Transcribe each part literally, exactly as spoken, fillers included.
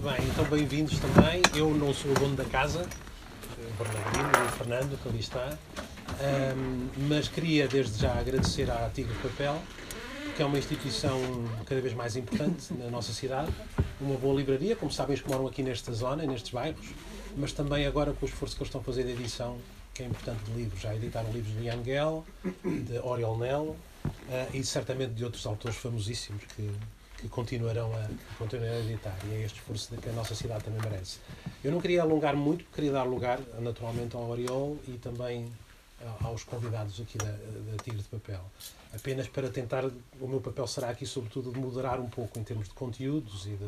bem, então bem-vindos também. Eu não sou o dono da casa, o Bernardino, o Fernando, que ali está, um, mas queria desde já agradecer à Tigre de Papel, que é uma instituição cada vez mais importante na nossa cidade, uma boa livraria, como sabem, os que moram aqui nesta zona, nestes bairros, mas também agora com o esforço que eles estão a fazer de edição, que é importante, de livros. Já editaram livros de Jan Gehl, de Oriol Nel, uh, e certamente de outros autores famosíssimos que que continuarão a, que continuarão a editar, e é este esforço que a nossa cidade também merece. Eu não queria alongar muito, queria dar lugar naturalmente ao Oriol e também aos convidados aqui da, da Tigre de Papel. Apenas para tentar, o meu papel será aqui sobretudo de moderar um pouco em termos de conteúdos e de,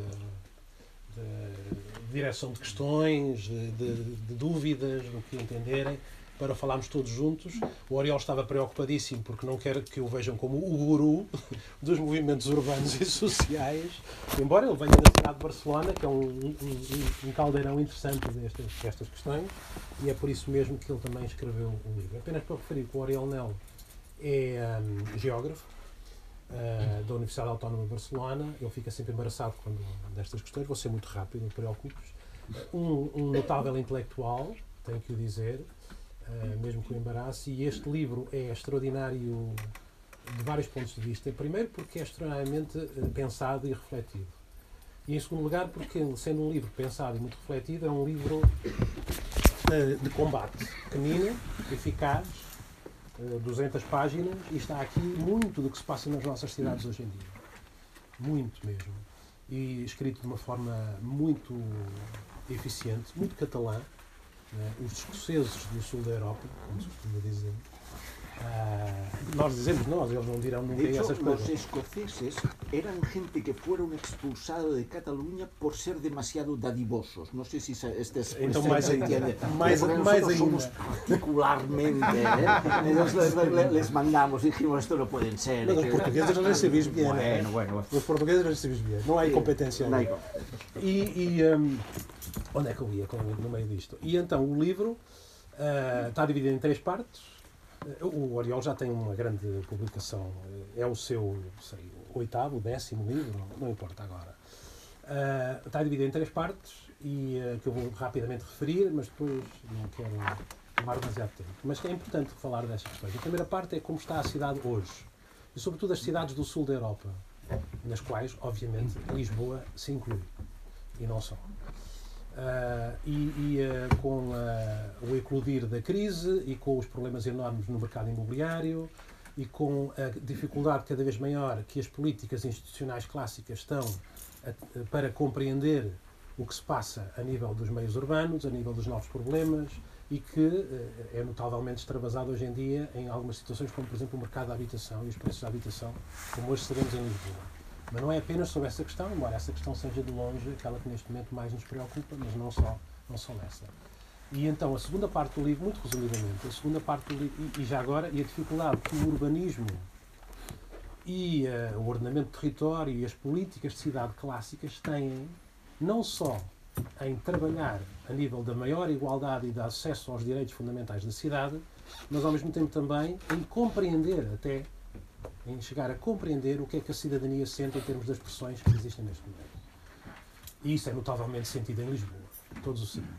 de, de direção de questões, de, de, de dúvidas, do que entenderem, para falarmos todos juntos. O Oriol estava preocupadíssimo porque não quer que o vejam como o guru dos movimentos urbanos e sociais, embora ele venha da cidade de Barcelona, que é um, um, um caldeirão interessante destas, destas questões, e é por isso mesmo que ele também escreveu o livro. Apenas para referir que o Oriol Nel é um, geógrafo uh, da Universidade Autónoma de Barcelona. Ele fica sempre embaraçado quando destas questões, vou ser muito rápido, não te preocupes. Um, um notável intelectual, tenho que o dizer, Uh, mesmo com o embaraço, e este livro é extraordinário de vários pontos de vista. Primeiro porque é extremamente uh, pensado e refletido, e em segundo lugar porque, sendo um livro pensado e muito refletido, é um livro uh, de combate, pequenino, eficaz, uh, duzentas páginas, e está aqui muito do que se passa nas nossas cidades hoje em dia, muito mesmo, e escrito de uma forma muito eficiente, muito catalã. Os escoceses do sul da Europa, como se costuma dizer, uh, nós dizemos nós, eles não dirão nunca essas coisas. Los escoceses eran gente que fueron expulsados de Cataluña por ser demasiado dadivosos. No sé si esta expresión então, mais se ainda, entiende. mais, Porque mais nosotros ainda. somos particularmente, ¿eh? Entonces les, les mandamos, dijimos, esto no pueden ser. Mas os portugueses recebem bien. Bueno, bueno. Os portugueses recebem bien. Não há incompetência. Não há incompetência. E, e um, onde é que eu ia no meio disto? E então o livro uh, está dividido em três partes. Uh, o Oriol já tem uma grande publicação, é o seu sei, oitavo, décimo livro, não importa agora. Uh, está dividido em três partes e uh, que eu vou rapidamente referir, mas depois não quero tomar demasiado tempo. Mas é importante falar destas questões. A primeira parte é como está a cidade hoje, e sobretudo as cidades do sul da Europa, nas quais, obviamente, Lisboa se inclui, e não só. Uh, e e uh, com uh, o eclodir da crise e com os problemas enormes no mercado imobiliário e com a dificuldade cada vez maior que as políticas institucionais clássicas estão a, a, para compreender o que se passa a nível dos meios urbanos, a nível dos novos problemas, e que uh, é notavelmente extravasado hoje em dia em algumas situações, como por exemplo o mercado da habitação e os preços da habitação, como hoje sabemos em Lisboa. Mas não é apenas sobre essa questão, embora essa questão seja de longe aquela que neste momento mais nos preocupa, mas não só, não só nessa. E então a segunda parte do livro, muito resumidamente, a segunda parte do livro, e, e já agora, e a dificuldade que o urbanismo e uh, o ordenamento de território e as políticas de cidade clássicas têm, não só em trabalhar a nível da maior igualdade e de acesso aos direitos fundamentais da cidade, mas ao mesmo tempo também em compreender até em chegar a compreender o que é que a cidadania sente em termos das pressões que existem neste momento. E isso é notavelmente sentido em Lisboa, todos o sabemos.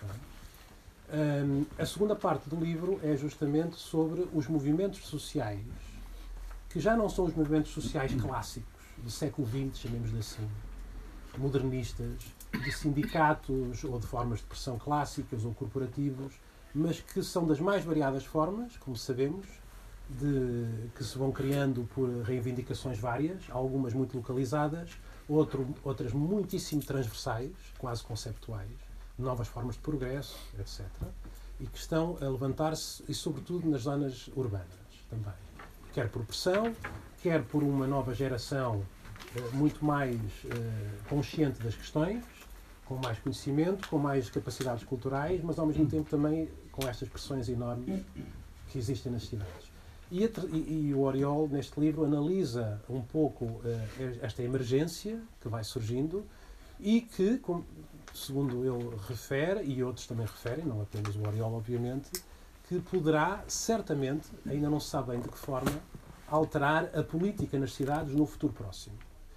É? Um, a segunda parte do livro é justamente sobre os movimentos sociais, que já não são os movimentos sociais clássicos do século vinte, chamemos-lhe assim, modernistas, de sindicatos ou de formas de pressão clássicas ou corporativos, mas que são das mais variadas formas, como sabemos, De, que se vão criando por reivindicações várias, algumas muito localizadas, outro, outras muitíssimo transversais, quase conceptuais, novas formas de progresso, etcétera, e que estão a levantar-se, e sobretudo nas zonas urbanas também. Quer por pressão, quer por uma nova geração eh, muito mais eh, consciente das questões, com mais conhecimento, com mais capacidades culturais, mas ao mesmo tempo também com estas pressões enormes que existem nas cidades. E, a, e, e o Oriol, neste livro, analisa um pouco uh, esta emergência que vai surgindo e que, com, segundo ele refere, e outros também referem, não apenas o Oriol, obviamente, que poderá, certamente, ainda não se sabe bem de que forma, alterar a política nas cidades no futuro próximo.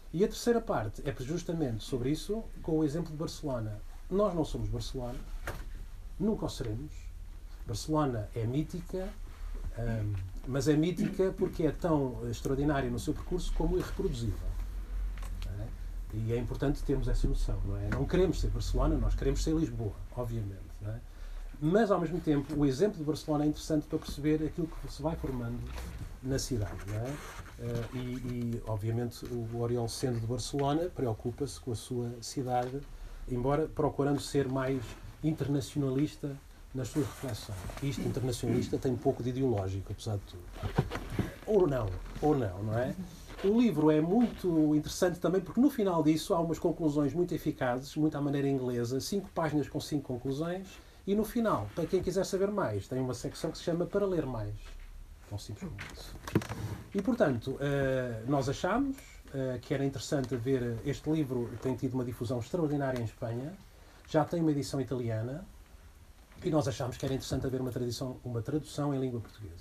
E a terceira parte é justamente sobre isso, com o exemplo de Barcelona. Nós não somos Barcelona, nunca o seremos. Barcelona é mítica, um, mas é mítica porque é tão extraordinária no seu percurso como irreproduzível. Não é? E é importante termos essa noção. Não é? Não queremos ser Barcelona, nós queremos ser Lisboa, obviamente. Não é? Mas, ao mesmo tempo, o exemplo de Barcelona é interessante para perceber aquilo que se vai formando na cidade. Não é? Uh, e, e, obviamente, o Oriol, sendo de Barcelona, preocupa-se com a sua cidade, embora procurando ser mais internacionalista nas suas reflexões. Isto, internacionalista, tem um pouco de ideológico, apesar de tudo. Ou não, ou não, não é? O livro é muito interessante também porque, no final disso, há umas conclusões muito eficazes, muito à maneira inglesa, cinco páginas com cinco conclusões, e no final, para quem quiser saber mais, tem uma secção que se chama Para Ler Mais. Tão simples como isso. E, portanto, uh, nós achámos uh, que era interessante ver este livro, tem tido uma difusão extraordinária em Espanha, já tem uma edição italiana, e nós achámos que era interessante haver uma, tradição, uma tradução em língua portuguesa.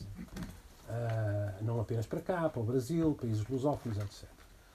Uh, não apenas para cá, para o Brasil, países lusófonos, etcétera.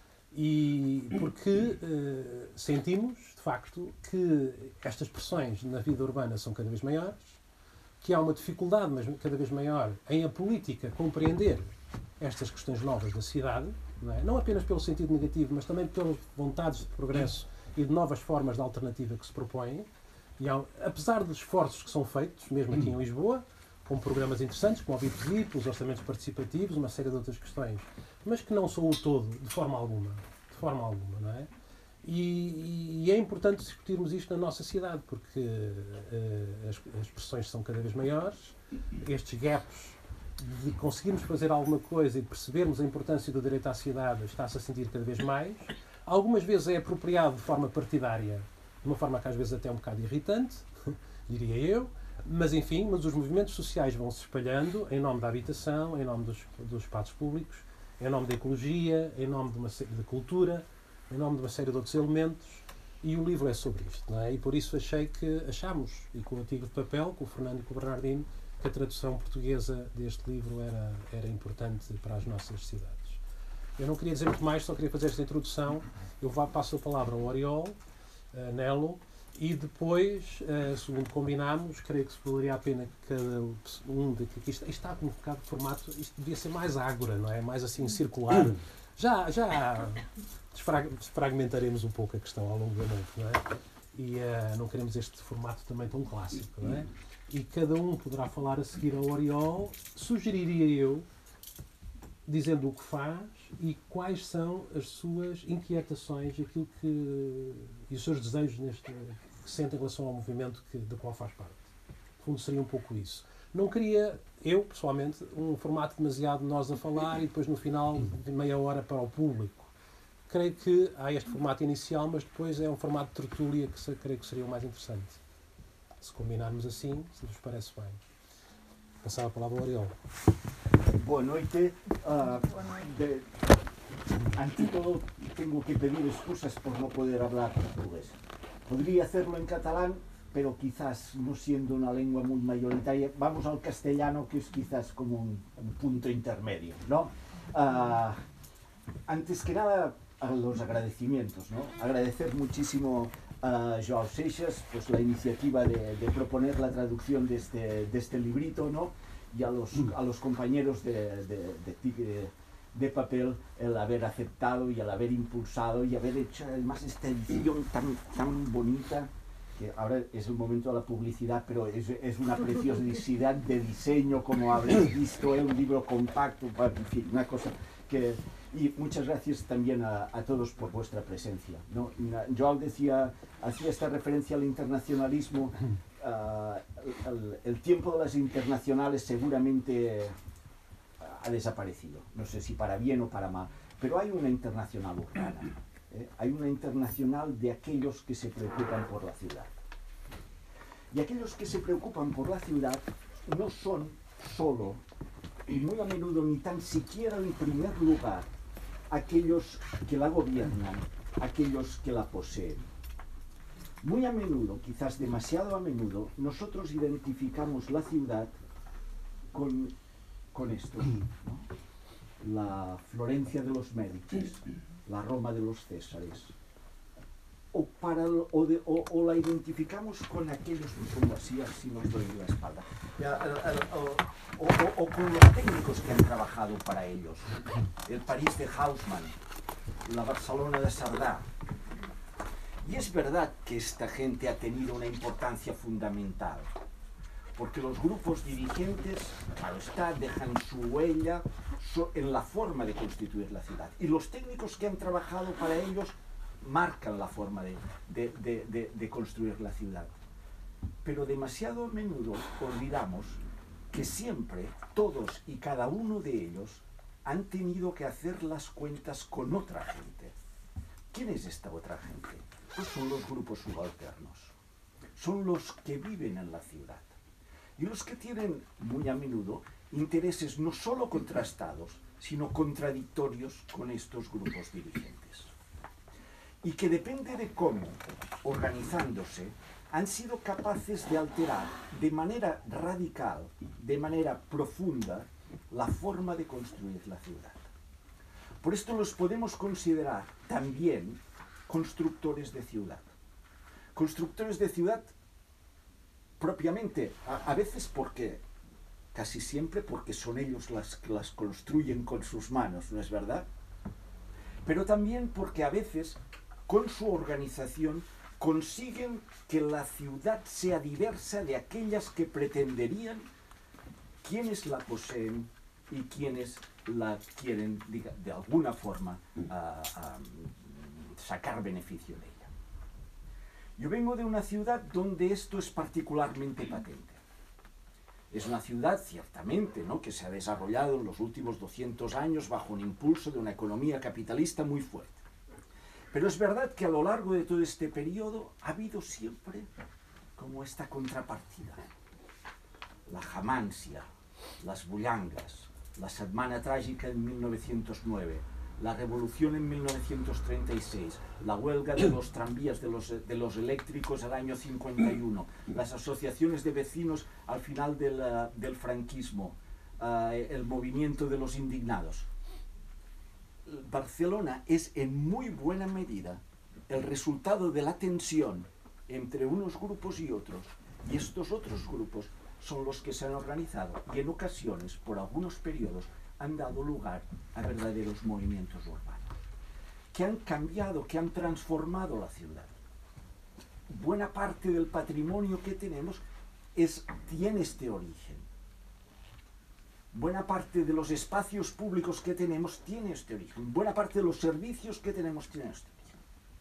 E porque uh, sentimos, de facto, que estas pressões na vida urbana são cada vez maiores, que há uma dificuldade, mas cada vez maior, em a política compreender estas questões novas da cidade, não é? Não apenas pelo sentido negativo, mas também pelas vontades de progresso e de novas formas de alternativa que se propõem. E há, apesar dos esforços que são feitos, mesmo aqui em Lisboa, com programas interessantes, como o B I P V I P, os orçamentos participativos, uma série de outras questões, mas que não são o todo, de forma alguma. De forma alguma, não é? E, e é importante discutirmos isto na nossa cidade, porque uh, as, as pressões são cada vez maiores, estes gaps de conseguirmos fazer alguma coisa e de percebermos a importância do direito à cidade está-se a sentir cada vez mais. Algumas vezes é apropriado de forma partidária, de uma forma que às vezes até é um bocado irritante, diria eu, mas enfim, mas os movimentos sociais vão se espalhando em nome da habitação, em nome dos, dos espaços públicos, em nome da ecologia, em nome de uma de cultura, em nome de uma série de outros elementos, e o livro é sobre isto, não é? E por isso achei que, achámos, e com o Tigre de Papel, com o Fernando e com o Bernardino, que a tradução portuguesa deste livro era, era importante para as nossas cidades. Eu não queria dizer muito mais, só queria fazer esta introdução. Eu vá, passo a palavra ao Oriol, uh, Nelo, e depois, uh, segundo combinámos, creio que se valeria a pena que cada um de que isto, isto está com um bocado de formato, isto devia ser mais ágora, não é? Mais assim circular. Já, já desfragmentaremos um pouco a questão ao longo da noite, não é? E uh, não queremos este formato também tão clássico, não é? E cada um poderá falar a seguir ao Oriol, sugeriria eu, dizendo o que faz e quais são as suas inquietações, aquilo que, e os seus desejos neste, que sente em relação ao movimento que, do qual faz parte. No fundo, seria um pouco isso. Não queria, eu, pessoalmente, um formato demasiado nós a falar e depois, no final, de meia hora para o público. Creio que há este formato inicial, mas depois é um formato de tertúlia que se, creio que seria o mais interessante. Se combinarmos assim, se vos parece bem. Passar a palavra ao Oriol. Boa noite. Uh, de, ante todo, tengo que pedir excusas por no poder hablar portugués. Podría hacerlo en catalán, pero quizás no siendo una lengua muy mayoritaria, vamos al castellano, que es quizás como un, un punto intermedio, ¿no? Uh, antes que nada, a los agradecimientos, ¿no? Agradecer muchísimo a Joao Seixas pues, la iniciativa de, de proponer la traducción de este, de este librito, ¿no? Y a los, a los compañeros de, de, de Tigre de Papel el haber aceptado y el haber impulsado y haber hecho además esta edición tan, tan bonita, que ahora es el momento de la publicidad, pero es, es una preciosidad de diseño, como habréis visto, es un libro compacto, en fin, una cosa que... Y muchas gracias también a, a todos por vuestra presencia, ¿no? Joao decía, hacía esta referencia al internacionalismo. Uh, el, el tiempo de las internacionales seguramente ha desaparecido, no sé si para bien o para mal, pero hay una internacional urbana, ¿eh? Hay una internacional de aquellos que se preocupan por la ciudad. Y aquellos que se preocupan por la ciudad no son solo, y muy a menudo ni tan siquiera en primer lugar, aquellos que la gobiernan, aquellos que la poseen. Muy a menudo, quizás demasiado a menudo, nosotros identificamos la ciudad con, con esto, ¿no? La Florencia de los Médicis, la Roma de los Césares, o, para, o, de, o, o la identificamos con aquellos, me pongo así, así nos doy la espalda, o, o, o con los técnicos que han trabajado para ellos, el París de Haussmann, la Barcelona de Sardá. Y es verdad que esta gente ha tenido una importancia fundamental, porque los grupos dirigentes, claro está, dejan su huella en la forma de constituir la ciudad. Y los técnicos que han trabajado para ellos marcan la forma de, de, de, de, de construir la ciudad. Pero demasiado a menudo olvidamos que siempre todos y cada uno de ellos han tenido que hacer las cuentas con otra gente. ¿Quién es esta otra gente? Pues son los grupos subalternos. Son los que viven en la ciudad. Y los que tienen, muy a menudo, intereses no solo contrastados, sino contradictorios con estos grupos dirigentes. Y que depende de cómo, organizándose, han sido capaces de alterar de manera radical, de manera profunda, la forma de construir la ciudad. Por esto los podemos considerar también constructores de ciudad. Constructores de ciudad propiamente, a, a veces porque, casi siempre porque son ellos las que las construyen con sus manos, ¿no es verdad? Pero también porque a veces, con su organización, consiguen que la ciudad sea diversa de aquellas que pretenderían quienes la poseen y quienes la quieren, diga, de alguna forma, uh, uh, sacar beneficio de ella. Yo vengo de una ciudad donde esto es particularmente patente. Es una ciudad, ciertamente, ¿no?, que se ha desarrollado en los últimos doscientos años bajo un impulso de una economía capitalista muy fuerte. Pero es verdad que a lo largo de todo este periodo ha habido siempre como esta contrapartida. La Jamancia, las Bullangas, la Setmana Trágica en mil novecientos nueve, la Revolución en mil novecientos treinta y seis, la huelga de los tranvías, de los, de los eléctricos al año cincuenta y uno, las asociaciones de vecinos al final del, uh, del franquismo, uh, el movimiento de los indignados. Barcelona es en muy buena medida el resultado de la tensión entre unos grupos y otros, y estos otros grupos son los que se han organizado y en ocasiones, por algunos periodos, han dado lugar a verdaderos movimientos urbanos, que han cambiado, que han transformado la ciudad. Buena parte del patrimonio que tenemos es, tiene este origen. Buena parte de los espacios públicos que tenemos tiene este origen. Buena parte de los servicios que tenemos tiene este origen.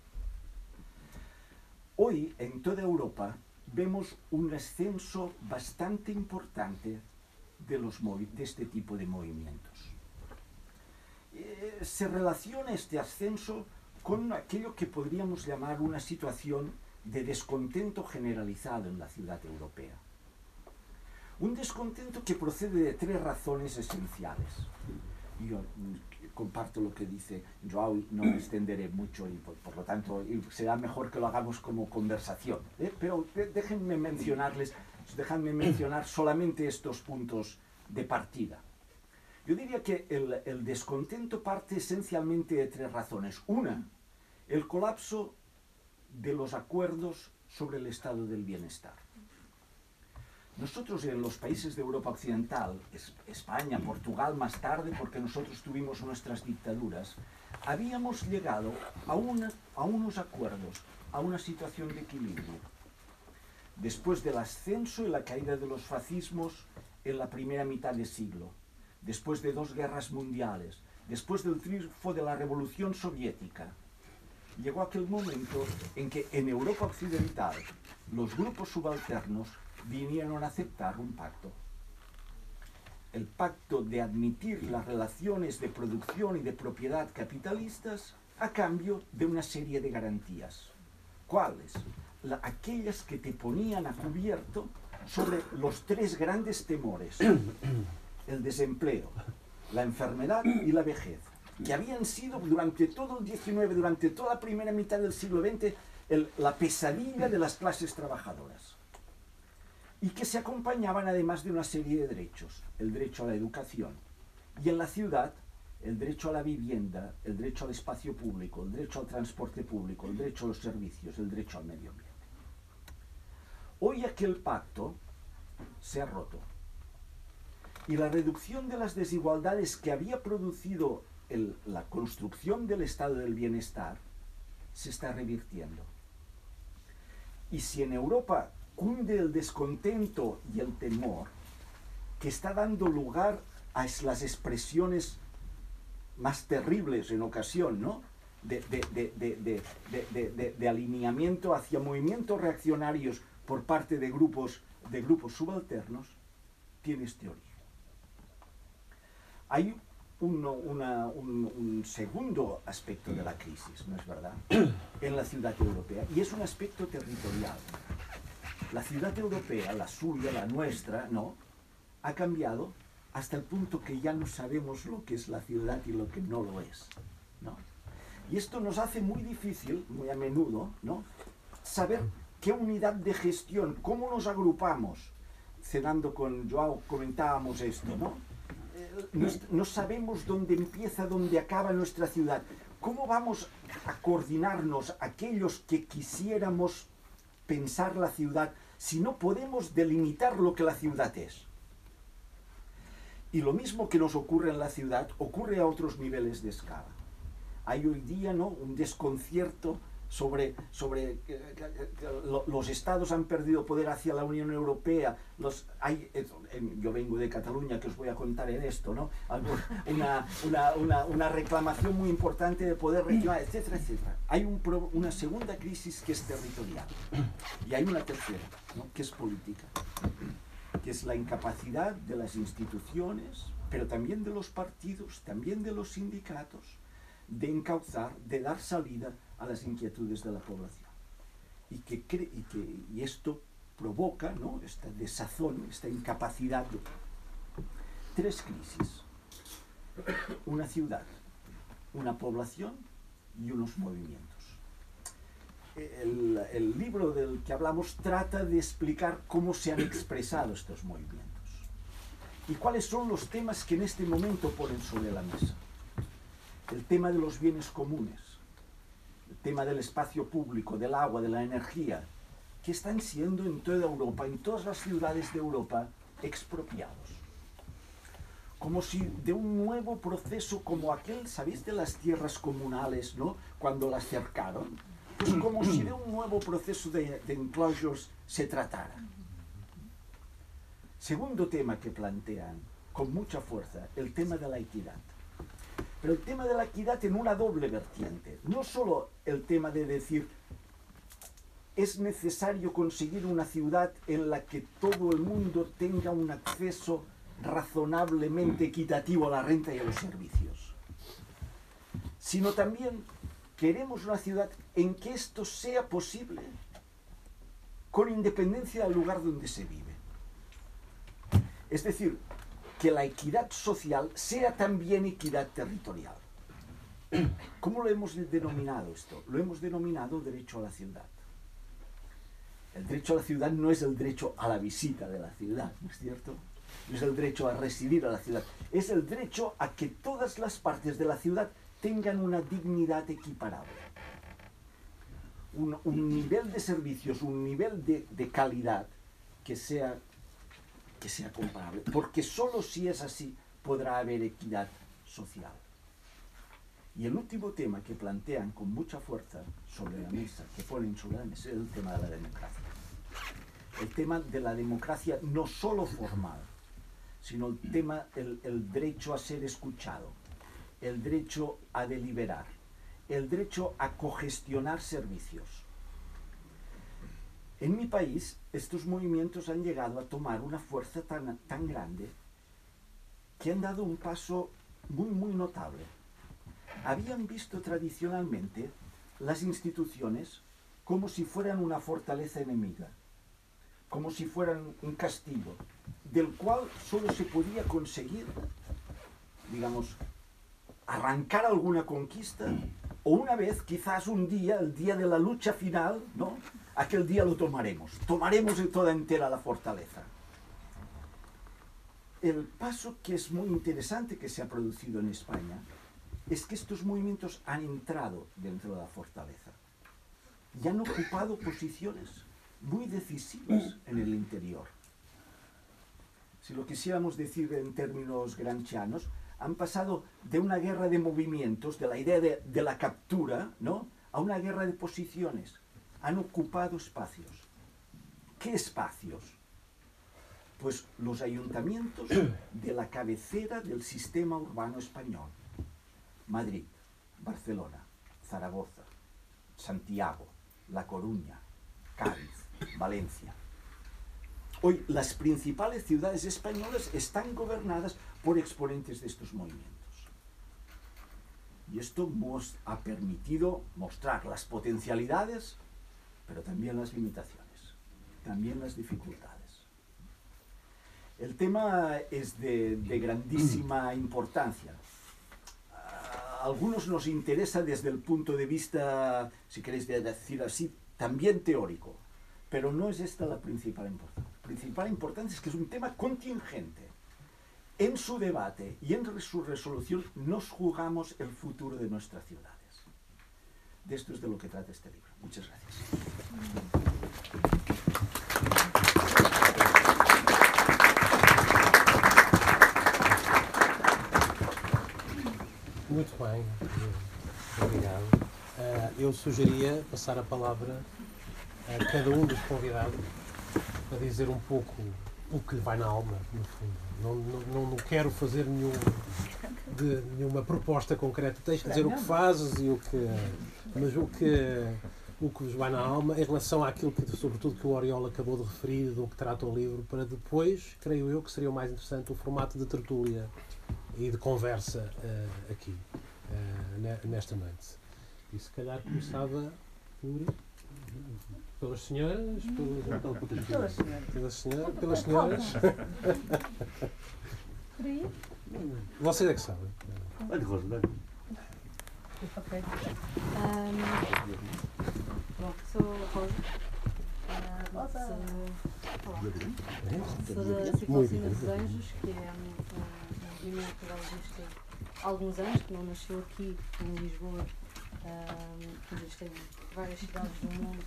Hoy, en toda Europa, vemos un ascenso bastante importante de, los de este tipo de movimientos. Eh, se relaciona este ascenso con aquello que podríamos llamar una situación de descontento generalizado en la ciudad europea. Un descontento que procede de tres razones esenciales. Yo comparto lo que dice Joao, no me extenderé mucho y por, por lo tanto será mejor que lo hagamos como conversación. ¿eh? Pero déjenme mencionarles, déjenme mencionar solamente estos puntos de partida. Yo diría que el, el descontento parte esencialmente de tres razones. Una, el colapso de los acuerdos sobre el estado del bienestar. Nosotros en los países de Europa Occidental, España, Portugal más tarde, porque nosotros tuvimos nuestras dictaduras, habíamos llegado a, una, a unos acuerdos, a una situación de equilibrio. Después del ascenso y la caída de los fascismos en la primera mitad del siglo, después de dos guerras mundiales, después del triunfo de la Revolución Soviética, llegó aquel momento en que en Europa Occidental los grupos subalternos vinieron a aceptar un pacto. El pacto de admitir las relaciones de producción y de propiedad capitalistas a cambio de una serie de garantías. ¿Cuáles? La, aquellas que te ponían a cubierto sobre los tres grandes temores: el desempleo, la enfermedad y la vejez, que habían sido durante todo el diecinueve, durante toda la primera mitad del siglo veinte, el, la pesadilla de las clases trabajadoras. Y que se acompañaban además de una serie de derechos, el derecho a la educación, y en la ciudad el derecho a la vivienda, el derecho al espacio público, el derecho al transporte público, el derecho a los servicios, el derecho al medio ambiente. Hoy aquel pacto se ha roto y la reducción de las desigualdades que había producido el, la construcción del estado del bienestar se está revirtiendo. Y si en Europa cunde el descontento y el temor, que está dando lugar a las expresiones más terribles en ocasión, ¿no? de, de, de, de, de, de, de, de alineamiento hacia movimientos reaccionarios por parte de grupos, de grupos subalternos, tiene este origen. Hay uno, una, un, un segundo aspecto de la crisis, ¿no es verdad?, en la ciudad europea, y es un aspecto territorial. La ciudad europea, la suya, la nuestra, ¿no?, ha cambiado hasta el punto que ya no sabemos lo que es la ciudad y lo que no lo es, ¿no? Y esto nos hace muy difícil, muy a menudo, ¿no?, saber qué unidad de gestión, cómo nos agrupamos. Cenando con Joao comentábamos esto, ¿no? No, no sabemos dónde empieza, dónde acaba nuestra ciudad. ¿Cómo vamos a coordinarnos aquellos que quisiéramos pensar la ciudad si no podemos delimitar lo que la ciudad es? Y lo mismo que nos ocurre en la ciudad, ocurre a otros niveles de escala. Hay hoy día, ¿no?, un desconcierto sobre, sobre eh, lo, los estados han perdido poder hacia la Unión Europea. Los, hay, eh, yo vengo de Cataluña, que os voy a contar en esto, ¿no?, una, una, una, una reclamación muy importante de poder regional, etcétera, etcétera. Hay un, una segunda crisis que es territorial, y hay una tercera, ¿no?, que es política, que es la incapacidad de las instituciones, pero también de los partidos, también de los sindicatos, de encauzar, de dar salida a las inquietudes de la población. Y, que cre y, que, y esto provoca, ¿no?, esta desazón, esta incapacidad. De... Tres crisis. Una ciudad, una población y unos movimientos. El, el libro del que hablamos trata de explicar cómo se han expresado estos movimientos y cuáles son los temas que en este momento ponen sobre la mesa. El tema de los bienes comunes, el tema del espacio público, del agua, de la energía, que están siendo en toda Europa, en todas las ciudades de Europa, expropiados. Como si de un nuevo proceso como aquel, ¿sabéis?, de las tierras comunales, ¿no?, cuando las cercaron. Pues como si de un nuevo proceso de, de enclosures se tratara. Segundo tema que plantean con mucha fuerza, el tema de la equidad. Pero el tema de la equidad en una doble vertiente. No solo el tema de decir, es necesario conseguir una ciudad en la que todo el mundo tenga un acceso razonablemente equitativo a la renta y a los servicios, sino también queremos una ciudad en que esto sea posible con independencia del lugar donde se vive. Es decir, que la equidad social sea también equidad territorial. ¿Cómo lo hemos denominado esto? Lo hemos denominado derecho a la ciudad. El derecho a la ciudad no es el derecho a la visita de la ciudad, ¿no es cierto? No es el derecho a residir a la ciudad. Es el derecho a que todas las partes de la ciudad tengan una dignidad equiparable. Un, un nivel de servicios, un nivel de, de calidad que sea, que sea comparable. Porque solo si es así podrá haber equidad social. Y el último tema que plantean con mucha fuerza sobre la mesa, que ponen sobre la mesa, es el tema de la democracia. El tema de la democracia no solo formal, sino el tema, el, el derecho a ser escuchado, el derecho a deliberar, el derecho a cogestionar servicios. En mi país, estos movimientos han llegado a tomar una fuerza tan, tan grande que han dado un paso muy, muy notable. Habían visto tradicionalmente las instituciones como si fueran una fortaleza enemiga, como si fueran un castillo, del cual solo se podía conseguir, digamos, arrancar alguna conquista, o una vez, quizás un día, el día de la lucha final, ¿no?, aquel día lo tomaremos, tomaremos de toda entera la fortaleza. el paso que es muy interesante que se ha producido en España es que estos movimientos han entrado dentro de la fortaleza y han ocupado posiciones muy decisivas en el interior. Si lo quisiéramos decir en términos gramscianos, han pasado de una guerra de movimientos, de la idea de, de la captura, ¿no?, a una guerra de posiciones. Han ocupado espacios. ¿Qué espacios? Pues los ayuntamientos de la cabecera del sistema urbano español. Madrid, Barcelona, Zaragoza, Santiago, La Coruña, Cádiz, Valencia. Hoy las principales ciudades españolas están gobernadas por exponentes de estos movimientos. Y esto nos ha permitido mostrar las potencialidades, pero también las limitaciones, también las dificultades. El tema es de, de grandísima importancia. A algunos nos interesa desde el punto de vista, si queréis decir así, también teórico, pero no es esta la principal importancia. La principal importancia es que es un tema contingente. En su debate y en su resolución nos jugamos el futuro de nuestras ciudades. De esto es de lo que trata este libro. Muchas gracias. Muito bem, obrigado. Uh, eu sugeria passar a palavra a cada um dos convidados para dizer um pouco o que lhe vai na alma, no fundo. Não, não, não quero fazer nenhum, de, nenhuma proposta concreta, tens de dizer o que fazes e o que. Mas o que, o que vos vai na alma em relação àquilo que, sobretudo, que o Oriol acabou de referir, do que trata o livro, para depois, creio eu, que seria o mais interessante o formato de tertúlia e de conversa uh, aqui, uh, nesta noite. E se calhar começava por, pelas senhoras, pelas, pelas senhoras, pelas senhoras, pelas senhoras. Por aí? Vocês é que sabem. Olha, Rosa, vai. Ok. Um, bom, sou a Rosa. Uh, Rosa. Sou, olá. Sou da Ciclocina dos Anjos, que é um, um movimento que já existe há alguns anos, que não nasceu aqui em Lisboa, um, que existe em várias cidades do mundo.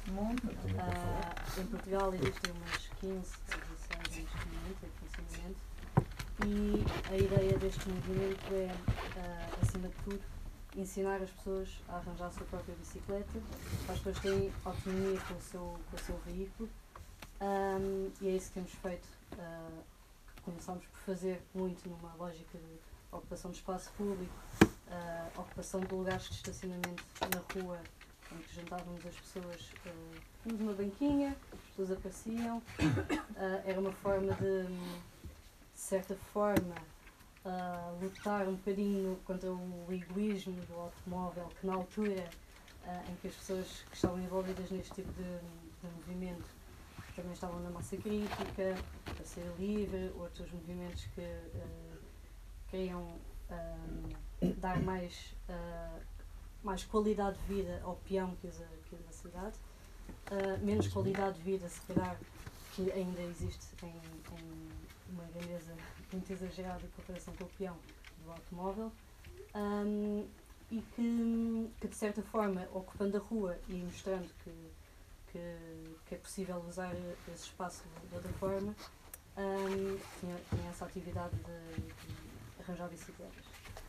Uh, em Portugal existem umas quinze, dezesseis neste momento, em funcionamento. E a ideia deste movimento é, uh, acima de tudo, ensinar as pessoas a arranjar a sua própria bicicleta, para as pessoas terem autonomia com o seu, com o seu veículo. Um, e é isso que temos feito. Uh, começámos por fazer muito numa lógica de ocupação de espaço público, uh, ocupação de lugares de estacionamento na rua, em que juntávamos as pessoas uh, numa banquinha, as pessoas apareciam. Uh, era uma forma de, de certa forma, uh, lutar um bocadinho contra o egoísmo do automóvel, que na altura uh, em que as pessoas que estavam envolvidas neste tipo de, de movimento também estavam na massa crítica, a ser livre, outros movimentos que uh, queriam uh, dar mais, uh, mais qualidade de vida ao peão que usa, que usa a cidade, uh, menos qualidade de vida, se calhar, que ainda existe em, em uma grandeza muito exagerada em comparação com o peão do automóvel, um, e que, que de certa forma, ocupando a rua e mostrando que Que, que é possível usar esse espaço de outra forma, um, tinha, tinha essa atividade de, de arranjar bicicletas.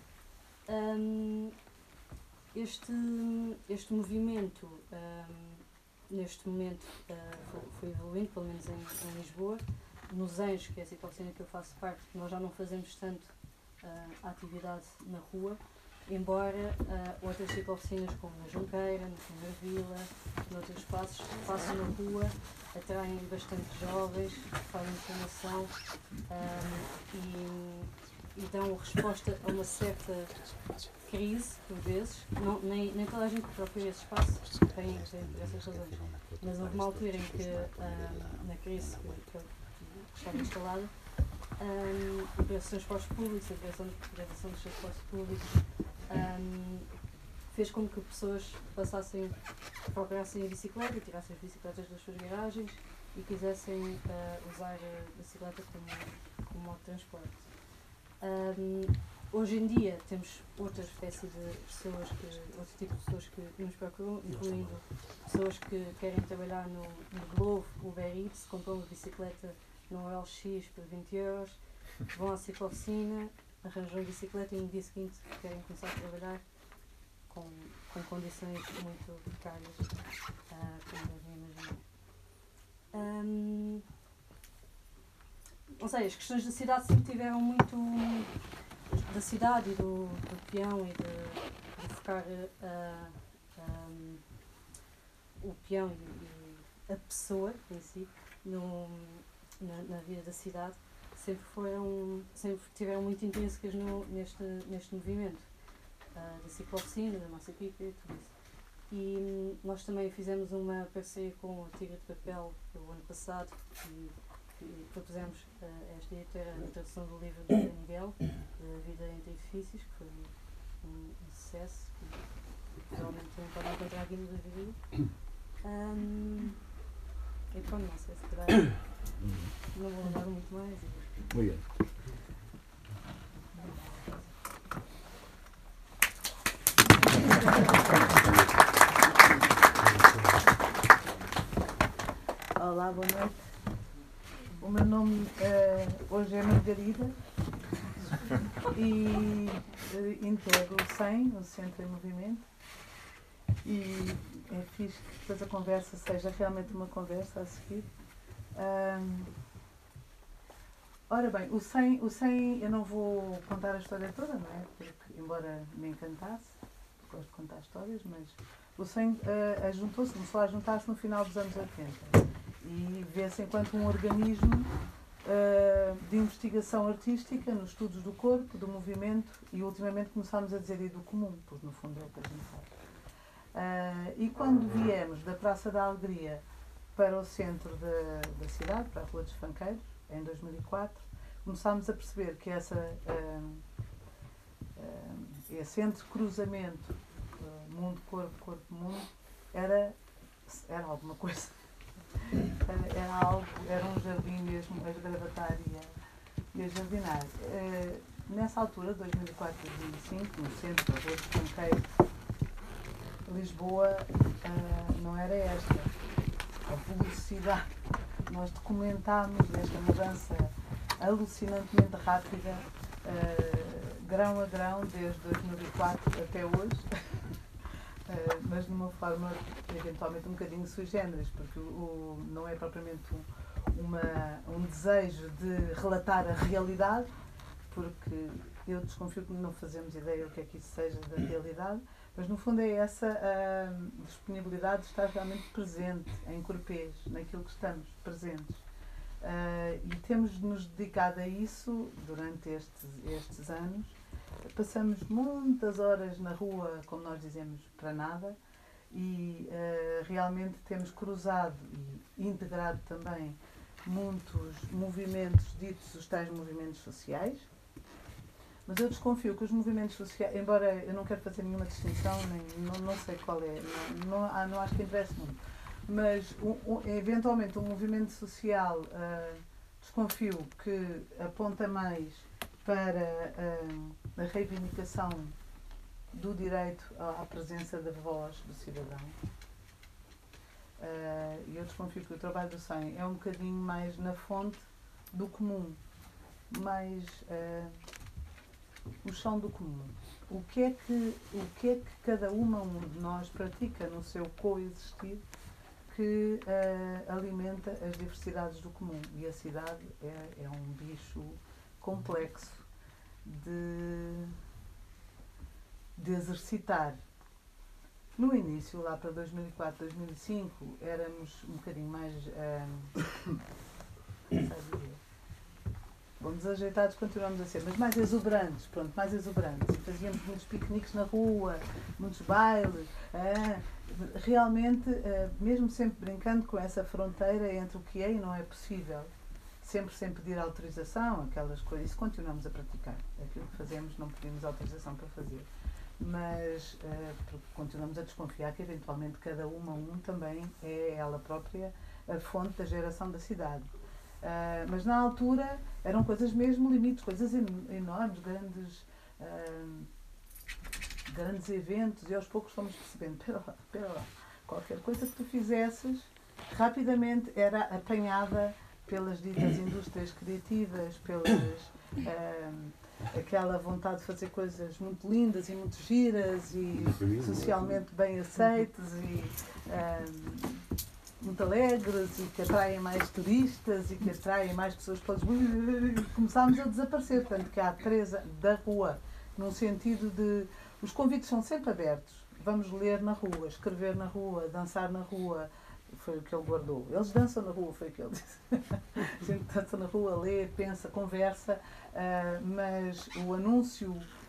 Um, este, este movimento, um, neste momento, uh, foi, foi evoluindo, pelo menos em, em Lisboa. Nos Anjos, que é a ciclocena que eu faço parte, nós já não fazemos tanto uh, a atividade na rua, embora uh, outras cicloficinas, como na Junqueira, na Primeira Vila, noutros espaços que façam na rua, atraem bastante jovens, fazem formação um, e, e dão resposta a uma certa crise, por vezes. Não, nem, nem toda a gente procura esse espaço, tem, tem por essas razões. Mas houve uma altura em que, um, na crise que, que, que estava instalada, um, a criação dos transportes públicos, a criação de privação dos transportes públicos, Um, fez com que pessoas passassem, procurassem a bicicleta, tirassem as bicicletas das suas garagens e quisessem uh, usar a bicicleta como, como modo de transporte. Um, hoje em dia temos outra espécie de pessoas, que, outro tipo de pessoas que nos procuram, incluindo pessoas que querem trabalhar no, no Glovo, Uber Eats, compram uma bicicleta no O L X por vinte euros, vão à ciclo-oficina, arranjam a bicicleta e no dia seguinte querem começar a trabalhar com, com condições muito precárias, uh, como devem imaginar. Um, não sei, as questões da cidade sempre tiveram muito da cidade e do, do peão e de, de focar uh, um, o peão e, e a pessoa em si no, na, na vida da cidade sempre foram, sempre tiveram muito intrínsecas no, neste, neste movimento uh, da ciclo-oficina, da massa pipa e tudo isso. E um, nós também fizemos uma parceria com a Tigre de Papel o ano passado e, e propusemos uh, esta editora a tradução do livro do Miguel, da Vida entre Edifícios, que foi um, um sucesso, que provavelmente também podem encontrar aqui no livro. Um, e pronto, não sei, se calhar não vou levar muito mais. Muito bem. Olá, boa noite. O meu nome uh, hoje é Margarida e uh, integro o C E M, o Centro em Movimento, e é fixe que depois a conversa seja realmente uma conversa a seguir. Um, ora bem, o C E M, o C E M, eu não vou contar a história toda, não é? Porque, embora me encantasse, gosto de contar histórias, mas o C E M uh, ajuntou-se, começou a juntar-se no final dos anos oitenta. E vê-se enquanto um organismo uh, de investigação artística nos estudos do corpo, do movimento, e ultimamente começámos a dizer e do comum, porque no fundo é o que a gente sabe. Uh, e quando viemos da Praça da Alegria para o centro da, da cidade, para a Rua dos Fanqueiros, em dois mil e quatro, começámos a perceber que essa, uh, uh, esse entrecruzamento uh, mundo-corpo, corpo-mundo, era, era alguma coisa. Era algo, era um jardim mesmo a esgravatar e a, e a jardinar. Uh, nessa altura, dois mil e quatro, dois mil e cinco, no centro da Rua dos Fanqueiros, Lisboa uh, não era esta. A velocidade que nós documentámos esta mudança alucinantemente rápida, uh, grão a grão, desde dois mil e quatro até hoje. Uh, mas de uma forma eventualmente um bocadinho sui generis, porque o, o, não é propriamente um, uma, um desejo de relatar a realidade, porque eu desconfio que não fazemos ideia o que é que isso seja da realidade, mas no fundo é essa a disponibilidade de estar realmente presente, em corpês, naquilo que estamos presentes. Uh, e temos nos dedicado a isso durante estes, estes anos. Passamos muitas horas na rua, como nós dizemos, para nada, e uh, realmente temos cruzado e integrado também muitos movimentos ditos os tais movimentos sociais, mas eu desconfio que os movimentos sociais, embora eu não quero fazer nenhuma distinção, nem, não, não sei qual é, não, não, não acho que interesse muito, mas um, um, eventualmente um movimento social, uh, desconfio que aponta mais para uh, a reivindicação do direito à, à presença da voz do cidadão. E uh, eu desconfio que o trabalho do C E M é um bocadinho mais na fonte do comum, mais uh, o chão do comum. O que, é que, o que é que cada uma um de nós pratica no seu coexistir que uh, alimenta as diversidades do comum. E a cidade é, é um bicho complexo de, de exercitar. No início, lá para dois mil e quatro, dois mil e cinco, éramos um bocadinho mais um, bom, desajeitados continuamos a ser, mas mais exuberantes, pronto, mais exuberantes. E fazíamos muitos piqueniques na rua, muitos bailes, ah, realmente, ah, mesmo sempre brincando com essa fronteira entre o que é e não é possível. Sempre sem pedir autorização, aquelas coisas, isso continuamos a praticar. Aquilo que fazemos não pedimos autorização para fazer. Mas uh, continuamos a desconfiar que eventualmente cada uma um também é ela própria a fonte da geração da cidade. Uh, mas na altura eram coisas mesmo limites, coisas en enormes, grandes, uh, grandes eventos, e aos poucos fomos percebendo, pera lá, pera lá, qualquer coisa que tu fizesses, rapidamente era apanhada pelas ditas indústrias criativas, pelas, uh, aquela vontade de fazer coisas muito lindas e muito giras e socialmente bem aceites e uh, muito alegres e que atraem mais turistas e que atraem mais pessoas para Lisboa. Começámos a desaparecer, tanto que há Teresa da rua, num sentido de... Os convites são sempre abertos. Vamos ler na rua, escrever na rua, dançar na rua, foi o que ele guardou. Eles dançam na rua, foi o que ele disse. A gente dança na rua, lê, pensa, conversa, uh, mas o anúncio,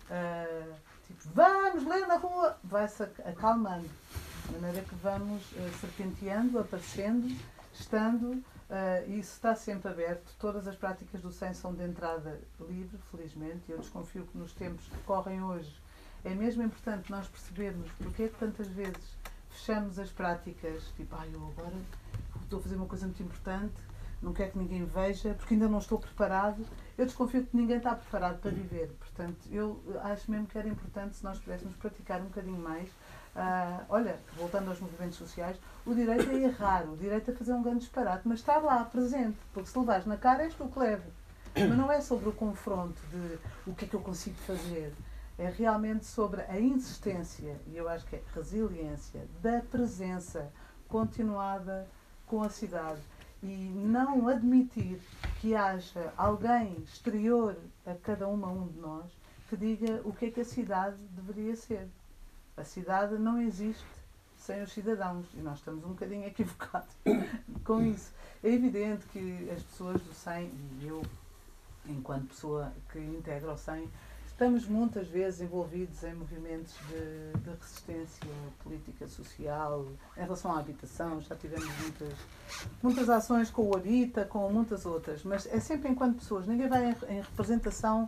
uh, tipo, vamos ler na rua, vai-se acalmando. De maneira que vamos uh, serpenteando, aparecendo, estando, uh, e isso está sempre aberto. Todas as práticas do S E M são de entrada livre, felizmente, e eu desconfio que nos tempos que correm hoje é mesmo importante nós percebermos porque é que tantas vezes fechamos as práticas, tipo, ah, eu agora estou a fazer uma coisa muito importante, não quero que ninguém veja, porque ainda não estou preparado. Eu desconfio que ninguém está preparado para viver. Portanto, eu acho mesmo que era importante se nós pudéssemos praticar um bocadinho mais. Uh, olha, voltando aos movimentos sociais, o direito é errar, o direito é fazer um grande disparate, mas estar lá, presente, porque se levares na cara és tu que leva. Mas não é sobre o confronto de o que é que eu consigo fazer, é realmente sobre a insistência, e eu acho que é resiliência, da presença continuada com a cidade e não admitir que haja alguém exterior a cada uma um de nós que diga o que é que a cidade deveria ser. A cidade não existe sem os cidadãos e nós estamos um bocadinho equivocados com isso. É evidente que as pessoas do S E M, e eu, enquanto pessoa que integra o S E M, estamos muitas vezes envolvidos em movimentos de, de resistência política, social, em relação à habitação. Já tivemos muitas, muitas ações com o Habita, com muitas outras, mas é sempre enquanto pessoas. Ninguém vai em, em representação.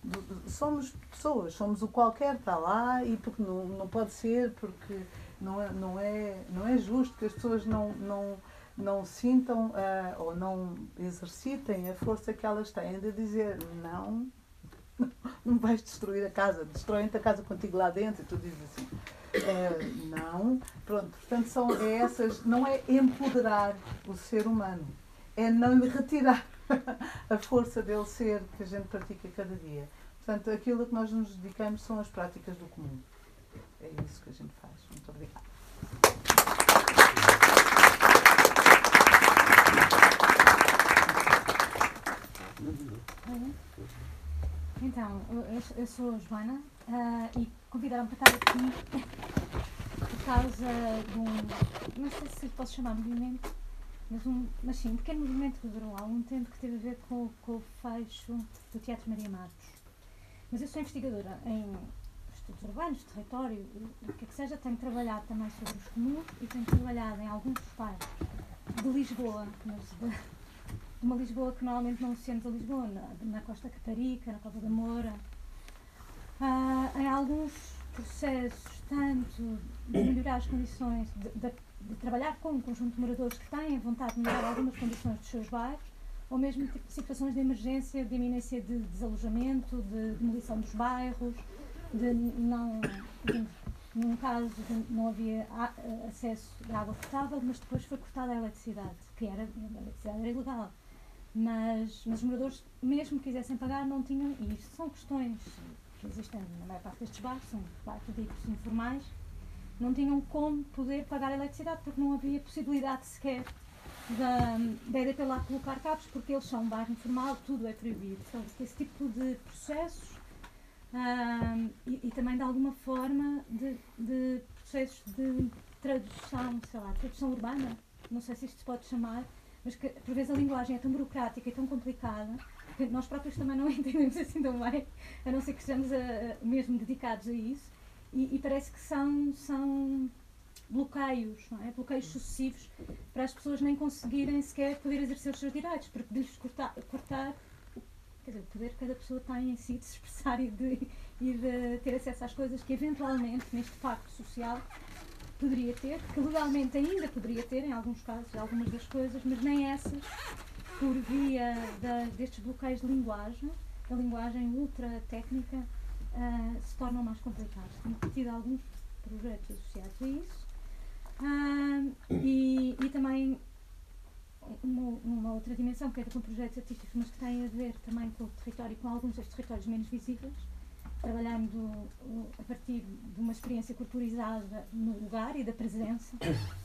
Somos pessoas, somos o qualquer está lá e porque não, não pode ser, porque não é, não é, não é justo que as pessoas não, não, não sintam uh, ou não exercitem a força que elas têm de dizer não, não vais destruir a casa, destroem-te a casa contigo lá dentro e tu dizes assim, uh, não, pronto, portanto são é essas, não é empoderar o ser humano, é não lhe retirar a força dele ser que a gente pratica cada dia. Portanto, aquilo a que nós nos dedicamos são as práticas do comum. É isso que a gente faz. Muito obrigada. Então, eu, eu sou a Joana uh, e convidaram-me para estar aqui por causa de um, não sei se posso chamar movimento, Mas, um, mas sim, um pequeno movimento que durou há algum tempo que teve a ver com, com o fecho do Teatro Maria Matos. Mas eu sou investigadora em estudos urbanos, território, o que é que seja, tenho trabalhado também sobre os comuns e tenho trabalhado em alguns bairros de Lisboa, mas de, de uma Lisboa que normalmente não associamos a Lisboa, na, na Costa Caparica, na Cova da Moura, ah, em alguns processos, tanto de melhorar as condições, de, de, de trabalhar com um conjunto de moradores que têm vontade de melhorar algumas condições dos seus bairros, ou mesmo tipo de situações de emergência, de iminência de desalojamento, de demolição dos bairros, de não, de, num caso de não havia a, acesso à água potável, mas depois foi cortada a eletricidade, que era, a eletricidade era ilegal. Mas, mas os moradores, mesmo que quisessem pagar, não tinham, e isto são questões que existem na maior parte destes bairros, são bairros ditos informais, não tinham como poder pagar a eletricidade porque não havia possibilidade sequer da, da E D P lá colocar cabos, porque eles são um bairro informal, tudo é proibido. Portanto, esse tipo de processos um, e, e também de alguma forma de, de processos de tradução, sei lá, tradução urbana, não sei se isto se pode chamar, mas que por vezes a linguagem é tão burocrática e tão complicada que nós próprios também não entendemos assim tão bem, a não ser que estejamos a, a, mesmo dedicados a isso, e, e parece que são, são bloqueios, não é? Bloqueios sucessivos para as pessoas nem conseguirem sequer poder exercer os seus direitos, porque de-lhes cortar, cortar quer dizer, o poder que cada pessoa tem em si de se expressar e de, e de ter acesso às coisas que eventualmente, neste pacto social, poderia ter, que legalmente ainda poderia ter, em alguns casos, algumas das coisas, mas nem essas por via da, destes bloqueios de linguagem, a linguagem ultra técnica, uh, se tornam mais complicados. Tenho tido alguns projetos associados a isso. Uh, e, e também uma, uma outra dimensão que é com projetos artísticos, mas que tem a ver também com o território, com alguns dos territórios menos visíveis, trabalhando uh, a partir de uma experiência corporizada no lugar e da presença.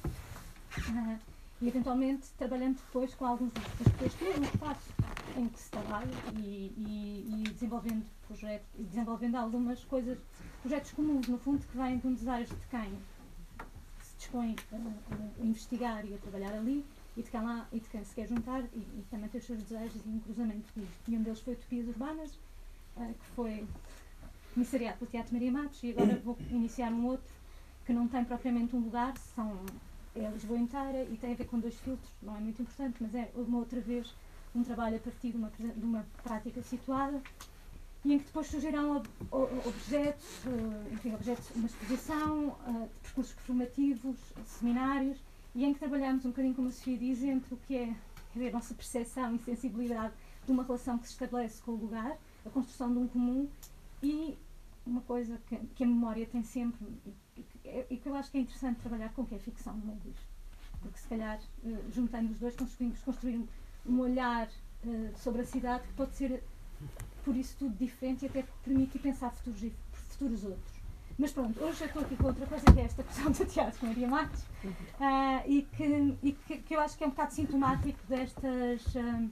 Uh, e eventualmente trabalhando depois com alguns das pessoas no espaço em que se trabalha e, e, e desenvolvendo projetos, e desenvolvendo algumas coisas, projetos comuns, no fundo, que vêm de um desejo de quem se dispõe a, a investigar e a trabalhar ali e de quem lá e de quem se quer juntar e, e também tem os seus desejos e um cruzamento disto. E um deles foi Utopias Urbanas, uh, que foi comissariado pelo Teatro Maria Matos, e agora vou iniciar um outro que não tem propriamente um lugar, são é a Lisboa inteira e tem a ver com dois filtros, não é muito importante, mas é uma outra vez um trabalho a partir de uma, de uma prática situada e em que depois surgirão ob, objetos, enfim, objetos, uma exposição, uh, de percursos performativos, seminários, e em que trabalhamos um bocadinho, como a Sofia diz, entre o que é, é a nossa percepção e sensibilidade de uma relação que se estabelece com o lugar, a construção de um comum e uma coisa que, que a memória tem sempre e que, e que eu acho que é interessante trabalhar com, que é a ficção no meio disto. Porque se calhar, uh, juntando os dois, conseguimos construir um, um olhar uh, sobre a cidade que pode ser, por isso tudo, diferente e até permite pensar futuros, futuros outros. Mas pronto, hoje eu estou aqui com outra coisa, que é esta questão do Teatro Maria Matos, uh, e, que, e que, que eu acho que é um bocado sintomático destas... Uh,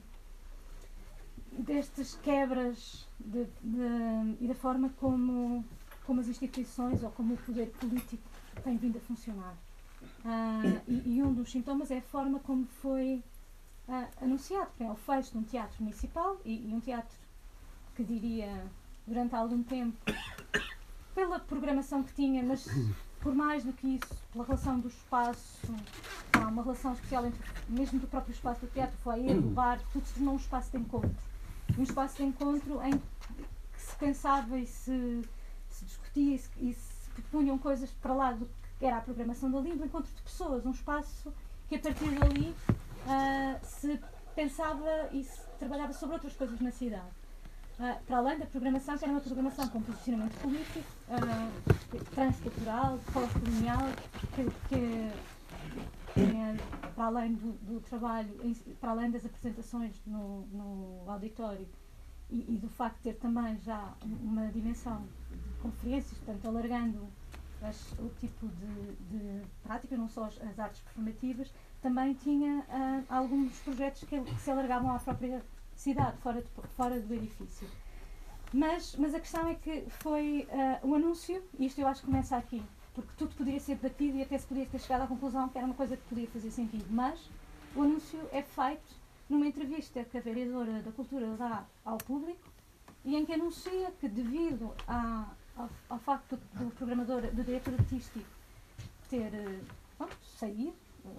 destas quebras de, de, e da forma como, como as instituições ou como o poder político tem vindo a funcionar. Uh, e, e um dos sintomas é a forma como foi uh, anunciado, que é o fecho de um teatro municipal e, e um teatro que diria, durante algum tempo, pela programação que tinha, mas por mais do que isso, pela relação do espaço, há uma relação especial entre, mesmo do próprio espaço do teatro, foi aí, do bar, tudo se tornou um espaço de encontro. Um espaço de encontro em que se pensava e se, se discutia e se, e se propunham coisas para lá do que era a programação dali, um encontro de pessoas, um espaço que a partir dali uh, se pensava e se trabalhava sobre outras coisas na cidade. Uh, para além da programação, que era uma programação com posicionamento político, uh, transcultural, pós-colonial, que, que tinha, para além do, do trabalho, para além das apresentações no, no auditório e, e do facto de ter também já uma dimensão de conferências, portanto, alargando as, o tipo de, de prática, não só as, as artes performativas, também tinha uh, alguns projetos que, que se alargavam à própria cidade, fora, de, fora do edifício. Mas, mas a questão é que foi uh, o anúncio, e isto eu acho que começa aqui, porque tudo poderia ser debatido e até se podia ter chegado à conclusão que era uma coisa que podia fazer sentido, mas o anúncio é feito numa entrevista que a vereadora da Cultura dá ao público e em que anuncia que, devido a, ao, ao facto do, do programador, do diretor artístico ter bom, saído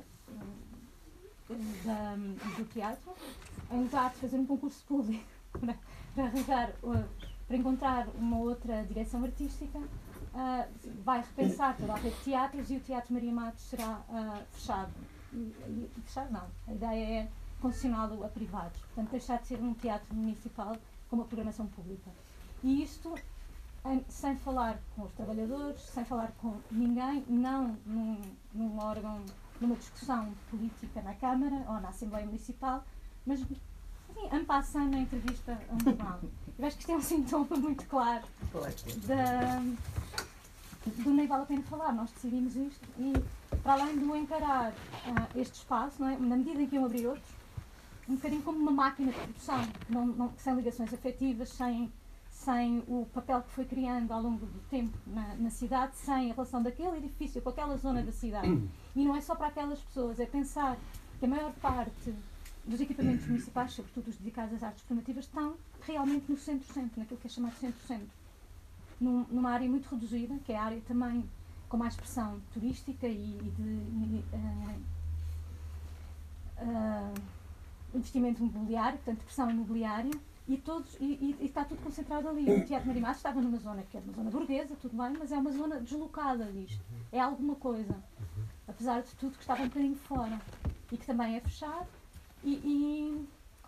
da, do teatro, em lugar de fazer um concurso público para, para arranjar, para encontrar uma outra direção artística, Uh, vai repensar toda a rede de teatros e o Teatro Maria Matos será uh, fechado. E, e, fechado não, a ideia é concessioná-lo a privados, portanto deixar de ser um teatro municipal com uma programação pública. E isto em, sem falar com os trabalhadores, sem falar com ninguém, não num, num órgão, numa discussão política na Câmara ou na Assembleia Municipal, mas enfim, en passant na entrevista a um jornal. Eu acho que isto é um sintoma muito claro da, do nem vale a pena falar. Nós decidimos isto e, para além de o encarar uh, este espaço, não é? Na medida em que iam abrir outros, um bocadinho como uma máquina de produção, não, não, sem ligações afetivas, sem, sem o papel que foi criando ao longo do tempo na, na cidade, sem a relação daquele edifício com aquela zona da cidade. E não é só para aquelas pessoas, é pensar que a maior parte dos equipamentos municipais, sobretudo os dedicados às artes formativas, estão realmente no centro-centro, naquilo que é chamado centro-centro. Num, numa área muito reduzida, que é a área também com mais pressão turística e, e de e, uh, uh, investimento imobiliário, portanto pressão imobiliária, e, todos, e, e, e está tudo concentrado ali. O Teatro Maria Matos estava numa zona que é uma zona burguesa, tudo bem, mas é uma zona deslocada disto. É alguma coisa, apesar de tudo, que estava um bocadinho fora e que também é fechado. E, e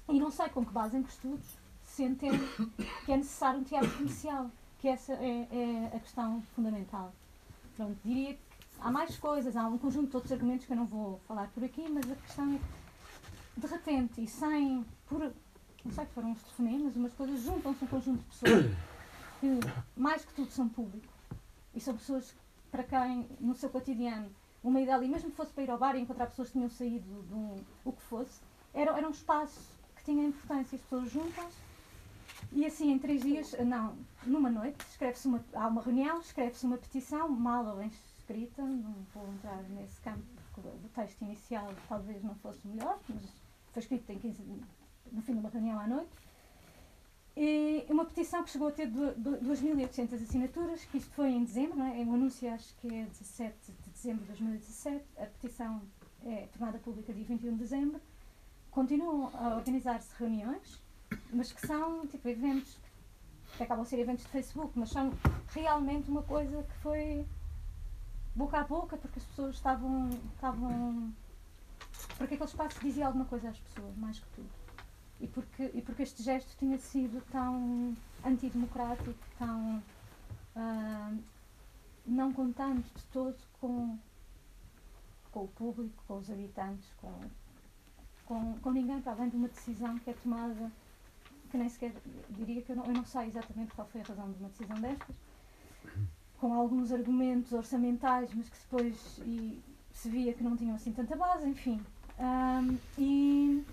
e não sei com que base em que estudos se entende que é necessário um teatro comercial, que essa é, é a questão fundamental. Pronto, diria que há mais coisas, há um conjunto de outros argumentos que eu não vou falar por aqui, mas a questão é que, de repente, e sem, por, não sei que foram os telefonemas, umas coisas, juntam-se um conjunto de pessoas que, mais que tudo, são público. E são pessoas para quem, no seu cotidiano, uma ideia, e mesmo que fosse para ir ao bar e encontrar pessoas que tinham saído de um, o que fosse, era, era um espaço que tinha importância. As pessoas juntam-se e assim, em três dias, não, numa noite, escreve-se uma, há uma reunião, escreve-se uma petição, mal ou bem escrita, não vou entrar nesse campo, porque o texto inicial talvez não fosse o melhor, mas foi escrito em quinze, no fim de uma reunião à noite. E uma petição que chegou a ter duas mil e oitocentas assinaturas, que isto foi em dezembro, não é? O anúncio acho que é dezassete de dezembro de dois mil e dezassete, a petição é tornada pública dia vinte e um de dezembro. Continuam a organizar-se reuniões, mas que são tipo eventos, que acabam a ser eventos de Facebook, mas são realmente uma coisa que foi boca a boca, porque as pessoas estavam, estavam porque aquele espaço dizia alguma coisa às pessoas, mais que tudo. E porque, e porque este gesto tinha sido tão antidemocrático, tão uh, não contando de todo com, com o público, com os habitantes, com, com, com ninguém, para além de uma decisão que é tomada, que nem sequer diria que eu não, eu não sei exatamente qual foi a razão de uma decisão destas, com alguns argumentos orçamentais, mas que depois e, se via que não tinham assim tanta base, enfim. Um, e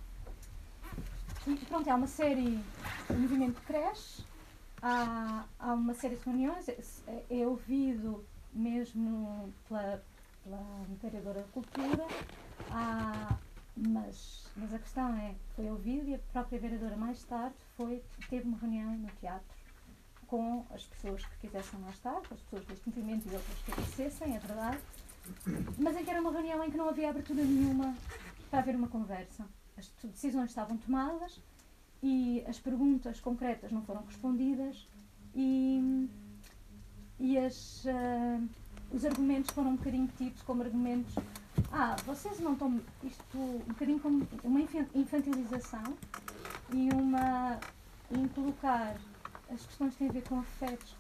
E pronto, há uma série, o movimento cresce, há, há uma série de reuniões, é, é ouvido mesmo pela, pela vereadora da Cultura, há, mas, mas a questão é, foi ouvido e a própria vereadora mais tarde foi, teve uma reunião no teatro com as pessoas que quisessem lá estar, com as pessoas deste movimento e outras que aparecessem, é verdade, mas em que era uma reunião em que não havia abertura nenhuma para haver uma conversa. As decisões estavam tomadas e as perguntas concretas não foram respondidas e, e as, uh, os argumentos foram um bocadinho tidos como argumentos. Ah, vocês não estão. Isto um bocadinho como uma infantilização e uma. em colocar as questões que têm a ver com afetos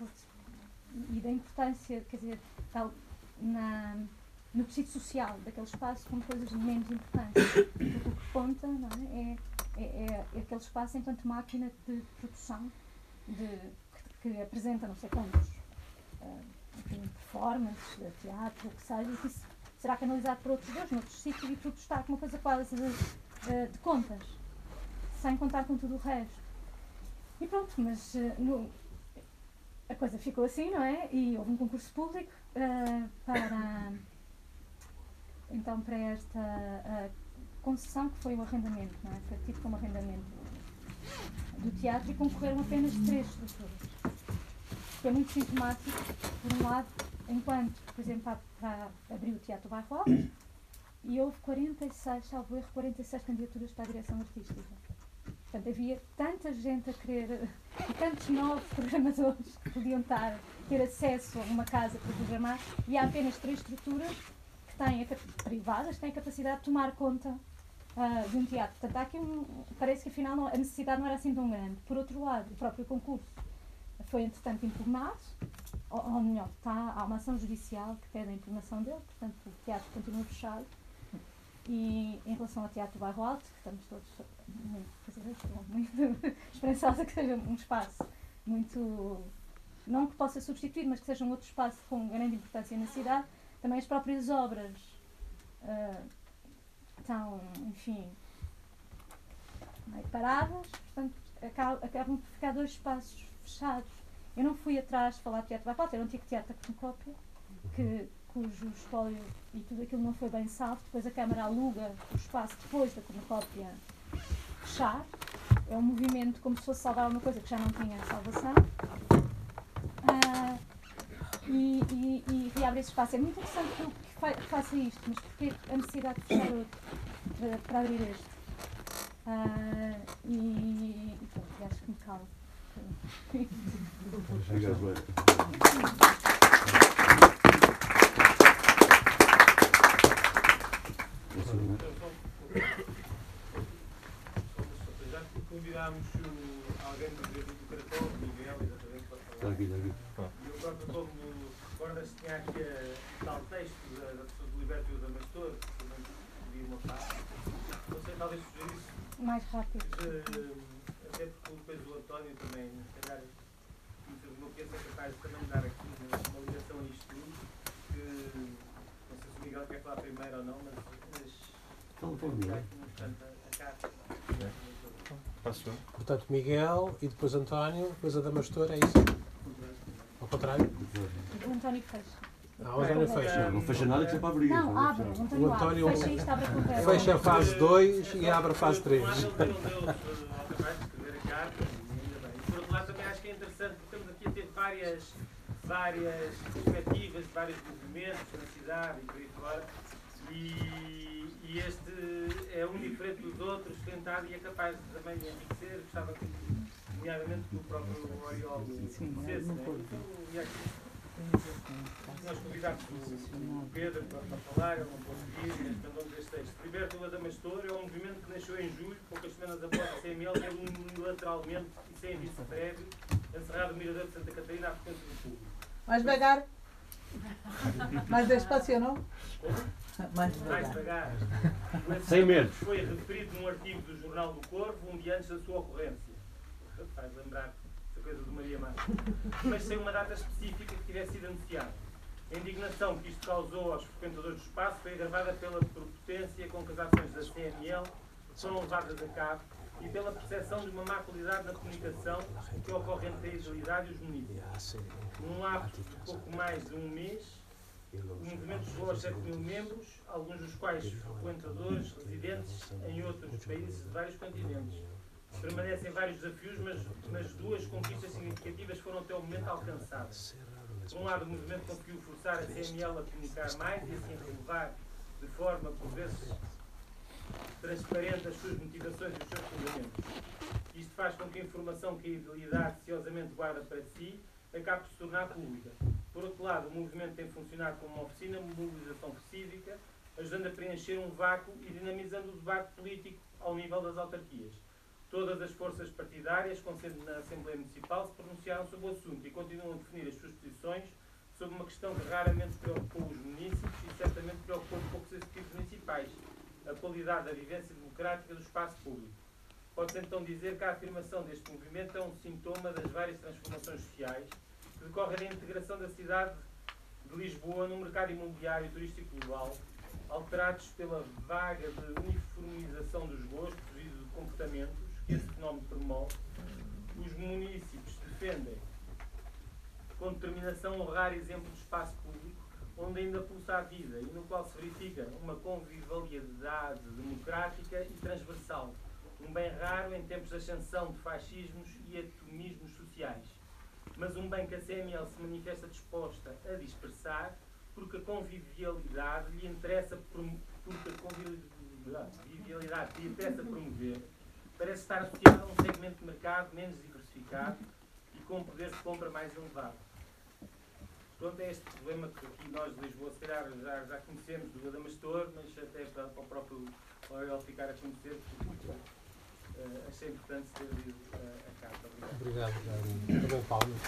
e da importância, quer dizer, tal, na. no tecido social daquele espaço como coisas de menos importância. Porque o que conta, não é? É, é, é aquele espaço enquanto máquina de produção de, que, que apresenta não sei quantos uh, enfim, performances, de teatro, o que seja, e que isso será canalizado por outros dois, noutros sítios, e tudo está com uma coisa quase de, uh, de contas, sem contar com tudo o resto. E pronto, mas uh, no, a coisa ficou assim, não é? E houve um concurso público uh, para... então para esta uh, concessão que foi o arrendamento, não é? Foi tido como arrendamento do teatro e concorreram apenas três estruturas. Que é muito sintomático, por um lado, enquanto, por exemplo, para, para abrir o Teatro Bairro Alto, e houve quarenta e seis, salvo erro, quarenta e seis candidaturas para a direção artística. Portanto, havia tanta gente a querer, e tantos novos programadores que podiam estar, ter acesso a uma casa para programar, e há apenas três estruturas têm a, privadas que têm a capacidade de tomar conta uh, de um teatro. Portanto, há aqui um, parece que afinal não, a necessidade não era assim tão grande. Por outro lado, o próprio concurso foi entretanto impugnado, ou, ou melhor, está, há uma ação judicial que pede a impugnação dele, portanto o teatro continua fechado. E em relação ao Teatro do Bairro Alto, que estamos todos muito, muito esperançosos que seja um espaço muito, não que possa substituir, mas que seja um outro espaço com grande importância na cidade. Também as próprias obras uh, estão, enfim, meio paradas, portanto acabam, acabam por ficar dois espaços fechados. Eu não fui atrás falar de Teatro Bairro Alto, era um antigo teatro da Cornucópia, que cujo espólio e tudo aquilo não foi bem salvo. Depois a Câmara aluga o espaço depois da Cornucópia fechar. É um movimento como se fosse salvar uma coisa que já não tinha salvação. Uh, e, e, e reabre esse espaço. É muito interessante que eu que fa faça isto, mas porque a necessidade de fechar outro para, para abrir este? Uh, e, e pronto, acho que me calo. Obrigado, Joana. convidámos o, alguém do Jardim do Caracol, o Miguel, exatamente, para falar. Aqui, aqui. E eu próprio, como recordas, tinha aqui a tal texto da, da pessoa do Liberto e o Damastor, que também pedi uma parte. Não sei, talvez sugerisse. Mais rápido. De, até porque depois o António também, se calhar, não penso é capaz de também dar aqui uma ligação a isto tudo, que não sei se o Miguel quer falar primeiro ou não, mas, mas Então, vou ficar aqui no instante a, a carta. Passo eu. Portanto, Miguel e depois António, depois a Damastor, é isso? Ao contrário? O António fecha. Ah, o António fecha. Não fecha nada que já para abrir. Não, abre. O António, O António abre. Fecha isto, abre a conversa. fecha a fase dois e abre a fase três. Por um lado, ele deu-se ao capaz de escrever a carta, e ainda bem. E por outro lado, também acho que é interessante, porque estamos aqui a ter várias, várias perspectivas, vários movimentos na cidade e por aí fora. E, e este é um diferente dos outros, tentado e é capaz de também enriquecer. Gostava que, nomeadamente, que o próprio Oriol dissesse, né? Então, e aqui, nós convidámos o Pedro para, para falar, ele não pôde vir, mas mandou-nos este texto. Liberto o Damastor é um movimento que nasceu em julho, poucas semanas após a C M L ter unilateralmente e sem aviso prévio encerrado o Mirador de Santa Catarina à frequência do público. Mais devagar. Mais despacio, não? Mais Mais devagar. devagar. Sem medo. Foi referido num artigo do Jornal do Corvo um dia antes da sua ocorrência. Faz lembrar essa coisa do Maria Mata. Mas sem uma data específica que tivesse sido anunciada. A indignação que isto causou aos frequentadores do espaço foi agravada pela prepotência com que as ações da C M L foram levadas a cabo e pela percepção de uma má qualidade na comunicação que ocorre entre a Agilidade e os municípios. Num lapso de pouco mais de um mês, o movimento chegou aos sete mil membros, alguns dos quais frequentadores residentes em outros países de vários continentes. Permanecem vários desafios, mas, mas duas conquistas significativas foram até o momento alcançadas. Por um lado, o movimento conseguiu forçar a C M L a comunicar mais e assim relevar de forma, por vezes, transparente as suas motivações e os seus fundamentos. Isto faz com que a informação que a Idilidade ciosamente guarda para si acabe por se tornar pública. Por outro lado, o movimento tem funcionado como uma oficina de mobilização cívica, ajudando a preencher um vácuo e dinamizando o debate político ao nível das autarquias. Todas as forças partidárias, com sede na Assembleia Municipal, se pronunciaram sobre o assunto e continuam a definir as suas posições sobre uma questão que raramente preocupou os municípios e certamente preocupou poucos executivos municipais, a qualidade da vivência democrática do espaço público. Pode-se então dizer que a afirmação deste movimento é um sintoma das várias transformações sociais que decorrem da integração da cidade de Lisboa no mercado imobiliário e turístico global, alterados pela vaga de uniformização dos gostos e de comportamentos que esse fenómeno promove. Os municípios defendem com determinação um raro exemplo de espaço público onde ainda pulsa a vida e no qual se verifica uma convivialidade democrática e transversal, um bem raro em tempos de ascensão de fascismos e atomismos sociais, mas um bem que a C M L se manifesta disposta a dispersar porque a convivialidade lhe interessa, porque a convivialidade lhe interessa promover, parece estar associada a um segmento de mercado menos diversificado e com um poder de compra mais elevado. Pronto, é este problema que aqui nós de Lisboa, se calhar, já, já conhecemos do Adamastor, mas até para, para o próprio Oriol ficar a conhecer, porque uh, achei importante ter lido uh, a carta. Obrigado. Obrigado, também palmas.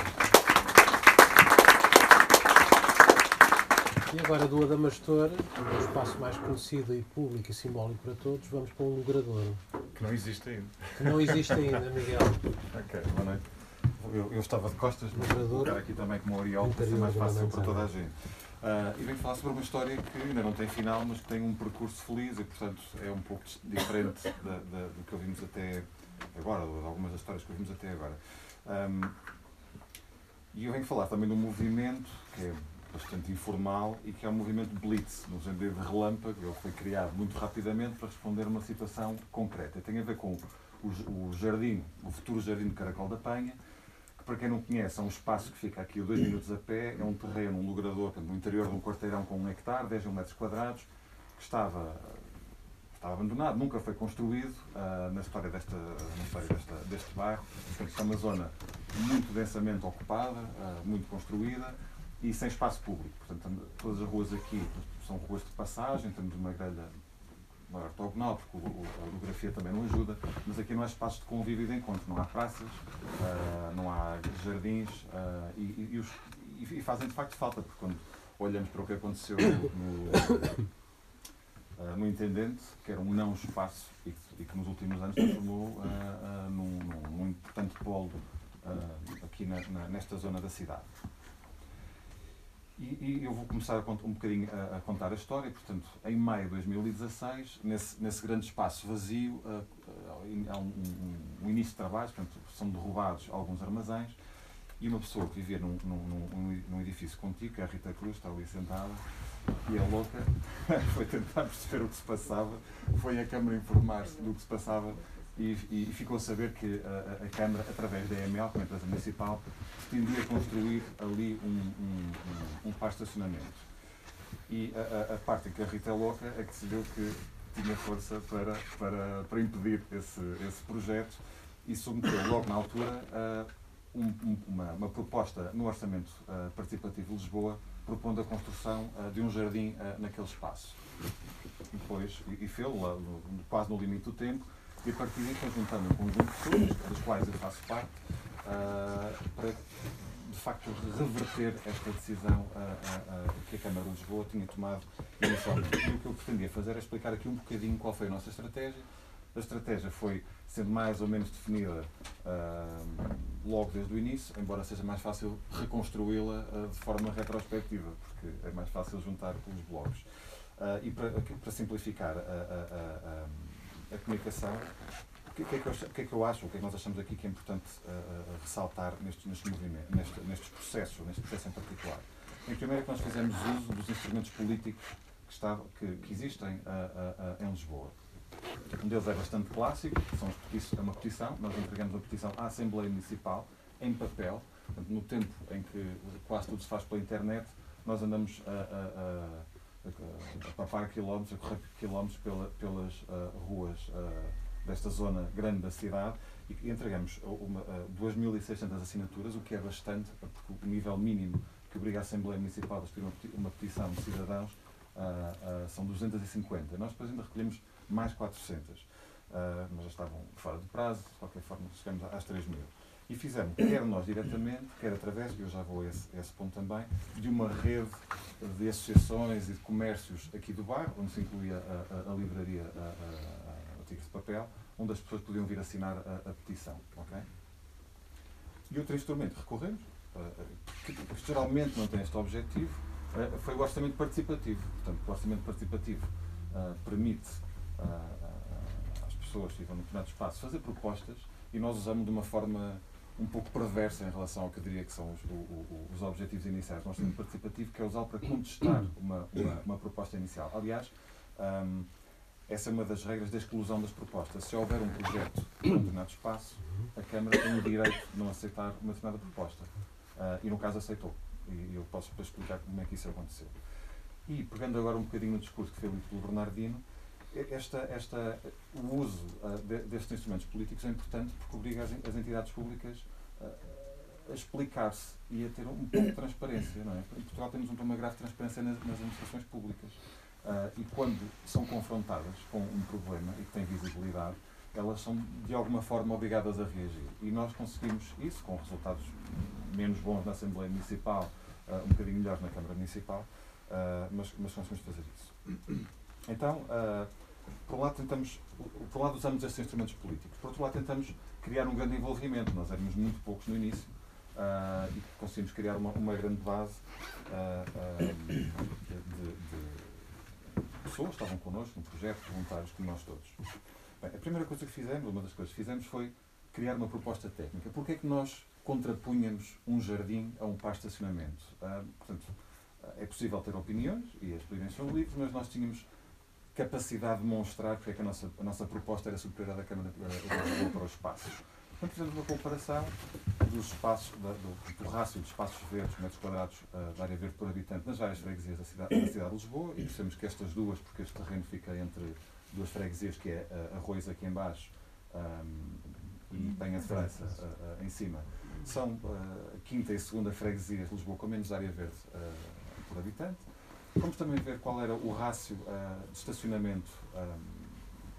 E agora do Adamastor, o espaço mais conhecido e público e simbólico para todos, vamos para um logradouro. Que não existe ainda. Que não existe ainda, Miguel. Ok, boa noite. Eu, eu estava de costas, mas Logradouro. vou ficar aqui também como o Oriol, para ser mais fácil para toda a gente. Uh, e venho falar sobre uma história que ainda não tem final, mas que tem um percurso feliz e, portanto, é um pouco diferente da, da, do que ouvimos até agora, ou de algumas das histórias que ouvimos até agora. Um, e eu venho falar também de um movimento que é bastante informal e que é o movimento Blitz, no sentido de relâmpago. Ele foi criado muito rapidamente para responder a uma situação concreta. Tem a ver com o, o jardim, o futuro jardim de Caracol da Penha, que, para quem não conhece, é um espaço que fica aqui a dois minutos a pé, é um terreno, um logrador, no interior de um quarteirão com um hectare, dez mil metros quadrados, que estava, estava abandonado, nunca foi construído uh, na história, desta, na história desta, deste bairro. Portanto, é uma zona muito densamente ocupada, uh, muito construída, e sem espaço público. Portanto, todas as ruas aqui são ruas de passagem, temos uma grelha, não é ortogonal, porque o, o, a orografia também não ajuda, mas aqui não há espaços de convívio e de encontro, não há praças, uh, não há jardins, uh, e, e, e, os, e, e fazem de facto falta, porque quando olhamos para o que aconteceu no, uh, no Intendente, que era um não espaço, e que, e que nos últimos anos transformou uh, uh, num, num, num importante polo uh, aqui na, na, nesta zona da cidade. E, e eu vou começar a contar, um bocadinho a, a contar a história. Portanto, em maio de dois mil e dezasseis, nesse, nesse grande espaço vazio, uh, uh, há um, um, um início de trabalho, portanto, são derrubados alguns armazéns, e uma pessoa que vivia num, num, num, num edifício contigo, que é a Rita Cruz, está ali sentada, e é louca, foi tentar perceber o que se passava, foi a Câmara informar-se do que se passava, e, e ficou a saber que a, a Câmara, através da E M L, como empresa municipal, pretendia construir ali um, um, um, um parque de estacionamento. E a, a, a parte em que a Rita é louca é que decidiu que tinha força para, para, para impedir esse, esse projeto e submeteu logo na altura uh, um, um, uma, uma proposta no Orçamento uh, Participativo de Lisboa, propondo a construção uh, de um jardim uh, naquele espaço. E depois, e, e fê-lo quase no limite do tempo, e a partir daí foi juntando um conjunto de pessoas, das quais eu faço parte, uh, para de facto reverter esta decisão uh, uh, uh, que a Câmara de Lisboa tinha tomado inicialmente. E o que eu pretendia fazer é explicar aqui um bocadinho qual foi a nossa estratégia. A estratégia foi sendo mais ou menos definida uh, logo desde o início, embora seja mais fácil reconstruí-la uh, de forma retrospectiva, porque é mais fácil juntar os blocos. Uh, e para, para simplificar a, a, a, a comunicação, o que, que, é que, eu, que é que eu acho, o que é que nós achamos aqui que é importante uh, uh, ressaltar neste, neste movimento, neste, nestes processos, neste processo em particular? Em primeiro é que nós fizemos uso dos instrumentos políticos que, está, que, que existem uh, uh, uh, em Lisboa. Um deles é bastante clássico, são os petições, é uma petição, nós entregamos a petição à Assembleia Municipal em papel. Portanto, no tempo em que quase tudo se faz pela internet, nós andamos a, a, a, a papar quilómetros, a correr quilómetros pela, pelas uh, ruas uh, desta zona grande da cidade e entregamos uma, uh, duas mil e seiscentas assinaturas, o que é bastante, porque o nível mínimo que obriga a Assembleia Municipal a escrever uma petição de cidadãos uh, uh, são duzentas e cinquenta. Nós depois ainda recolhemos mais quatrocentas, uh, mas já estavam fora de prazo, de qualquer forma chegamos às três mil. E fizemos, quer nós diretamente, quer através, eu já vou a esse, a esse ponto também, de uma rede de associações e de comércios aqui do bairro, onde se incluía a, a, a livraria, a, a, a, a Tigre de Papel, onde as pessoas podiam vir assinar a, a petição. Okay? E outro instrumento que recorremos, uh, que, que geralmente não tem este objetivo, uh, foi o orçamento participativo. Portanto, o orçamento participativo uh, permite uh, uh, às pessoas que vivem no determinado espaço fazer propostas e nós usamos de uma forma um pouco perversa em relação ao que eu diria que são os, o, o, os objetivos iniciais do orçamento participativo, que é usá-lo para contestar uma, uma, uma proposta inicial. Aliás, um, essa é uma das regras da exclusão das propostas. Se houver um projeto em um determinado espaço, a Câmara tem o direito de não aceitar uma determinada proposta. Uh, e no caso aceitou. E eu posso depois explicar como é que isso aconteceu. E, pegando agora um bocadinho no discurso que foi lido pelo Bernardino, esta, esta, o uso uh, de, destes instrumentos políticos é importante porque obriga as, as entidades públicas uh, a explicar-se e a ter um pouco de transparência. Não é? Em Portugal temos um problema grave de transparência nas, nas administrações públicas. Uh, e quando são confrontadas com um problema e que têm visibilidade, elas são de alguma forma obrigadas a reagir. E nós conseguimos isso com resultados menos bons na Assembleia Municipal, uh, um bocadinho melhores na Câmara Municipal, uh, mas, mas conseguimos fazer isso. Então, uh, por um lado tentamos, por um lado usamos estes instrumentos políticos, por outro lado tentamos criar um grande envolvimento. Nós éramos muito poucos no início uh, e conseguimos criar uma, uma grande base uh, uh, de, de, de pessoas que estavam connosco no projeto, voluntários como nós todos. Bem, a primeira coisa que fizemos, uma das coisas que fizemos foi criar uma proposta técnica. Porquê é que nós contrapunhamos um jardim a um parque de estacionamento? Uh, portanto, é possível ter opiniões e as opiniões são livres, mas nós tínhamos capacidade de demonstrar porque é que a nossa, a nossa proposta era superior à da Câmara de para os espaços. Portanto, fizemos uma comparação dos espaços, da, do, do rácio de espaços verdes, metros quadrados uh, de área verde por habitante nas várias freguesias da cidade, da cidade de Lisboa, e percebemos que estas duas, porque este terreno fica entre duas freguesias, que é uh, Arroios aqui em baixo um, e Penha de França uh, uh, em cima, são uh, a quinta e segunda freguesias de Lisboa com menos área verde uh, por habitante. Vamos também ver qual era o rácio uh, de estacionamento um,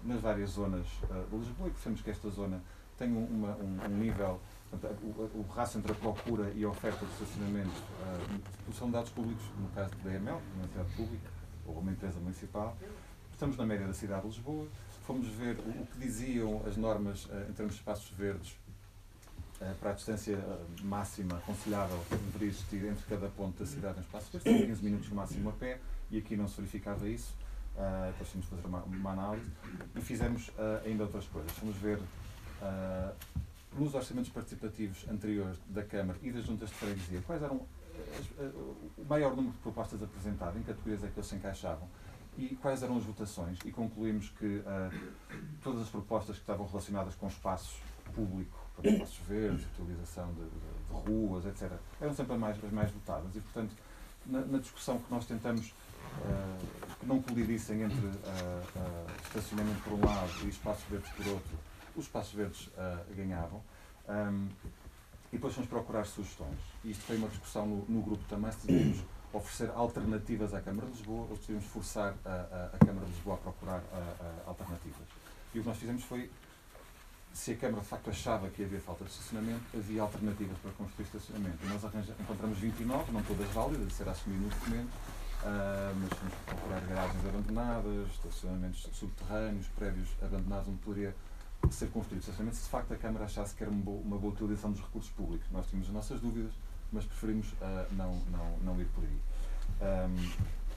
nas várias zonas uh, de Lisboa, e percebemos que esta zona tem um, uma, um, um nível, portanto, o, o raço entre a procura e a oferta de estacionamento uh, são dados públicos, no caso da E M L, uma entidade pública, ou uma empresa municipal. Estamos na média da cidade de Lisboa, fomos ver o, o que diziam as normas uh, em termos de espaços verdes uh, para a distância uh, máxima aconselhável que deveria existir entre cada ponto da cidade em espaço verde, são quinze minutos no máximo a pé, e aqui não se verificava isso. Uh, depois tínhamos de fazer uma, uma análise e fizemos uh, ainda outras coisas. Fomos ver uh, nos orçamentos participativos anteriores da Câmara e das juntas de freguesia quais eram as, uh, o maior número de propostas apresentadas, em que categorias é que eles se encaixavam e quais eram as votações, e concluímos que uh, todas as propostas que estavam relacionadas com espaços públicos, como espaços verdes, utilização de, de, de ruas, etcétera, eram sempre as mais, as mais votadas, e portanto na, na discussão que nós tentamos Uh, que não colidissem entre uh, uh, estacionamento por um lado e espaços verdes por outro, os espaços verdes uh, ganhavam. Um, e depois fomos procurar sugestões. E isto foi uma discussão no, no grupo também, se devíamos oferecer alternativas à Câmara de Lisboa ou se devíamos forçar a, a, a Câmara de Lisboa a procurar a, a alternativas. E o que nós fizemos foi, se a Câmara de facto achava que havia falta de estacionamento, havia alternativas para construir estacionamento. E nós arranjamos, encontramos vinte e nove, não todas válidas, isso era assumido no documento. Uh, mas fomos procurar garagens abandonadas, estacionamentos subterrâneos, prédios abandonados onde poderia ser construído estacionamento, se de facto a Câmara achasse que era uma boa, uma boa utilização dos recursos públicos. Nós tínhamos as nossas dúvidas, mas preferimos uh, não, não, não ir por aí. Um,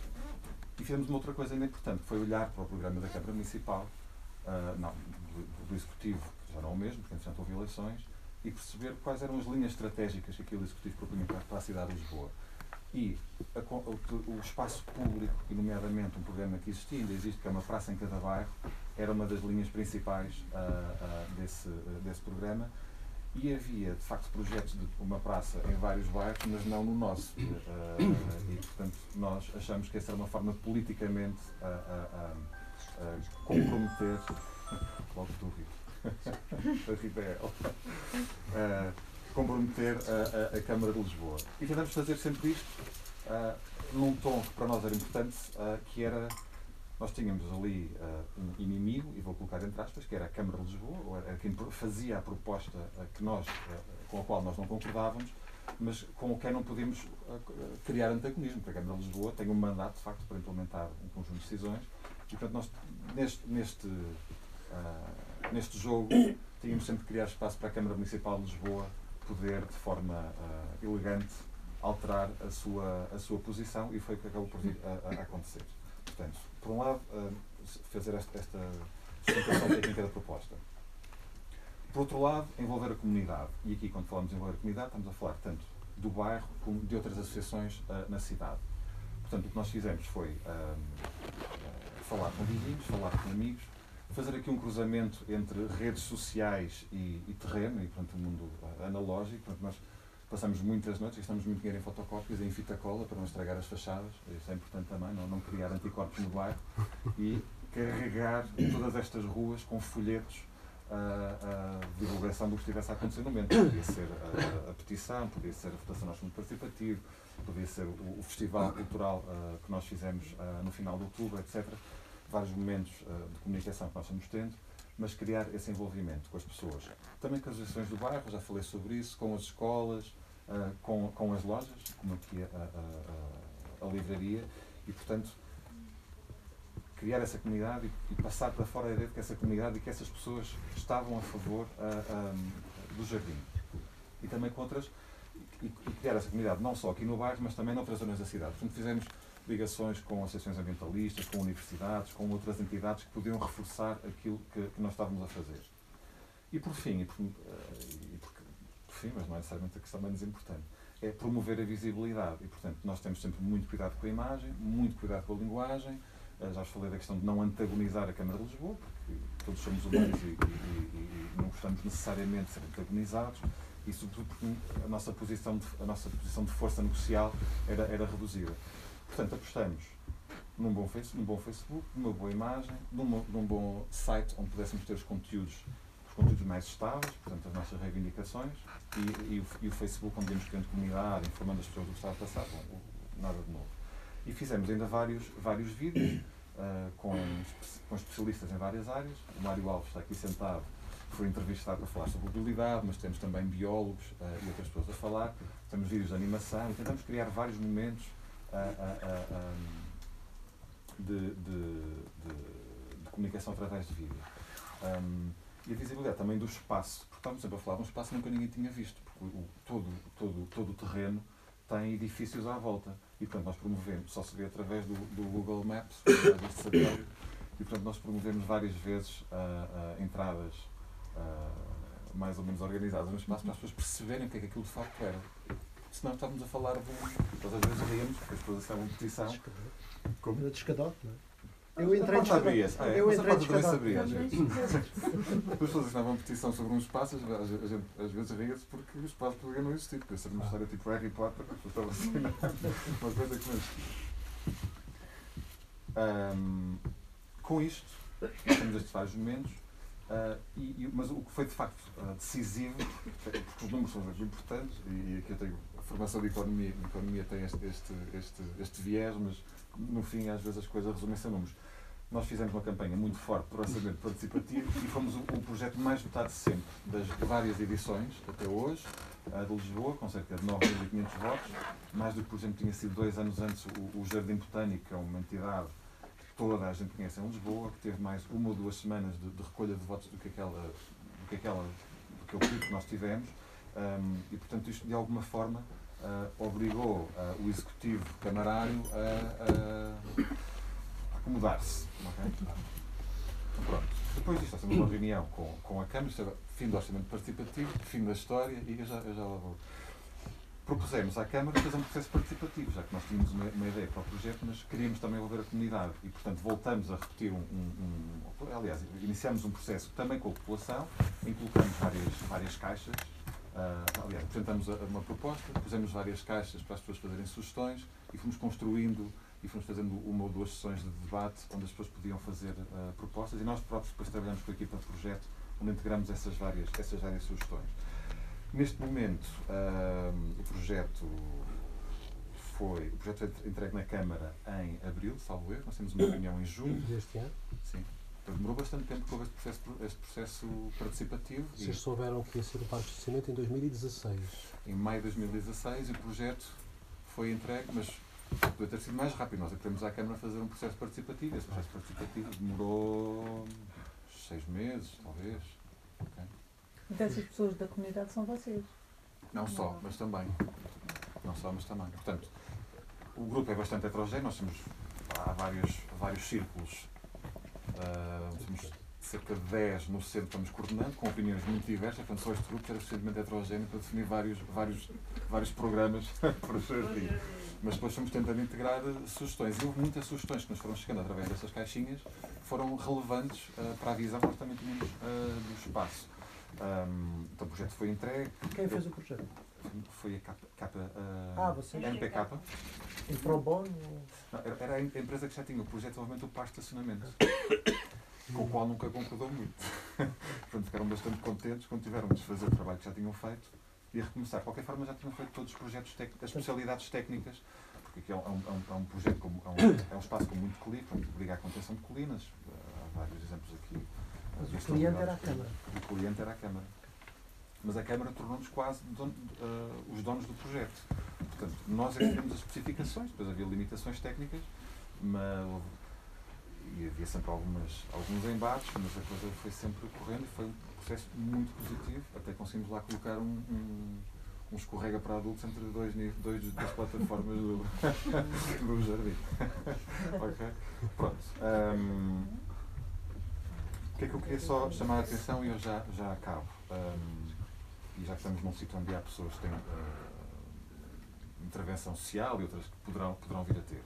e fizemos uma outra coisa ainda importante, que foi olhar para o programa da Câmara Municipal, uh, não, do, do Executivo, que já não é o mesmo, porque entretanto houve eleições, e perceber quais eram as linhas estratégicas que aquele Executivo propunha para a cidade de Lisboa. E a, o, o espaço público, e nomeadamente um programa que existia, ainda existe, que é uma praça em cada bairro, era uma das linhas principais uh, uh, desse, uh, desse programa, e havia de facto projetos de uma praça em vários bairros, mas não no nosso. Uh, uh, e portanto nós achamos que essa era uma forma de politicamente uh, uh, uh, uh, comprometer, logo tu vi, a Ribeiro, uh, comprometer a, a, a Câmara de Lisboa. E tentamos fazer sempre isto uh, num tom que para nós era importante, uh, que era, nós tínhamos ali uh, um inimigo, e vou colocar entre aspas, que era a Câmara de Lisboa, ou era quem fazia a proposta uh, que nós, uh, com a qual nós não concordávamos, mas com quem não podíamos uh, criar antagonismo, porque a Câmara de Lisboa tem um mandato, de facto, para implementar um conjunto de decisões, e portanto nós, neste, neste, uh, neste jogo, tínhamos sempre que criar espaço para a Câmara Municipal de Lisboa poder, de forma uh, elegante, alterar a sua, a sua posição, e foi o que acabou por vir a, a acontecer. Portanto, por um lado, uh, fazer esta, esta sustentação técnica da proposta. Por outro lado, envolver a comunidade. E aqui, quando falamos de envolver a comunidade, estamos a falar tanto do bairro como de outras associações uh, na cidade. Portanto, o que nós fizemos foi uh, uh, falar com vizinhos, falar com amigos, fazer aqui um cruzamento entre redes sociais e, e terreno, e portanto o mundo uh, analógico. Portanto, nós passamos muitas noites, gastamos muito dinheiro em fotocópias e em fita cola para não estragar as fachadas, isso é importante também, não, não criar anticorpos no bairro, e carregar todas estas ruas com folhetos uh, uh, de divulgação do que estivesse a acontecer no momento. Podia ser a, a petição, podia ser a votação no fundo participativo, podia ser o, o festival cultural uh, que nós fizemos uh, no final de outubro, etcétera. Vários momentos uh, de comunicação que nós estamos tendo, mas criar esse envolvimento com as pessoas. Também com as associações do bairro, já falei sobre isso, com as escolas, uh, com, com as lojas, como aqui a, a, a, a livraria, e portanto criar essa comunidade e, e passar para fora a ideia de que essa comunidade e que essas pessoas estavam a favor uh, um, do jardim. E também com outras, e, e criar essa comunidade não só aqui no bairro, mas também noutras zonas da cidade. Portanto, fizemos ligações com associações ambientalistas, com universidades, com outras entidades que podiam reforçar aquilo que, que nós estávamos a fazer. E por fim, e por, uh, e por, por fim, mas não é necessariamente a questão menos importante, é promover a visibilidade. E portanto nós temos sempre muito cuidado com a imagem, muito cuidado com a linguagem. Uh, já vos falei da questão de não antagonizar a Câmara de Lisboa, porque todos somos humanos e, e, e, e não gostamos necessariamente de ser antagonizados, e sobretudo porque a nossa posição de, a nossa posição de força negocial era, era reduzida. Portanto, apostamos num bom, face, num bom Facebook, numa boa imagem, numa, num bom site onde pudéssemos ter os conteúdos, os conteúdos mais estáveis, portanto, as nossas reivindicações, e, e, o, e o Facebook onde íamos criando comunidade, informando as pessoas do que estava a passar, bom, nada de novo. E fizemos ainda vários, vários vídeos uh, com, com especialistas em várias áreas. O Mário Alves está aqui sentado, foi entrevistado para falar sobre mobilidade, mas temos também biólogos uh, e outras pessoas a falar. Temos vídeos de animação e tentamos criar vários momentos uh, uh, uh, um, de, de, de, de comunicação através de vídeo. Um, e a visibilidade também do espaço, porque estamos sempre a falar de um espaço que nunca ninguém tinha visto, porque o, todo, todo, todo o terreno tem edifícios à volta e, portanto, nós promovemos, só se vê através do, do Google Maps, através deste satélite, e, portanto, nós promovemos várias vezes uh, uh, entradas uh, mais ou menos organizadas no espaço para as pessoas perceberem o que é que aquilo de facto era. Senão estávamos a falar de um... Nós às vezes ríamos, porque as pessoas estavam em petição. Como? Era de escadote, não é? Eu entrei de escadote. Ah, é, eu mas entrei a de também escadote. sabia, às vezes. As pessoas estavam em petição sobre um espaço, às, às, às, às vezes ria-se porque o espaço podia não existir. Podia ser uma história tipo Harry Potter, as pessoas estavam assim, uma coisa que não existia. Um, com isto, nós temos estes vários momentos, uh, e, e, mas o que foi de facto uh, decisivo, porque os números são muito importantes, e, e aqui eu tenho a formação de economia, a economia tem este, este, este, este viés, mas no fim às vezes as coisas resumem-se a números. Nós fizemos uma campanha muito forte por orçamento participativo e fomos o, o projeto mais votado sempre das várias edições até hoje, a de Lisboa, com cerca de nove mil e quinhentos votos, mais do que, por exemplo, tinha sido dois anos antes o, o Jardim Botânico, que é uma entidade que toda a gente conhece em Lisboa, que teve mais uma ou duas semanas de, de recolha de votos do que aquela, do que aquela, do que o pico que nós tivemos, um, e portanto isto de alguma forma uh, obrigou uh, o Executivo Camarário a, a acomodar-se. Okay? Então, pronto. Depois disto, nós temos uma reunião com, com a Câmara, isto é, fim do orçamento participativo, fim da história, e eu já, eu já lá vou. Propusemos à Câmara fazer um processo participativo, já que nós tínhamos uma, uma ideia para o projeto, mas queríamos também envolver a comunidade e, portanto, voltamos a repetir um, um, um aliás, iniciamos um processo também com a população, em que colocamos várias, várias caixas, uh, aliás, apresentamos a, uma proposta, pusemos várias caixas para as pessoas fazerem sugestões e fomos construindo e fomos fazendo uma ou duas sessões de debate onde as pessoas podiam fazer uh, propostas e nós próprios depois trabalhamos com a equipa de projeto onde integramos essas várias, essas várias sugestões. Neste momento, uh, o projeto foi, o projeto foi entregue na Câmara em abril, salvo erro, nós temos uma reunião em junho. Deste ano? Sim. Então, demorou bastante tempo que houve este processo, este processo participativo. Vocês e souberam que ia ser o parque de estacionamento em dois mil e dezasseis? Em maio de dois mil e dezasseis, e o projeto foi entregue, mas poderia ter sido mais rápido. Nós queremos à Câmara fazer um processo participativo. Esse processo participativo demorou seis meses, talvez. Okay. Então essas pessoas da comunidade são vocês? Não só, mas também. Não só, mas também. Portanto, o grupo é bastante heterogéneo. Nós temos há vários, vários círculos. Uh, temos cerca de dez no centro que estamos coordenando, com opiniões muito diversas. Portanto, só este grupo era suficientemente heterogéneo para definir vários, vários, vários programas para os seus dias. Mas depois fomos tentando integrar sugestões. E houve muitas sugestões que nos foram chegando através dessas caixinhas que foram relevantes uh, para a visão que nós também tínhamos uh, do espaço. Um, então o projeto foi entregue. Quem fez o projeto? Foi a Capa, Capa uh, ah, você? N P K. Em Pro Bono? Não, era a empresa que já tinha o projeto de desenvolvimento do parque de estacionamento, com o qual nunca concordou muito. Portanto, ficaram bastante contentes quando tiveram de fazer o trabalho que já tinham feito e a recomeçar. De qualquer forma, já tinham feito todos os projetos, as especialidades técnicas, porque aqui é um, é um, é um projeto, com, é, um, é um espaço com muito colina, liga à contenção de colinas. Há vários exemplos aqui. Mas o cliente era a Câmara. O cliente era a Câmara. Mas a Câmara tornou-nos quase don, uh, os donos do projeto. Portanto, nós é que temos as especificações, depois havia limitações técnicas, mas, e havia sempre algumas, alguns embates, mas a coisa foi sempre correndo e foi um processo muito positivo, até conseguimos lá colocar um, um, um escorrega para adultos entre dois, dois das plataformas do, do jardim. Ok? Pronto. Um, o que é que eu queria só chamar a atenção e eu já, já acabo. Um, e já que estamos num sítio onde há pessoas que têm uh, intervenção social e outras que poderão, poderão vir a ter.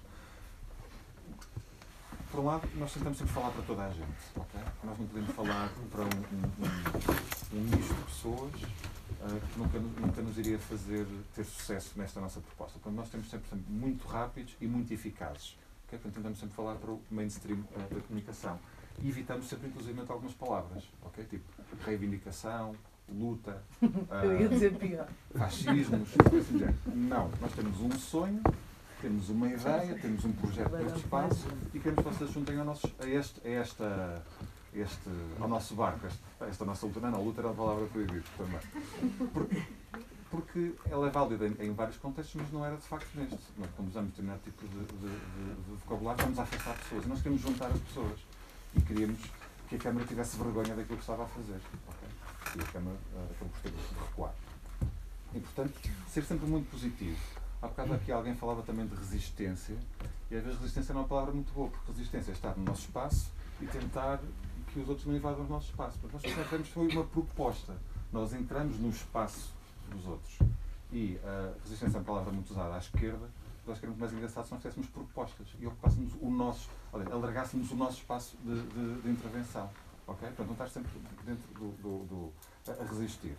Por um lado, nós tentamos sempre falar para toda a gente, ok? Nós não podemos falar para um, um, um, um nicho de pessoas uh, que nunca, nunca nos iria fazer ter sucesso nesta nossa proposta. Portanto, nós temos sempre, sempre muito rápidos e muito eficazes. Okay? Portanto, tentamos sempre falar para o mainstream uh, da comunicação. E evitamos sempre, inclusive, algumas palavras, ok? Tipo reivindicação, luta, uh, eu ia dizer pior. fascismos, assim, não, nós temos um sonho temos uma ideia, temos um projeto para este espaço e queremos que vocês juntem a, nossos, a, este, a esta, este, ao nosso barco, esta, esta nossa luta. Não, não, luta era uma palavra proibida também. Porque, porque ela é válida em, em vários contextos, mas não era de facto neste. Nós, quando usamos determinado tipo de, de, de, de vocabulário, estamos a afastar pessoas. E nós queremos juntar as pessoas. E queríamos que a Câmara tivesse vergonha daquilo que estava a fazer. Okay? E a Câmara uh, acabou por ter de recuar. E, portanto, ser sempre muito positivo. Há bocado aqui alguém falava também de resistência, e às vezes resistência não é uma palavra muito boa, porque resistência é estar no nosso espaço e tentar que os outros não invadam o nosso espaço. Mas nós o que nós fizemos foi uma proposta. Nós entramos no espaço dos outros. E a uh, resistência é uma palavra muito usada à esquerda. Nós queremos mais engraçado se nós fizéssemos propostas e ocupássemos o nosso, olha, alargássemos o nosso espaço de, de, de intervenção. Okay? Portanto, não estar sempre dentro do, do, do a, a resistir.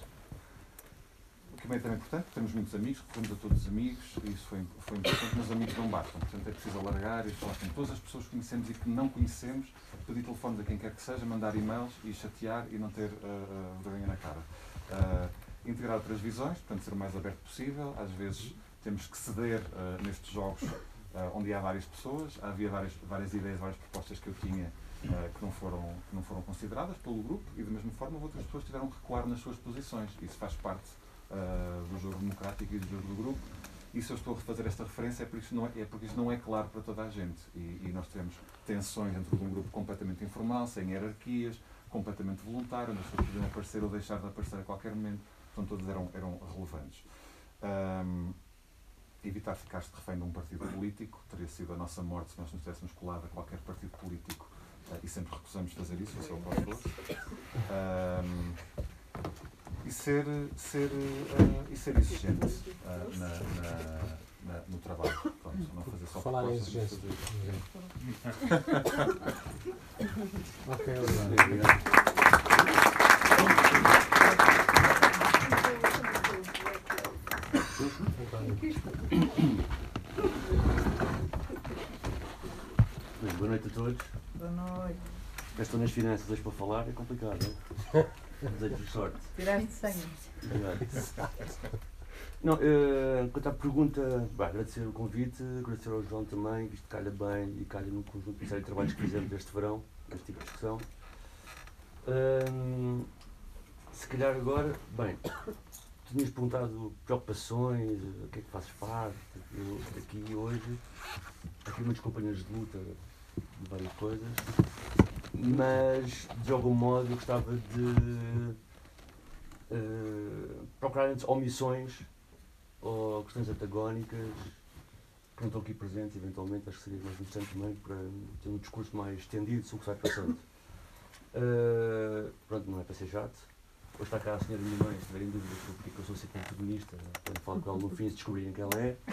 O que é também importante, temos muitos amigos, recorremos a todos os amigos, e isso foi, foi importante, mas os amigos não bastam. Portanto, é preciso alargar e falar com todas as pessoas que conhecemos e que não conhecemos, pedir telefones a quem quer que seja, mandar e-mails e chatear e não ter uh, uh, vergonha na cara. Uh, integrar outras visões, portanto, ser o mais aberto possível. Às vezes temos que ceder uh, nestes jogos uh, onde há várias pessoas. Havia várias, várias ideias, várias propostas que eu tinha uh, que, não foram, que não foram consideradas pelo grupo, e da mesma forma outras pessoas tiveram que recuar nas suas posições. Isso faz parte Uh, do jogo democrático e do jogo do grupo, e se eu estou a fazer esta referência é porque isto não é, é, porque isto não é claro para toda a gente, e, e nós temos tensões dentro de um grupo completamente informal, sem hierarquias, completamente voluntário, onde as pessoas podiam aparecer ou deixar de aparecer a qualquer momento, então todas eram, eram relevantes. Um, evitar ficar-se refém de um partido político, teria sido a nossa morte se nós nos tivéssemos colado a qualquer partido político, uh, e sempre recusamos fazer isso, se é o qual fosse. Um, E ser, ser, uh, e ser exigente uh, na, na, na, no trabalho. Pronto, não fazer só falar em exigência. Ok, obrigado. Boa noite a todos. Boa noite. Já estou nas finanças hoje para falar, é complicado, não é? Desejo-vos sorte. Tiraste senha. Não, uh, quanto à pergunta, bah, agradecer o convite, agradecer ao João também, que isto calha bem e calha no conjunto de série de trabalhos que fizemos este verão, este tipo de discussão. Uh, se calhar agora, bem, tu tinhas perguntado preocupações, o que é que fazes parte, eu aqui hoje, aqui muitos companheiros de luta de várias coisas. Mas, de algum modo, eu gostava de uh, procurar antes omissões ou questões antagónicas que não estão aqui presentes, eventualmente. Acho que seria mais interessante também para ter um discurso mais estendido sobre o que vai passando. Uh, pronto, não é para ser chato. Hoje está cá a senhora minha mãe, se tiverem dúvidas sobre porque eu sou sempre protagonista, quando falo com ela no fim, se descobrirem quem ela é.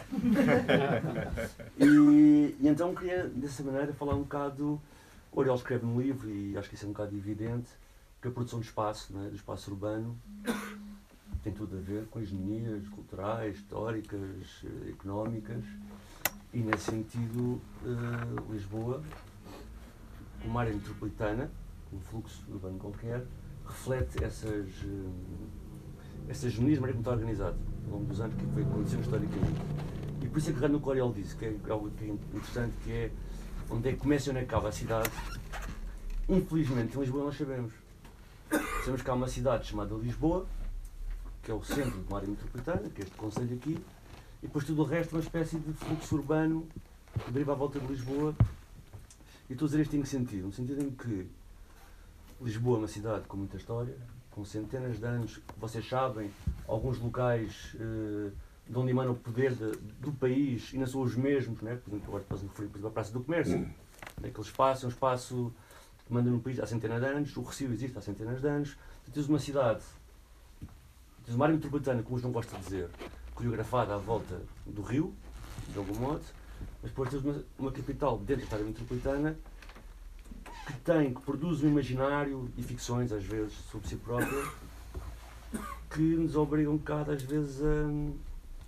e, e então queria, dessa maneira, falar um bocado. O Oriol escreve num livro, e acho que isso é um bocado evidente, que a produção de espaço, não é, do espaço urbano, tem tudo a ver com engenharias culturais, históricas, económicas, e nesse sentido, uh, Lisboa, uma área metropolitana, um fluxo urbano qualquer, reflete essas, uh, essas hegemonias de maneira como está organizado, ao longo dos anos que foi acontecendo historicamente. E por isso é que no que o Oriol disse, que é algo que é interessante, que é onde é que começa e onde é que acaba a cidade. Infelizmente, em Lisboa nós sabemos. Sabemos que há uma cidade chamada Lisboa, que é o centro de uma área metropolitana, que é este concelho aqui, e depois tudo o resto é uma espécie de fluxo urbano que deriva à volta de Lisboa. E estou a dizer isto em que sentido? No sentido em que Lisboa é uma cidade com muita história, com centenas de anos, vocês sabem, alguns locais eh, de onde emana o poder de, do país e não são os mesmos, né? Por exemplo, agora posso me referir, por exemplo, à Praça do Comércio. Aquele espaço é um espaço que manda no país há centenas de anos, o Recio existe há centenas de anos. Tu tens uma cidade, tens uma área metropolitana, como os não gosta de dizer, coreografada à volta do rio, de algum modo, mas depois tens uma, uma capital dentro da área metropolitana que tem, que produz um imaginário e ficções, às vezes, sobre si própria, que nos obrigam um bocado, às vezes, a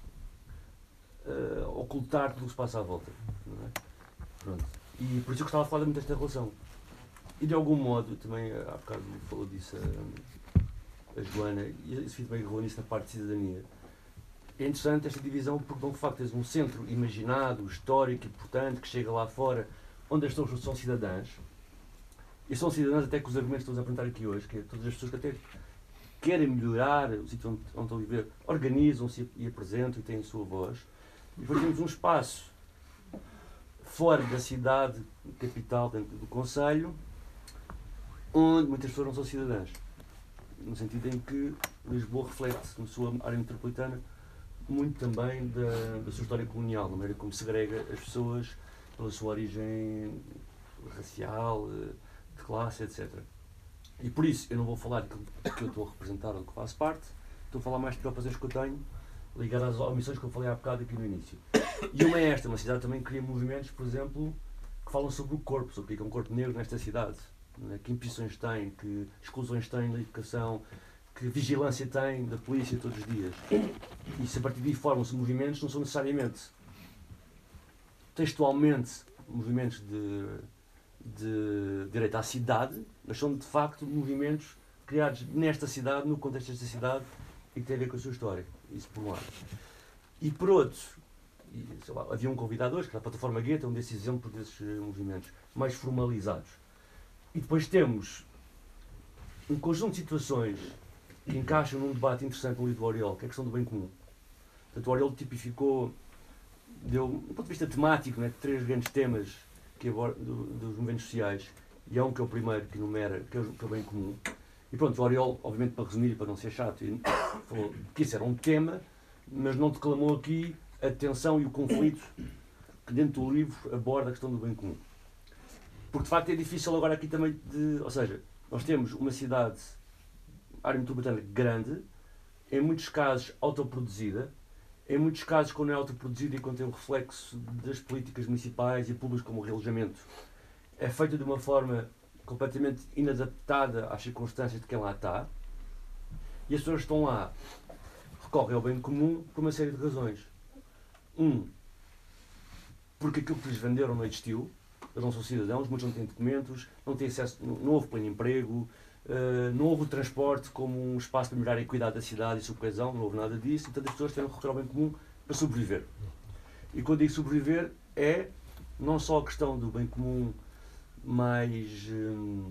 Uh, ocultar tudo o que se passa à volta, não é? Pronto. E por isso eu gostava de falar muito desta relação. E de algum modo, também há bocado falou disso a, a Joana, e a Sofia também rolou nisso na parte de cidadania. é interessante esta divisão porque, de facto, tens um centro imaginado, histórico, importante, que chega lá fora, onde as pessoas são cidadãs, e são cidadãs até com os argumentos que estamos a apresentar aqui hoje, que é todas as pessoas que até querem melhorar o sítio onde, onde estão a viver, organizam-se e apresentam e têm a sua voz. E depois temos um espaço fora da cidade, capital, dentro do concelho, onde muitas pessoas não são cidadãs. No sentido em que Lisboa reflete, na sua área metropolitana, muito também da, da sua história colonial, na maneira como segrega as pessoas pela sua origem racial, de classe, etcétera. E por isso eu não vou falar daquilo que eu estou a representar ou que faço parte, estou a falar mais de preocupações que eu tenho, ligadas às omissões que eu falei há bocado aqui no início. E uma é esta, uma cidade também cria movimentos, por exemplo, que falam sobre o corpo, sobre o que é um corpo negro nesta cidade, né? Que imposições tem, que exclusões tem na educação, que vigilância tem da polícia todos os dias. E se a partir daí formam-se movimentos, não são necessariamente textualmente movimentos de, de direito à cidade, mas são de facto movimentos criados nesta cidade, no contexto desta cidade, e que têm a ver com a sua história. Isso por um lado. E por outro, e, sei lá, havia um convidado hoje, que era a plataforma Gueta, um desses exemplos desses movimentos mais formalizados. E depois temos um conjunto de situações que encaixam num debate interessante no livro do Oriol, que é a questão do bem comum. Portanto, o Oriol tipificou, deu, do ponto de vista temático, né, três grandes temas que aborda, do, dos movimentos sociais, e há um que é o primeiro, que enumera, que é o, que é o bem comum. E pronto, o Oriol, obviamente para resumir e para não ser chato, falou que isso era um tema, mas não declamou aqui a tensão e o conflito que dentro do livro aborda a questão do bem comum. Porque de facto é difícil agora aqui também de... Ou seja, nós temos uma cidade, área metropolitana grande, em muitos casos autoproduzida, em muitos casos quando é autoproduzida e quando tem um reflexo das políticas municipais e públicas como o realojamento, é feita de uma forma completamente inadaptada às circunstâncias de quem lá está, e as pessoas que estão lá recorrem ao bem comum por uma série de razões. Um, porque aquilo que lhes venderam não existiu, eles não são cidadãos, muitos não têm documentos, não têm acesso, não houve pleno emprego, uh, não houve o transporte como um espaço para melhorar a equidade da cidade e sua coesão, não houve nada disso, e portanto as pessoas têm que recorrer ao bem comum para sobreviver. E quando digo sobreviver, é não só a questão do bem comum mais, um,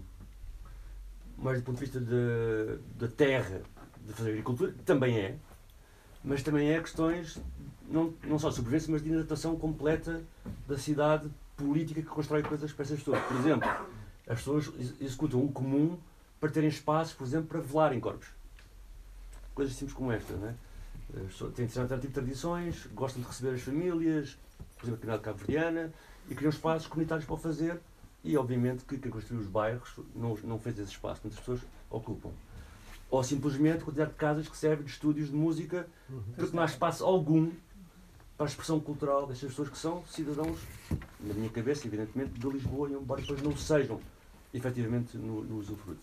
mais do ponto de vista da terra, de fazer agricultura, que também é, mas também é questões não, não só de sobrevivência, mas de inadaptação completa da cidade política que constrói coisas para essas pessoas. Por exemplo, as pessoas executam o comum para terem espaços, por exemplo, para velarem corpos. Coisas simples como esta, não é? As pessoas têm certo tipo de tradições, gostam de receber as famílias, por exemplo, a comunidade cabo-verdiana, e criam espaços comunitários para o fazer, e obviamente que quem construiu os bairros não, não fez esse espaço, muitas pessoas ocupam. Ou simplesmente a quantidade de casas que servem de estúdios de música, porque não há espaço algum para a expressão cultural destas pessoas que são cidadãos, na minha cabeça, evidentemente, de Lisboa, e embora depois não sejam, efetivamente, no, no usufruto.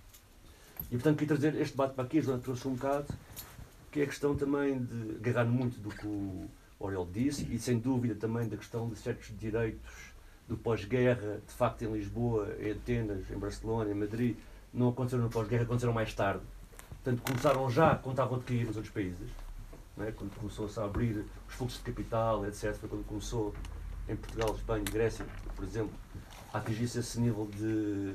E, portanto, queria trazer este debate para aqui, a Joana trouxe um bocado, que é a questão também de, agarrar muito do que o Oriol disse, e sem dúvida também da questão de certos direitos do pós-guerra, de facto, em Lisboa, em Atenas, em Barcelona, em Madrid, não aconteceram no pós-guerra, aconteceram mais tarde. Portanto, começaram já quando estavam a decair nos outros países. Não é? Quando começou-se a abrir os fluxos de capital, etcétera, foi quando começou em Portugal, Espanha e Grécia, por exemplo, a atingir-se esse nível de,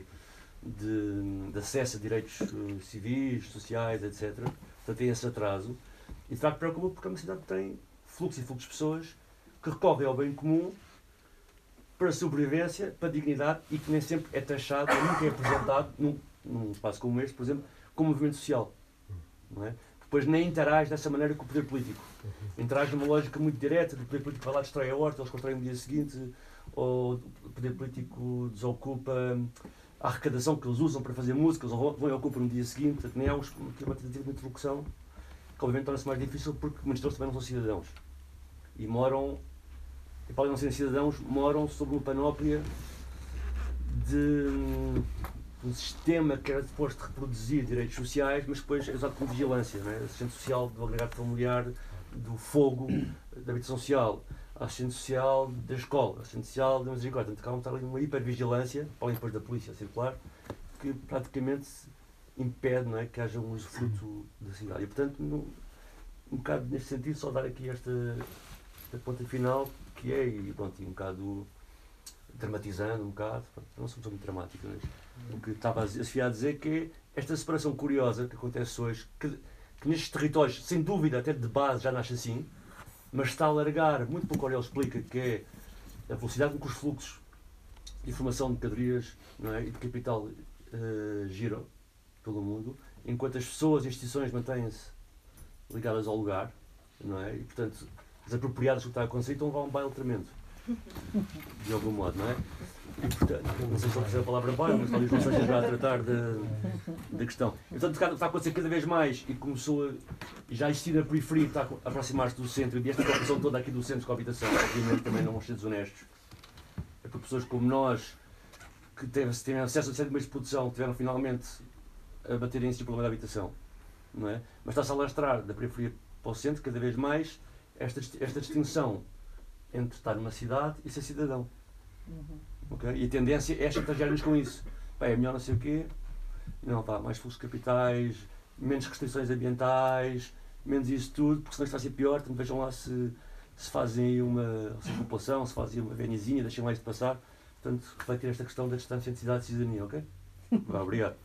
de, de acesso a direitos uh, civis, sociais, etcétera. Portanto, tem esse atraso. E de facto preocupa porque é uma cidade que tem fluxos e fluxos de pessoas que recorrem ao bem comum para a sobrevivência, para a dignidade, e que nem sempre é taxado, ou nunca é apresentado num, num espaço como este, por exemplo, como movimento social. Não é? Depois nem interage dessa maneira com o poder político. Interage numa lógica muito direta, do poder político vai lá, destrói a horta, eles constroem no dia seguinte, ou o poder político desocupa a arrecadação que eles usam para fazer música, eles vão e ocupam no dia seguinte. Portanto, nem há uma tentativa de interlocução, que obviamente torna-se mais difícil porque muitos deles também não são cidadãos. E moram, e podem não ser cidadãos, moram sob uma panóplia de um sistema que era suposto reproduzir direitos sociais, mas depois é usado como vigilância, não é? Assistente social do agregado familiar, do fogo, da habitação social, assistente social da escola, assistente social da misericórdia. Portanto, acabam de estar ali uma hipervigilância, para além depois da polícia circular, que praticamente impede, não é, que haja um usufruto da cidade. E, portanto, não, um bocado neste sentido, só dar aqui esta, esta ponta final, que é, e pronto, e um bocado dramatizando um bocado, pronto, não sou muito dramático, mas o que estava a Sofia a dizer, que é esta separação curiosa que acontece hoje, que, que nestes territórios, sem dúvida, até de base já nasce assim, mas está a alargar, muito pouco Oriol explica, que é a velocidade com que os fluxos de informação de mercadorias, não é, e de capital uh, giram pelo mundo, enquanto as pessoas e instituições mantêm-se ligadas ao lugar, não é? E, portanto, desapropriadas do que está a acontecer, então vão a um baile tremendo. De algum modo, não é? E, portanto, não sei se vou dizer a palavra baile, mas talvez não seja já a tratar da, da questão. E, portanto, está a acontecer cada vez mais e começou a, já existir na periferia, está a aproximar-se do centro, e esta preocupação toda aqui do centro com a habitação, obviamente também não vamos ser desonestos. É por pessoas como nós, que têm, têm acesso a certos meios de produção, tiveram finalmente a baterem-se no problema da habitação, não é? Mas está-se a alastrar da periferia para o centro, cada vez mais, esta, esta distinção entre estar numa cidade e ser cidadão. Uhum. Okay? E a tendência é chantagear-nos com isso. Pá, é melhor não sei o quê, não, pá, mais fluxos de capitais, menos restrições ambientais, menos isso tudo, porque senão isto vai ser pior. Então vejam lá se, se fazem aí uma população, se fazem uma venizinha, deixem lá isto passar. Portanto, vai ter esta questão da distância entre cidade e cidadania, ok? Vá, obrigado.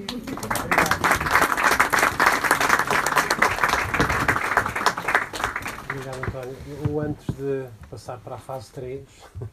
Obrigado, António. Eu, antes de passar para a fase três,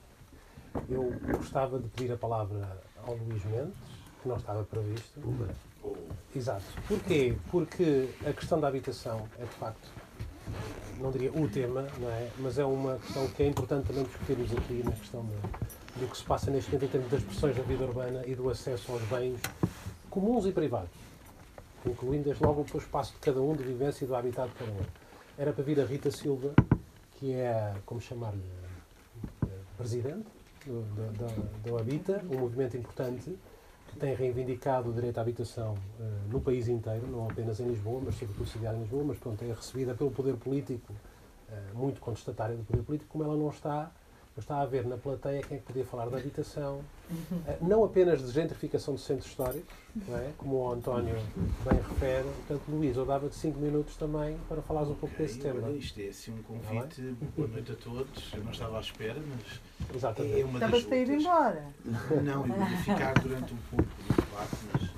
eu gostava de pedir a palavra ao Luís Mendes, que não estava previsto. Uba. Exato. Porquê? Porque a questão da habitação é, de facto, não diria o tema, não é? Mas é uma questão que é importante também discutirmos aqui na questão de, do que se passa neste momento em termos das pressões da vida urbana e do acesso aos bens comuns e privados, incluindo desde logo o espaço de cada um, de vivência e do habitat de cada um. Era para vir a Rita Silva, que é, como chamar-lhe, presidente do, do, do, do Habita, um movimento importante que tem reivindicado o direito à habitação uh, no país inteiro, não apenas em Lisboa, mas sobretudo sediada em Lisboa, mas pronto, é recebida pelo poder político, uh, muito contestatária do poder político, como ela não está. Eu estava a ver na plateia quem é que podia falar de habitação, uh, não apenas de gentrificação de centros históricos, não é? Como o António bem refere. Portanto, Luís, eu dava-te cinco minutos também para falares um pouco okay, desse tema. Olha, isto é assim um convite, boa noite a todos. Eu não estava à espera, mas exatamente. É uma Estavas das para ir embora? Não, eu ia ficar durante um pouco do debate,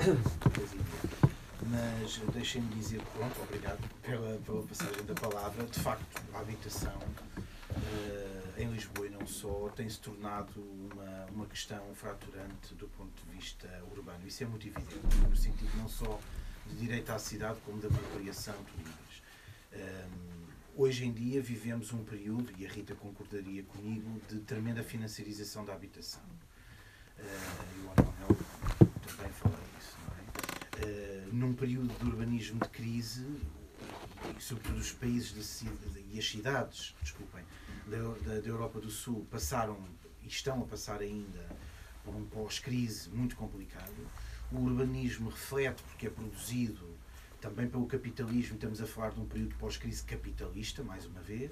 mas, mas deixem-me dizer, pronto, obrigado pela, pela passagem da palavra. De facto, a habitação uh, em Lisboa e não só tem-se tornado uma, uma questão fraturante do ponto de vista urbano. Isso é muito evidente, no sentido não só de direito à cidade, como da apropriação de livres. Um, hoje em dia vivemos um período, e a Rita concordaria comigo, de tremenda financiarização da habitação. Uh, e o António também fala disso, não é? Uh, num período de urbanismo de crise, e sobretudo os países de, e as cidades, desculpem, da, da, da Europa do Sul passaram e estão a passar ainda por um pós-crise muito complicado. O urbanismo reflete porque é produzido também pelo capitalismo, estamos a falar de um período pós-crise capitalista, mais uma vez,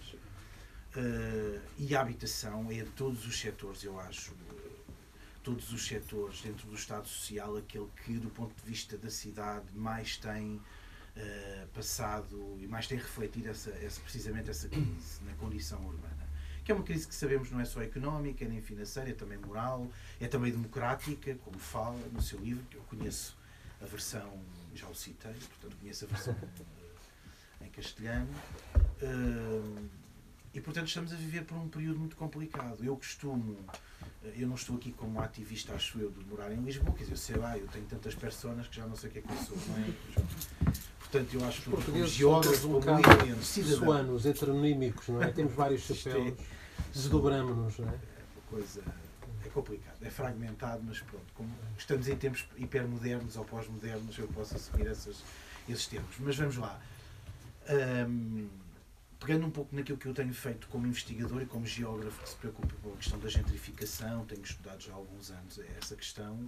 uh, e a habitação é de todos os setores, eu acho, todos os setores dentro do Estado Social, aquele que, do ponto de vista da cidade, mais tem uh, passado e mais tem refletido essa, essa, precisamente essa crise na condição urbana. Que é uma crise que sabemos não é só económica, é nem financeira, é também moral, é também democrática, como fala no seu livro, que eu conheço a versão, já o citei, portanto conheço a versão uh, em castelhano. Uh, e, portanto, estamos a viver por um período muito complicado. Eu costumo, eu não estou aqui como ativista, acho eu, de morar em Lisboa, quer dizer, eu sei lá, eu tenho tantas personas que já não sei o que é que eu sou, não é? Portanto, eu acho que como geógrafo, um como bocado cidadão, suanos, heteronímicos, não é? Temos vários chapéus, desdobramos-nos, não é? É coisa, é complicado, é fragmentado, mas pronto, como estamos em tempos hipermodernos ou pós-modernos, eu posso assumir essas, esses termos. Mas vamos lá. Um, pegando um pouco naquilo que eu tenho feito como investigador e como geógrafo que se preocupa com a questão da gentrificação, tenho estudado já há alguns anos essa questão,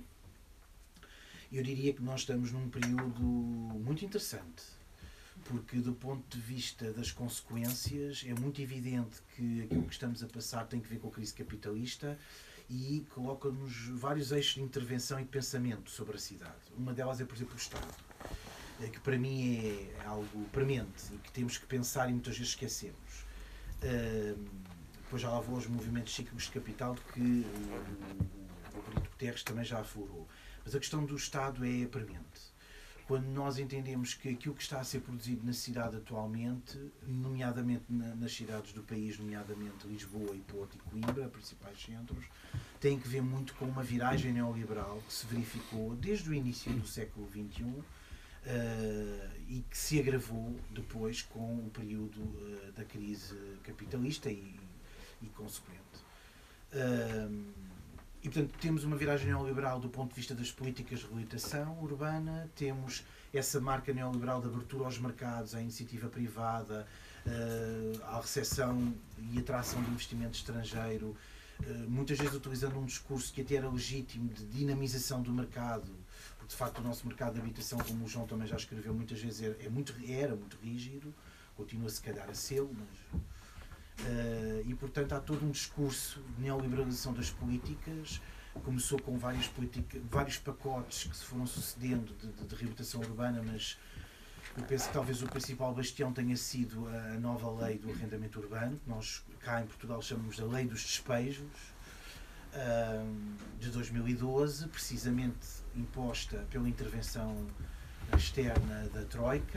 eu diria que nós estamos num período muito interessante, porque do ponto de vista das consequências é muito evidente que aquilo que estamos a passar tem que ver com a crise capitalista e coloca-nos vários eixos de intervenção e de pensamento sobre a cidade. Uma delas é, por exemplo, o Estado. que para mim é algo premente e que temos que pensar e muitas vezes esquecemos. Depois já lá vou aos movimentos cíclicos de capital que o, o Brito Guterres também já aflorou. Mas a questão do Estado é premente. Quando nós entendemos que aquilo que está a ser produzido na cidade atualmente, nomeadamente na, nas cidades do país, nomeadamente Lisboa e Porto e Coimbra, principais centros, tem que ver muito com uma viragem neoliberal que se verificou desde o início do século vinte e um uh, e que se agravou depois com o período uh, da crise capitalista e, e consequente. Uh, E, portanto, temos uma viragem neoliberal do ponto de vista das políticas de reabilitação urbana, temos essa marca neoliberal de abertura aos mercados, à iniciativa privada, à recepção e atração de investimento estrangeiro, muitas vezes utilizando um discurso que até era legítimo de dinamização do mercado, porque de facto o nosso mercado de habitação, como o João também já escreveu muitas vezes, é muito, era muito rígido, continua se calhar a ser, mas... Uh, e portanto há todo um discurso de neoliberalização das políticas. Começou com várias politica, vários pacotes que se foram sucedendo de, de, de reabilitação urbana, mas eu penso que talvez o principal bastião tenha sido a nova lei do arrendamento urbano, que nós cá em Portugal chamamos da lei dos despejos, uh, de dois mil e doze, precisamente imposta pela intervenção externa da Troika.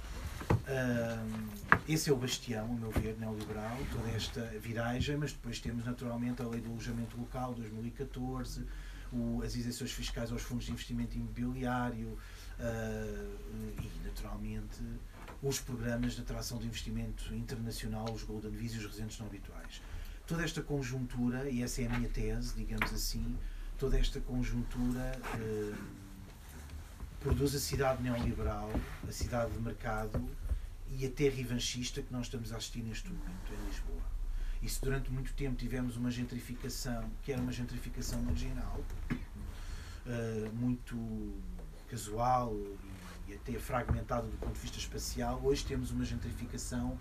Uh, esse é o bastião, a meu ver, neoliberal, toda esta viragem, mas depois temos naturalmente a lei do alojamento local, dois mil e catorze, o, as isenções fiscais aos fundos de investimento imobiliário uh, e naturalmente os programas de atração de investimento internacional, os Golden Visa e os residentes não habituais. Toda esta conjuntura, e essa é a minha tese, digamos assim, toda esta conjuntura uh, produz a cidade neoliberal, a cidade de mercado e até revanchista que nós estamos a assistir neste momento em Lisboa. E se durante muito tempo tivemos uma gentrificação, que era uma gentrificação marginal, uh, muito casual e, e até fragmentada do ponto de vista espacial, hoje temos uma gentrificação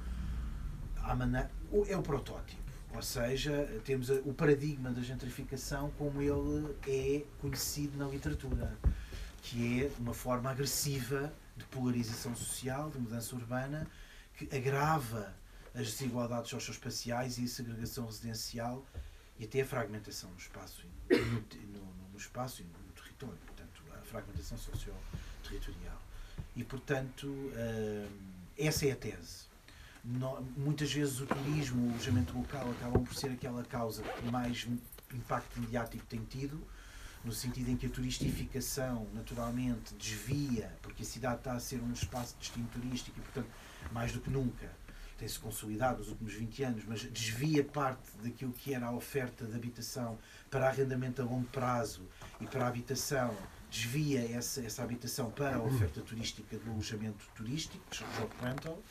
à maneira, é o protótipo. Ou seja, temos a, o paradigma da gentrificação como ele é conhecido na literatura, que é uma forma agressiva de polarização social, de mudança urbana, que agrava as desigualdades socioespaciais e a segregação residencial e até a fragmentação no espaço e no, no, no espaço e no território, portanto, a fragmentação socio-territorial. E, portanto, uh, essa é a tese. No, muitas vezes o turismo, o alojamento local acabam por ser aquela causa que mais impacto mediático tem tido, no sentido em que a turistificação naturalmente desvia, porque a cidade está a ser um espaço de destino turístico e, portanto, mais do que nunca tem-se consolidado nos últimos vinte anos, mas desvia parte daquilo que era a oferta de habitação para arrendamento a longo prazo e para a habitação, desvia essa, essa habitação para a oferta turística do alojamento turístico, job rental.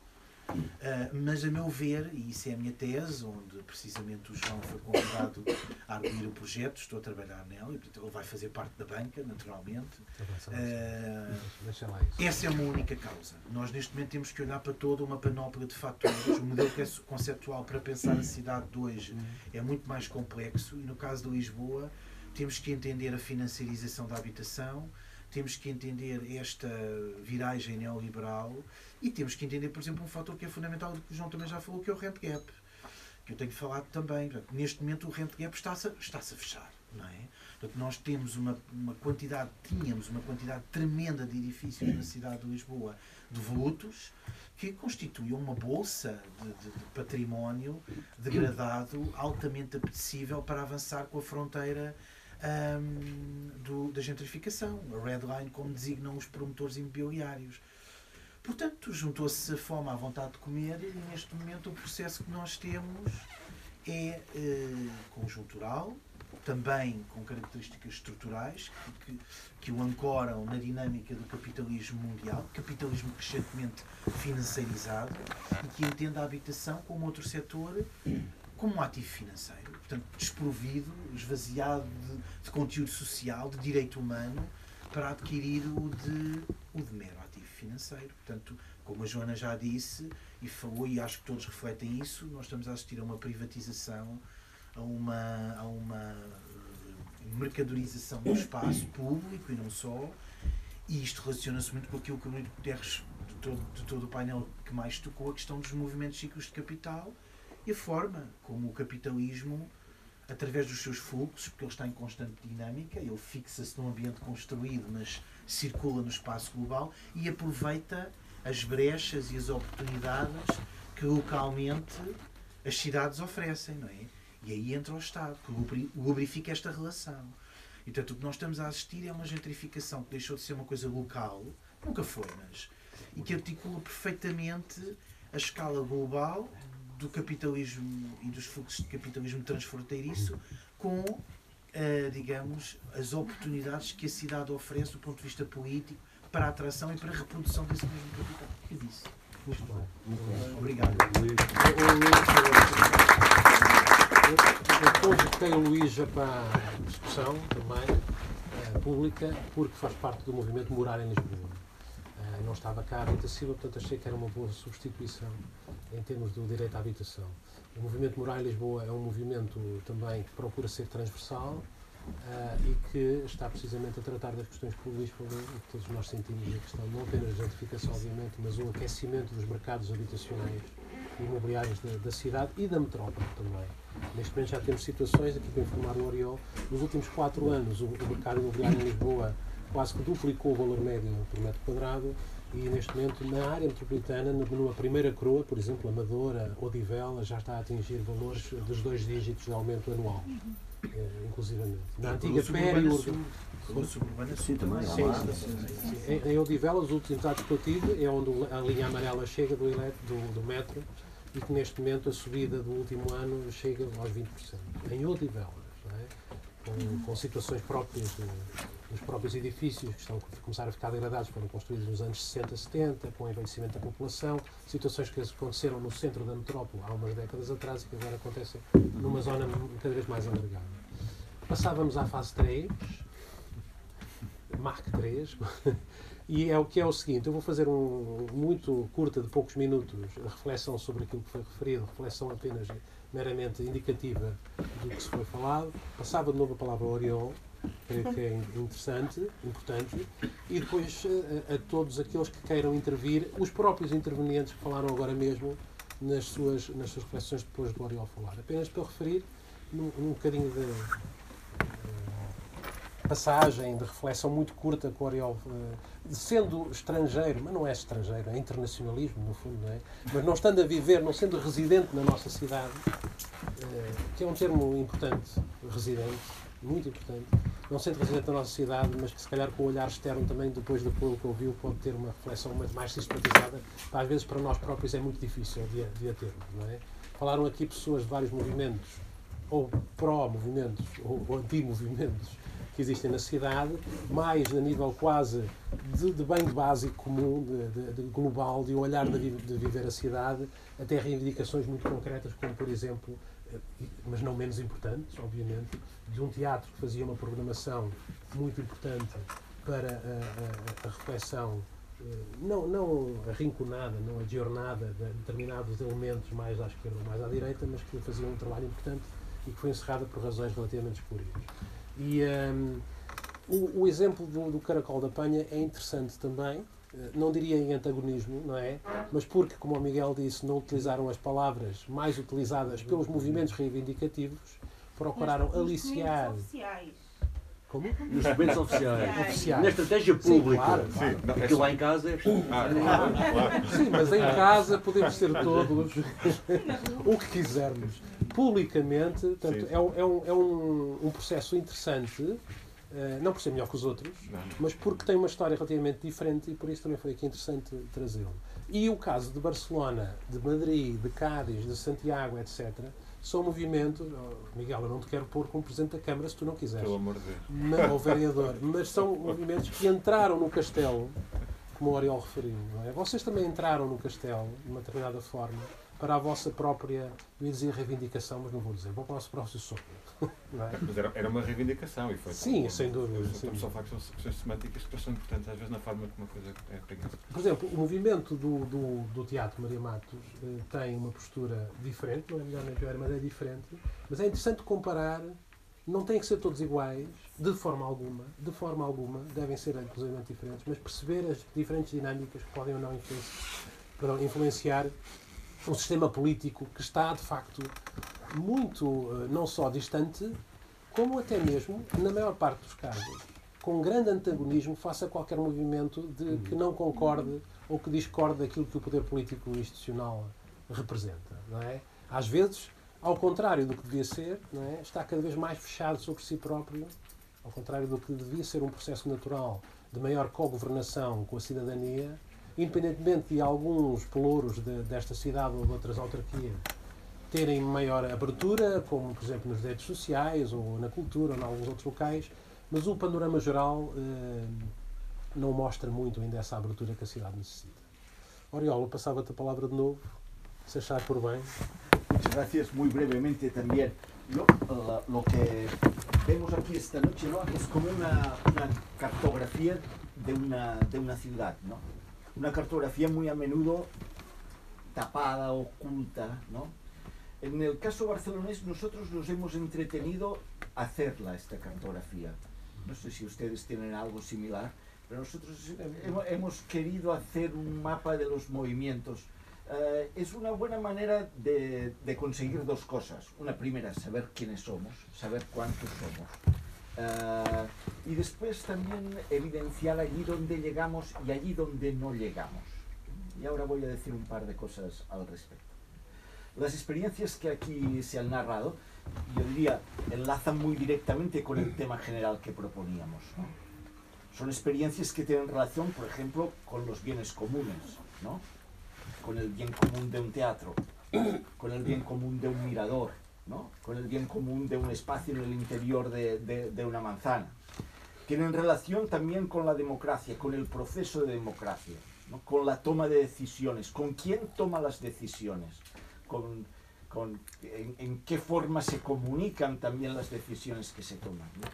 Uh, mas a meu ver, e isso é a minha tese, onde precisamente o João foi convidado a arguir o projeto, estou a trabalhar nela, e portanto ele vai fazer parte da banca, naturalmente. Uh, essa é uma única causa. Nós neste momento temos que olhar para toda uma panóplia de fatores. O modelo conceptual para pensar a cidade de hoje é muito mais complexo e no caso de Lisboa temos que entender a financiarização da habitação, temos que entender esta viragem neoliberal e temos que entender, por exemplo, um fator que é fundamental, que o João também já falou, que é o rent gap, que eu tenho falado também. Neste momento o rent gap está-se a, está-se a fechar, não é? Portanto, nós temos uma, uma quantidade, tínhamos uma quantidade tremenda de edifícios na cidade de Lisboa, devolutos, que constituíam uma bolsa de, de, de património degradado, altamente apetecível para avançar com a fronteira Um, do, da gentrificação, a red line, como designam os promotores imobiliários. Portanto, juntou-se a fome à vontade de comer e neste momento o processo que nós temos é eh, conjuntural, também com características estruturais que, que, que o ancoram na dinâmica do capitalismo mundial, capitalismo crescentemente financeirizado e que entende a habitação como outro setor, como um ativo financeiro, portanto, desprovido, esvaziado de, de conteúdo social, de direito humano, para adquirir o de, o de mero ativo financeiro. Portanto, como a Joana já disse e falou, e acho que todos refletem isso, nós estamos a assistir a uma privatização, a uma, a uma mercadorização do espaço público e não só, E isto relaciona-se muito com aquilo que o Nuno Guterres, de todo, de todo o painel que mais tocou, a questão dos movimentos cíclicos de capital e a forma como o capitalismo, através dos seus fluxos, porque ele está em constante dinâmica, ele fixa-se num ambiente construído, mas circula no espaço global e aproveita as brechas e as oportunidades que localmente as cidades oferecem, não é? E aí entra o Estado, que lubrifica esta relação. E, portanto, o que nós estamos a assistir é uma gentrificação que deixou de ser uma coisa local, nunca foi, mas, e que articula perfeitamente a escala global do capitalismo e dos fluxos de capitalismo transfronteiriço com, uh, digamos, as oportunidades que a cidade oferece do ponto de vista político para a atração e para a reprodução desse mesmo capital. Eu disse. Muito bem. Muito bem. Obrigado. Eu convoquei o Luís já para a discussão também, uh, pública, porque faz parte do movimento Morar em Lisboa. Uh, não estava cá a habitação, portanto achei que era uma boa substituição em termos do direito à habitação. O movimento Morar em Lisboa é um movimento também que procura ser transversal uh, e que está precisamente a tratar das questões que o Luís falou, e que todos nós sentimos a questão não apenas da gentrificação, obviamente, mas o aquecimento dos mercados habitacionais e imobiliários da, da cidade e da metrópole também. Neste momento já temos situações, aqui para informar o Oriol, nos últimos quatro anos o, o mercado imobiliário em Lisboa quase que duplicou o valor médio por metro quadrado e neste momento na área metropolitana, numa primeira coroa, por exemplo, Amadora ou Divela, já está a atingir valores dos dois dígitos de aumento anual, eh, inclusivamente. Na antiga peri-urbana... Sim, também. Sim, sim, sim. Em, em Odivela, os últimos dados que eu tive é onde a linha amarela chega do, do, do metro e que neste momento a subida do último ano chega aos vinte por cento. Em Odivelas, não é? com, com situações próprias dos próprios edifícios que estão a começar a ficar degradados, foram construídos nos anos sessenta, setenta, com o envelhecimento da população, situações que aconteceram no centro da metrópole há umas décadas atrás e que agora acontecem numa zona cada vez mais alargada. Passávamos à fase três, Mark três, e é o que é o seguinte, eu vou fazer um muito curta, de poucos minutos, a reflexão sobre aquilo que foi referido, reflexão apenas meramente indicativa do que se foi falado. Passava de novo a palavra ao Oriol, creio que é interessante, importante, e depois a, a todos aqueles que queiram intervir, os próprios intervenientes que falaram agora mesmo nas suas, nas suas reflexões depois do Oriol falar. Apenas para referir num, num bocadinho de uh, passagem, de reflexão muito curta com o Oriol, uh, sendo estrangeiro, mas não é estrangeiro, é internacionalismo no fundo, não é? Mas não estando a viver, não sendo residente na nossa cidade, uh, que é um termo importante, residente, muito importante, não sendo residente da nossa cidade, mas que se calhar com o olhar externo também, depois do que ouviu, pode ter uma reflexão mais sistematizada, às vezes para nós próprios é muito difícil de, de a termos, não é? Falaram aqui pessoas de vários movimentos, ou pró-movimentos, ou, ou anti-movimentos, que existem na cidade, mais a nível quase de, de bem básico comum, de, de, de global, de um olhar de, de viver a cidade, até reivindicações muito concretas, como por exemplo, mas não menos importantes, obviamente, de um teatro que fazia uma programação muito importante para a, a, a reflexão, não, não arrinconada, não adjornada de determinados elementos mais à esquerda ou mais à direita, mas que fazia um trabalho importante e que foi encerrada por razões relativamente espúrias. E um, o, o exemplo do, do Caracol da Penha é interessante também, não diria em antagonismo, não é? Mas porque, como o Miguel disse, não utilizaram as palavras mais utilizadas pelos movimentos reivindicativos, procuraram Nos aliciar... oficiais. Como? Nos documentos oficiais. Oficiais. Na estratégia pública. Sim, claro, claro. Sim, não, Porque é lá em casa é... Ah, claro, claro. Sim, mas em casa podemos ser todos o que quisermos. Publicamente, portanto, é, um, é, um, é um, um processo interessante, uh, não por ser melhor que os outros, mas porque tem uma história relativamente diferente e por isso também foi aqui interessante trazê-lo. E o caso de Barcelona, de Madrid, de Cádiz, de Santiago, etcétera, são movimentos, oh, Miguel, eu não te quero pôr como Presidente da Câmara se tu não quiseres, Pelo amor de Deus. mas, ou vereador, mas são movimentos que entraram no castelo, como o Oriol referiu, não é? Vocês também entraram no castelo, de uma determinada forma, para a vossa própria, eu ia dizer reivindicação, mas não vou dizer, vou para o nosso próximo sonho. Não é? Mas era, era uma reivindicação e foi. Sim, sem dúvida. Estamos só a falar que são questões semânticas que são importantes, às vezes, na forma como uma coisa é apanhada. Por exemplo, o movimento do, do, do Teatro Maria Matos eh, tem uma postura diferente, não é melhor nem pior, mas é diferente. Mas é interessante comparar não têm que ser todos iguais, de forma alguma, de forma alguma, devem ser inclusivamente diferentes, mas perceber as diferentes dinâmicas que podem ou não influenciar, perdão, influenciar um sistema político que está, de facto, muito, não só distante, como até mesmo, na maior parte dos casos, com grande antagonismo face a qualquer movimento de, que não concorde ou que discorde daquilo que o poder político institucional representa, não é? Às vezes, ao contrário do que devia ser, não é? Está cada vez mais fechado sobre si próprio, ao contrário do que devia ser um processo natural de maior co-governação com a cidadania, independentemente de alguns pelouros de, desta cidade ou de outras autarquias terem maior abertura, como, por exemplo, nos direitos sociais, ou na cultura, ou em alguns outros locais, mas o panorama geral eh, não mostra muito ainda essa abertura que a cidade necessita. Oriol, passava-te a palavra de novo, se achar por bem. Muchas gracias. Muy brevemente también. Lo, lo, lo que vemos aquí esta noche, ¿no?, es como una, una cartografía de una, de una ciudad, ¿no? Una cartografía muy a menudo tapada, oculta, ¿no? En el caso barcelonés, nosotros nos hemos entretenido a hacerla, esta cartografía. No sé si ustedes tienen algo similar, pero nosotros hemos, hemos querido hacer un mapa de los movimientos. Uh, es una buena manera de, de conseguir dos cosas. Una primera, saber quiénes somos, saber cuántos somos. Uh, y después también evidenciar allí donde llegamos y allí donde no llegamos. Y ahora voy a decir un par de cosas al respecto. Las experiencias que aquí se han narrado, yo diría, enlazan muy directamente con el tema general que proponíamos, ¿no? Son experiencias que tienen relación, por ejemplo, con los bienes comunes, ¿no? Con el bien común de un teatro, con el bien común de un mirador, ¿no? Con el bien común de un espacio en el interior de, de, de una manzana. Tienen relación también con la democracia, con el proceso de democracia, ¿no? Con la toma de decisiones, con quién toma las decisiones, con, con en, en qué forma se comunican también las decisiones que se toman, ¿no?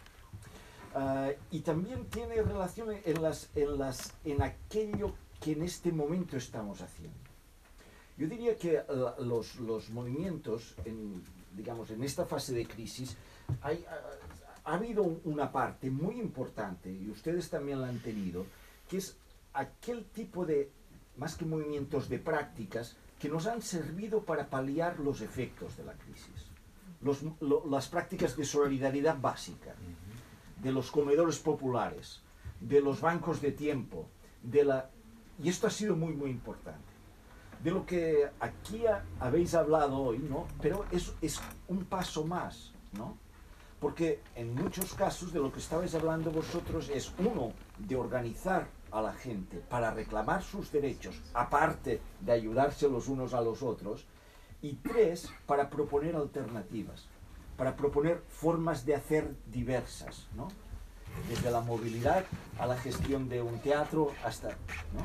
Uh, y también tiene relación en, las, en, las, en aquello que en este momento estamos haciendo. Yo diría que uh, los, los movimientos, en, digamos, en esta fase de crisis, hay, uh, ha habido una parte muy importante, y ustedes también la han tenido, que es aquel tipo de, más que movimientos, de prácticas que nos han servido para paliar los efectos de la crisis. Los, lo, las prácticas de solidaridad básica, de los comedores populares, de los bancos de tiempo, de la... y esto ha sido muy, muy importante. De lo que aquí ha, habéis hablado hoy, ¿no? Pero es, es un paso más, ¿no? Porque en muchos casos de lo que estabais hablando vosotros es, uno, de organizar a la gente para reclamar sus derechos, aparte de ayudarse los unos a los otros, y tres, para proponer alternativas, para proponer formas de hacer diversas, ¿no? Desde la movilidad a la gestión de un teatro hasta, ¿no?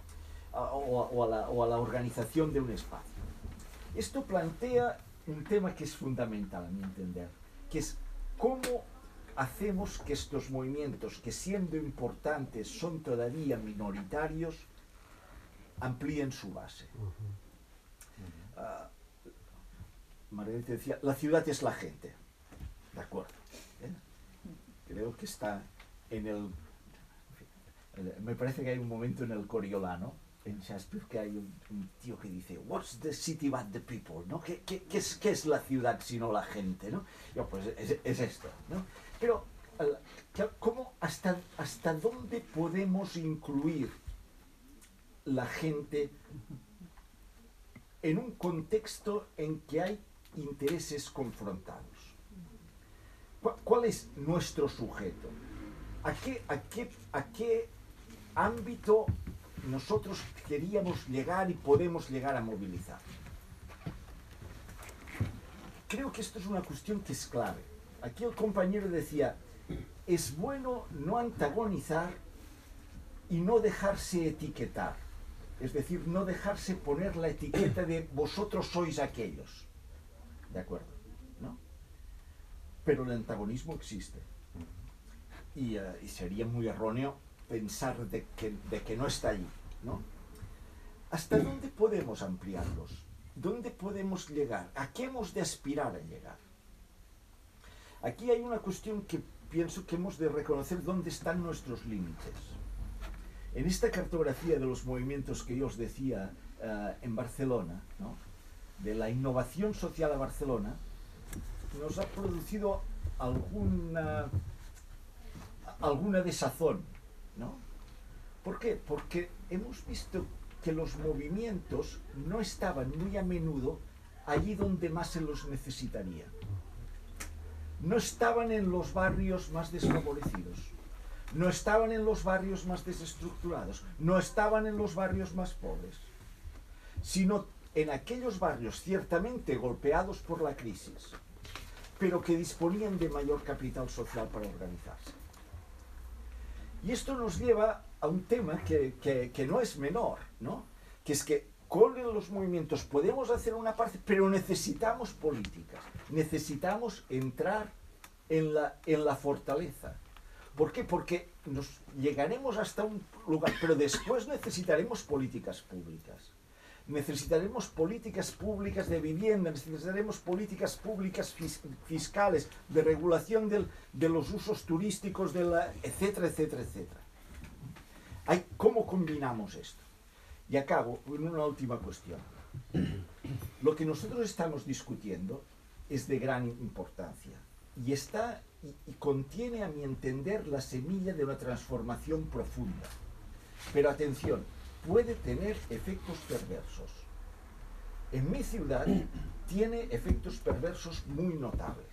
o, o, a la, o a la organización de un espacio. Esto plantea un tema que es fundamental a mi entender, que es cómo hacemos que estos movimientos, que siendo importantes son todavía minoritarios, amplíen su base. Uh, Margarita decía, la ciudad es la gente. De acuerdo. ¿Eh? Creo que está en el... Me parece que hay un momento en el Coriolano, en Shakespeare, que hay un, un tío que dice, what's the city but the people? ¿No? ¿Qué, qué, qué, es, ¿Qué es la ciudad sino la gente? ¿No? Yo, pues es, es esto, ¿no? Pero, ¿cómo, hasta, ¿hasta dónde podemos incluir la gente en un contexto en que hay intereses confrontados? ¿Cuál es nuestro sujeto? ¿A qué, a qué, a qué ámbito nosotros queríamos llegar y podemos llegar a movilizar? Creo que esto es una cuestión que es clave. Aquí el compañero decía, es bueno no antagonizar y no dejarse etiquetar. Es decir, no dejarse poner la etiqueta de vosotros sois aquellos. ¿De acuerdo? ¿No? Pero el antagonismo existe. Y, uh, y sería muy erróneo pensar de que, de que no está allí, ¿no? ¿Hasta dónde podemos ampliarlos? ¿Dónde podemos llegar? ¿A qué hemos de aspirar a llegar? Aquí hay una cuestión que pienso que hemos de reconocer dónde están nuestros límites. En esta cartografía de los movimientos que yo os decía uh, en Barcelona, ¿no?, de la innovación social a Barcelona, nos ha producido alguna, alguna desazón, ¿no? ¿Por qué? Porque hemos visto que los movimientos no estaban muy a menudo allí donde más se los necesitaría. No estaban en los barrios más desfavorecidos, no estaban en los barrios más desestructurados, no estaban en los barrios más pobres, sino en aquellos barrios ciertamente golpeados por la crisis, pero que disponían de mayor capital social para organizarse. Y esto nos lleva a un tema que, que, que no es menor, ¿no?, que es que con los movimientos podemos hacer una parte, pero necesitamos políticas, necesitamos entrar en la, en la fortaleza. ¿Por qué? Porque nos llegaremos hasta un lugar, pero después necesitaremos políticas públicas. Necesitaremos políticas públicas de vivienda, necesitaremos políticas públicas fis fiscales, de regulación del, de los usos turísticos, de la, etcétera, etcétera, etcétera. Hay, ¿cómo combinamos esto? Y acabo con una última cuestión. Lo que nosotros estamos discutiendo es de gran importancia y, está, y, y contiene, a mi entender, la semilla de una transformación profunda. Pero atención, puede tener efectos perversos. En mi ciudad tiene efectos perversos muy notables.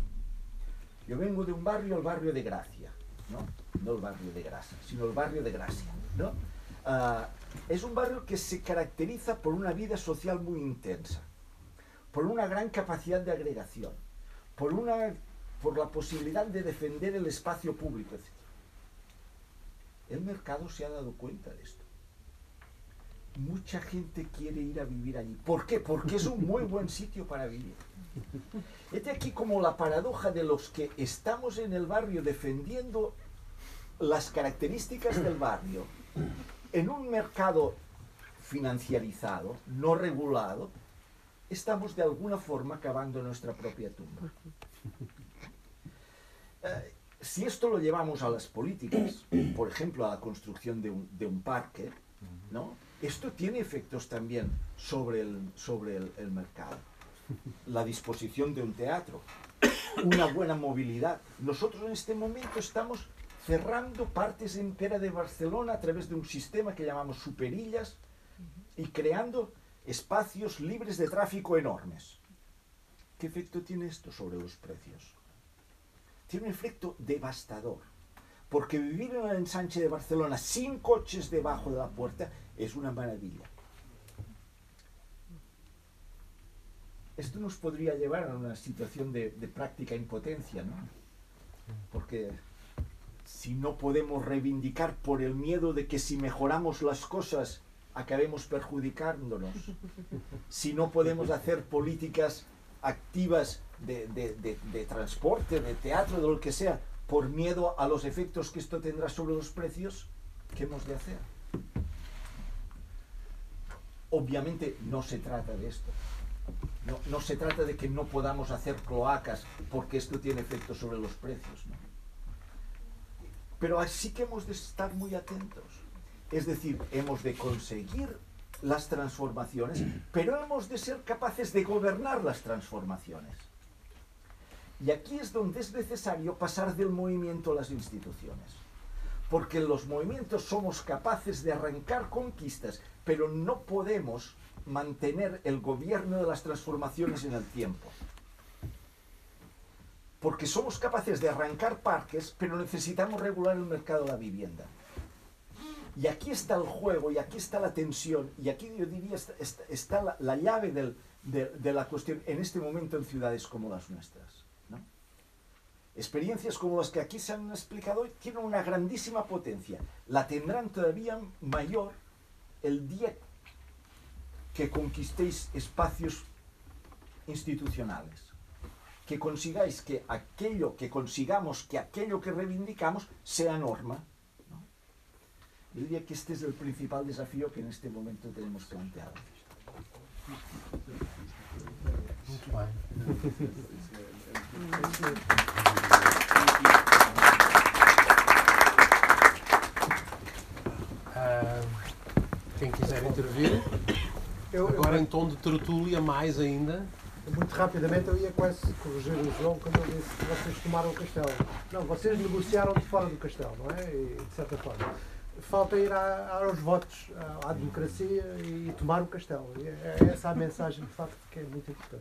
Yo vengo de un barrio, el barrio de Gracia, ¿no? No el barrio de Grasa, sino el barrio de Gracia, ¿no? Uh, es un barrio que se caracteriza por una vida social muy intensa, por una gran capacidad de agregación, por, una, por la posibilidad de defender el espacio público, etcétera. El mercado se ha dado cuenta de esto. Mucha gente quiere ir a vivir allí. ¿Por qué? Porque es un muy buen sitio para vivir. Este aquí como la paradoja de los que estamos en el barrio defendiendo las características del barrio en un mercado financiarizado, no regulado, estamos de alguna forma cavando nuestra propia tumba. Eh, si esto lo llevamos a las políticas, por ejemplo a la construcción de un, de un parque, ¿no?, esto tiene efectos también sobre el, sobre el, el mercado. La disposición de un teatro, una buena movilidad. Nosotros en este momento estamos cerrando partes enteras de Barcelona a través de un sistema que llamamos superillas y creando espacios libres de tráfico enormes. ¿Qué efecto tiene esto sobre los precios? Tiene un efecto devastador, porque vivir en el ensanche de Barcelona sin coches debajo de la puerta es una maravilla. Esto nos podría llevar a una situación de, de práctica impotencia, ¿no? Porque si no podemos reivindicar por el miedo de que si mejoramos las cosas acabemos perjudicándonos, si no podemos hacer políticas activas de, de, de, de transporte, de teatro, de lo que sea, por miedo a los efectos que esto tendrá sobre los precios, ¿qué hemos de hacer? Obviamente no se trata de esto. No, no se trata de que no podamos hacer cloacas porque esto tiene efectos sobre los precios, ¿no? Pero sí que hemos de estar muy atentos. Es decir, hemos de conseguir las transformaciones, pero hemos de ser capaces de gobernar las transformaciones. Y aquí es donde es necesario pasar del movimiento a las instituciones. Porque en los movimientos somos capaces de arrancar conquistas, pero no podemos mantener el gobierno de las transformaciones en el tiempo. Porque somos capaces de arrancar parques, pero necesitamos regular el mercado de la vivienda. Y aquí está el juego, y aquí está la tensión, y aquí yo diría está, está, está la, la llave del, de, de la cuestión en este momento en ciudades como las nuestras, ¿no? Experiencias como las que aquí se han explicado hoy tienen una grandísima potencia. La tendrán todavía mayor el día que conquistéis espacios institucionales. Que consigáis que aquello, que consigamos que aquello que reivindicamos sea norma, ¿no? Yo diría que este es el principal desafío que en este momento tenemos planteado. Muito bem. Ah, quem quiser intervir, Eu, agora eu, em tom de tertúlia, mais ainda. muito rapidamente eu ia quase corrigir o João quando ele disse que vocês tomaram o castelo. Não, vocês negociaram de fora do castelo, não é? E, de certa forma. Falta ir à, aos votos, à, à democracia e tomar o castelo. E é essa a mensagem, de facto, que é muito importante.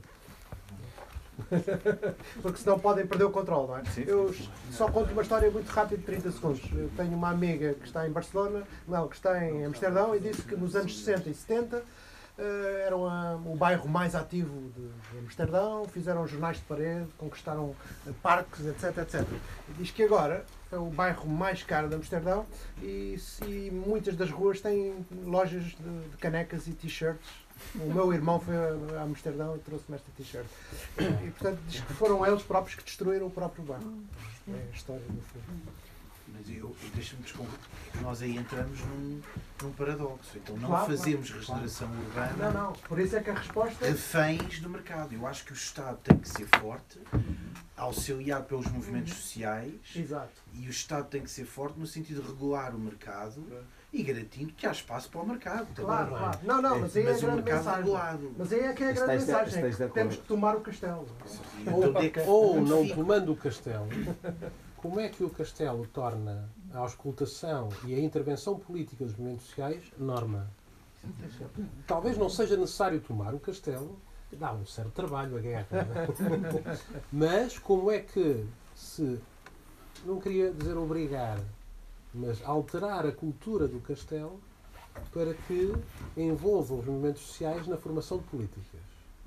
Porque senão podem perder o controle, não é? Sim, sim. Eu só conto uma história muito rápida de trinta segundos. Eu tenho uma amiga que está em Barcelona, não, que está em Amsterdão, e disse que nos anos sessenta e setenta uh, era uma, o bairro mais ativo de, de Amsterdão, fizeram jornais de parede, conquistaram uh, parques, etc, etcétera. E diz que agora é o bairro mais caro de Amsterdão e, e muitas das ruas têm lojas de, de canecas e t-shirts. O meu irmão foi a Amsterdão e trouxe-me esta t-shirt. E, portanto, diz que foram eles próprios que destruíram o próprio bairro. É a história do filme. Mas eu, eu deixo-me desconfiar. Nós aí entramos num, num paradoxo. Então não Claro, fazemos claro. regeneração urbana Não, não. Por isso é que a resposta é... reféns do mercado. Eu acho que o Estado tem que ser forte, auxiliado pelos movimentos sociais, Exato. e o Estado tem que ser forte no sentido de regular o mercado e garantindo que há espaço para o mercado. também. Claro, claro. Não, não, mas aí é a Mas o grande mercado mensagem. regulado. Mas aí é que é a grande Estáis de- mensagem. estáis de que Temos acordo. que tomar o castelo. E então, onde é que- Ou onde não fica? tomando o castelo, como é que o castelo torna a auscultação e a intervenção política dos movimentos sociais norma? Talvez não seja necessário tomar o castelo, dá um certo trabalho a guerra. não é? Mas como é que se, não queria dizer obrigar, mas alterar a cultura do castelo para que envolva os movimentos sociais na formação de políticas?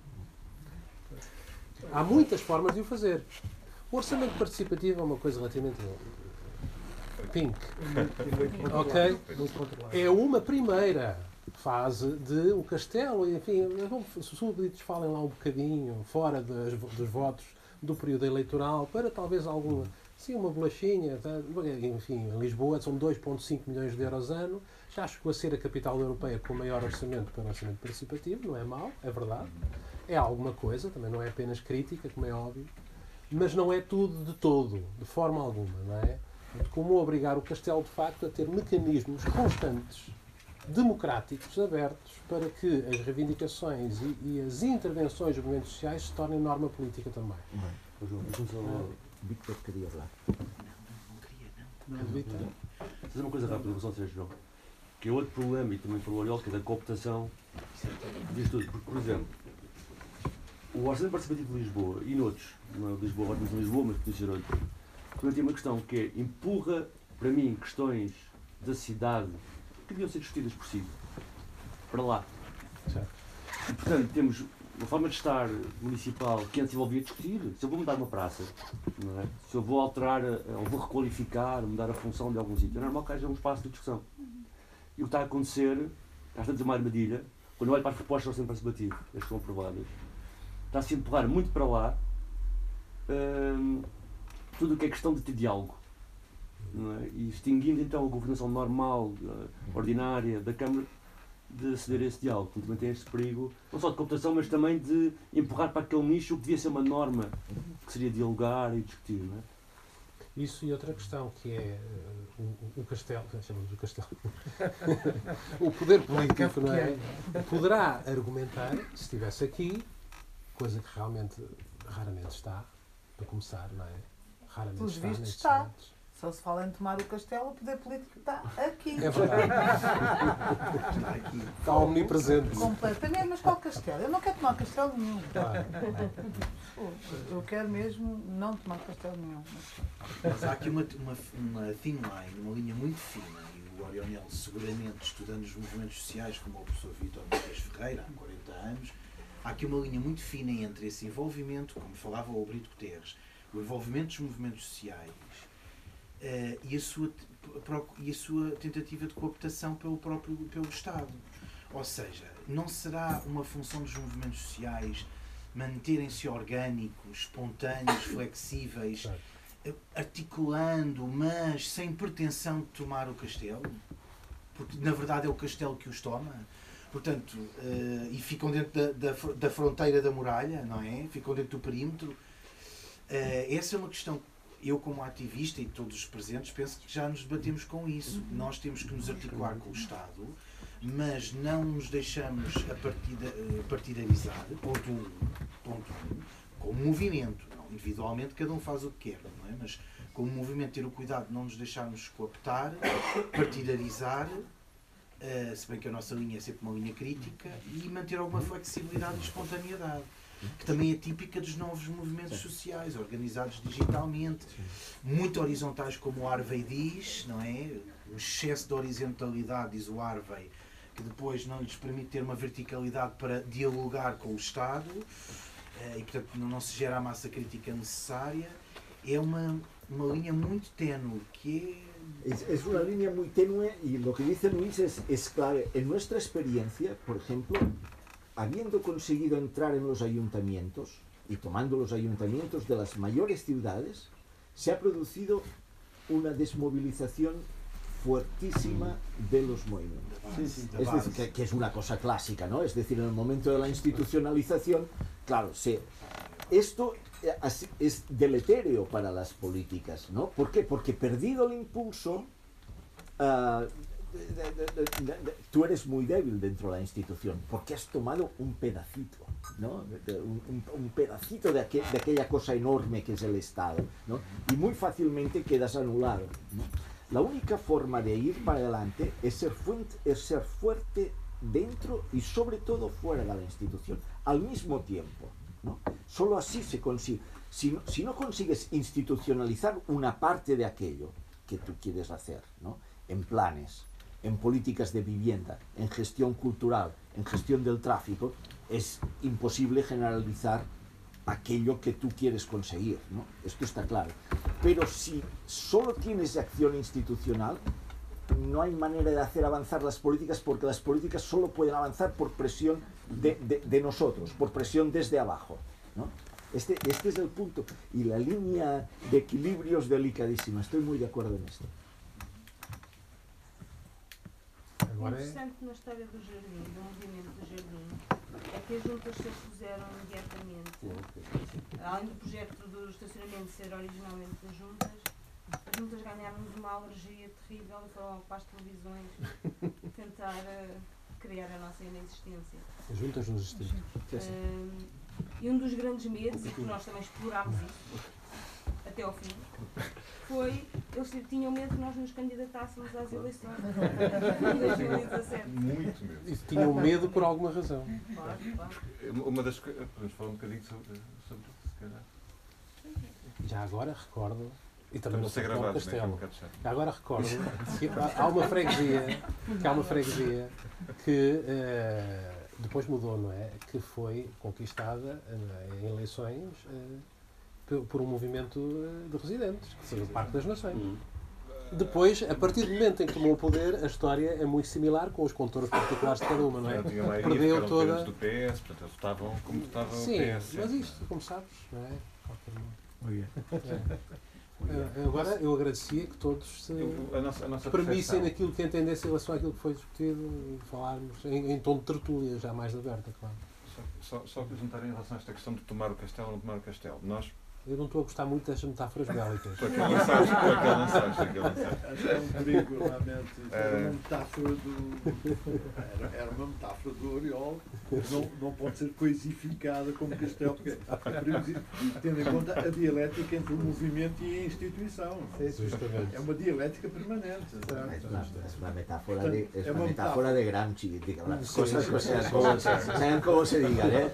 Há muitas formas de o fazer. O orçamento participativo é uma coisa relativamente pink. Ok? Muito controlado. É uma primeira fase de o castelo, enfim, os súbditos falem lá um bocadinho, fora das, dos votos do período eleitoral, para talvez alguma, sim, uma bolachinha. Tá? Enfim, em Lisboa são dois vírgula cinco milhões de euros ano, já chegou a ser a capital europeia com o maior orçamento para o orçamento participativo, não é mau, é verdade. É alguma coisa, também não é apenas crítica, como é óbvio, mas não é tudo de todo, de forma alguma, não é? Como obrigar o castelo, de facto, a ter mecanismos constantes, democráticos, abertos, para que as reivindicações e, e as intervenções dos movimentos sociais se tornem norma política também. Ô, João, deixa-me só Víctor queria falar. Vitor? fazer uma coisa rápida em relação ao Sérgio João. Que é outro problema, e também falou Oriol, que é da cooptação diz tudo. Porque, por exemplo, o Orçamento Participativo de Lisboa e noutros, não é o de Lisboa, mas em Lisboa, mas podia ser outro, também tem uma questão que é, empurra, para mim, questões da cidade que deviam ser discutidas por si, para lá. Certo. E, portanto, temos uma forma de estar municipal que antes envolvia discutir. Se eu vou mudar uma praça, não é? Se eu vou alterar, ou vou requalificar, mudar a função de algum sítio, é normal que haja um espaço de discussão. E o que está a acontecer, está a dizer uma armadilha, quando eu olho para as propostas do Orçamento Participativo, as que estão aprovadas, está-se a empurrar muito para lá hum, tudo o que é questão de ter diálogo. Não é? E extinguindo então a governação normal, uh, ordinária da Câmara, de aceder a esse diálogo. Portanto, também tem este perigo, não só de cooptação, mas também de empurrar para aquele nicho o que devia ser uma norma, que seria dialogar e discutir. Não é? Isso e outra questão, que é uh, o, o castelo, chamamos o castelo, o poder político, não é? Poderá argumentar, se estivesse aqui, coisa que realmente raramente está, para começar, não é? Raramente Pelos está vistos nestes está. debates. Só se fala em tomar o castelo, o poder político está aqui. É verdade. Está aqui. Está omnipresente. Completamente, mas qual castelo? Eu não quero tomar castelo nenhum. Claro. Eu quero mesmo não tomar castelo nenhum. Mas há aqui uma, uma, uma thin line, uma linha muito fina, e o Orionel, seguramente, estudando os movimentos sociais, como o professor Vítor Marques Ferreira, há quarenta anos, há aqui uma linha muito fina entre esse envolvimento, como falava o Brito Guterres, o envolvimento dos movimentos sociais uh, e, a sua, e a sua tentativa de cooptação pelo próprio pelo Estado. Ou seja, não será uma função dos movimentos sociais manterem-se orgânicos, espontâneos, flexíveis, articulando, mas sem pretensão de tomar o castelo? Porque, na verdade, é o castelo que os toma. Portanto, uh, e ficam dentro da, da, da fronteira da muralha, não é? Ficam dentro do perímetro. essa é uma questão, eu como ativista e todos os presentes, penso que já nos debatemos com isso. Nós temos que nos articular com o Estado, mas não nos deixamos a partida, partidarizar, ponto um, ponto um, como movimento. Não, individualmente cada um faz o que quer, não é? Mas como movimento ter o cuidado de não nos deixarmos cooptar, partidarizar, uh, se bem que a nossa linha é sempre uma linha crítica, e manter alguma flexibilidade e espontaneidade, que também é típica dos novos movimentos sociais, organizados digitalmente, muito horizontais, como o Harvey diz, não é? O excesso de horizontalidade, diz o Harvey, que depois não lhes permite ter uma verticalidade para dialogar com o Estado, e portanto não se gera a massa crítica necessária. É uma, uma linha muito tenue, que es, es una línea muy tenue, y lo que dice Luis es, es clave. En nuestra experiencia, por ejemplo, habiendo conseguido entrar en los ayuntamientos y tomando los ayuntamientos de las mayores ciudades, se ha producido una desmovilización fuertísima de los movimientos. Sí, sí, es decir, que, que es una cosa clásica, ¿no? Es decir, en el momento de la institucionalización, claro, se, esto es deleterio para las políticas, ¿no? ¿Por qué? Porque perdido el impulso, uh, de, de, de, de, de, tú eres muy débil dentro de la institución, porque has tomado un pedacito, ¿no? De, de, un, un pedacito de, aquel, de aquella cosa enorme que es el Estado, ¿no? Y muy fácilmente quedas anulado, ¿no? La única forma de ir para adelante es ser, fuente, es ser fuerte dentro y sobre todo fuera de la institución, al mismo tiempo, ¿no? Solo así se consigue. Si no, si no consigues institucionalizar una parte de aquello que tú quieres hacer, ¿no? En planes, en políticas de vivienda, en gestión cultural, en gestión del tráfico, es imposible generalizar aquello que tú quieres conseguir, ¿no? Esto está claro. Pero si solo tienes acción institucional, no hay manera de hacer avanzar las políticas, porque las políticas solo pueden avanzar por presión de, de, de nosotros, por presión desde abajo, ¿no? Este, este es el punto. Y la línea de equilibrio es delicadísima. Estoy muy de acuerdo en esto. O interessante na história do Jardim, do movimento do Jardim, é que as juntas se expuseram imediatamente. Além do projeto do estacionamento ser originalmente das juntas, as juntas ganharam-nos uma alergia terrível e foram para as televisões tentar uh, criar a nossa inexistência. As juntas nos distritos. Uh, e um dos grandes medos, e que nós também explorámos isso até ao fim, foi, eles tinham medo que nós nos candidatássemos às eleições em dois mil e dezassete. Muito medo. E tinham medo por alguma razão. Claro, claro. Uma das coisas, podemos falar um bocadinho sobre, sobre isso, se calhar. Já agora recordo, e também Estamos a ser no gravados, né? Castelo, Um bocado chato. já agora recordo que há uma freguesia, que há uma freguesia que uh, depois mudou, não é? Que foi conquistada uh, em eleições uh, por um movimento de residentes, que foi o Parque das Nações. Uhum. Depois, a partir do momento em que tomou o poder, a história é muito similar com os contornos particulares de cada uma, não é? Perdeu toda... do P S, portanto, eles votavam como votava o P S. Sim, mas isto, como sabes, não é? É. Agora, eu agradecia que todos se a nossa, a nossa premissem naquilo que entendessem em relação àquilo que foi discutido e falarmos em, em tom de tertúlia, já mais aberta, claro. Só, só, só acrescentar em relação a esta questão de tomar o castelo ou não tomar o castelo. Nós... Eu não estou a gostar muito das metáforas bélicas. Estou aqui a lançar, estou aqui a lançar, estou aqui a lançar. Acho que é um perigo, realmente. Era uma metáfora do... Era, era uma metáfora do Oriol, não, não pode ser coisificada como castelo, porque tendo em conta a dialética entre o movimento e a instituição. É, é uma dialética permanente. Es una, es una metáfora de, es una metáfora de Gramsci, de que las cosas pues, sean, como, sean como se digan, ¿eh?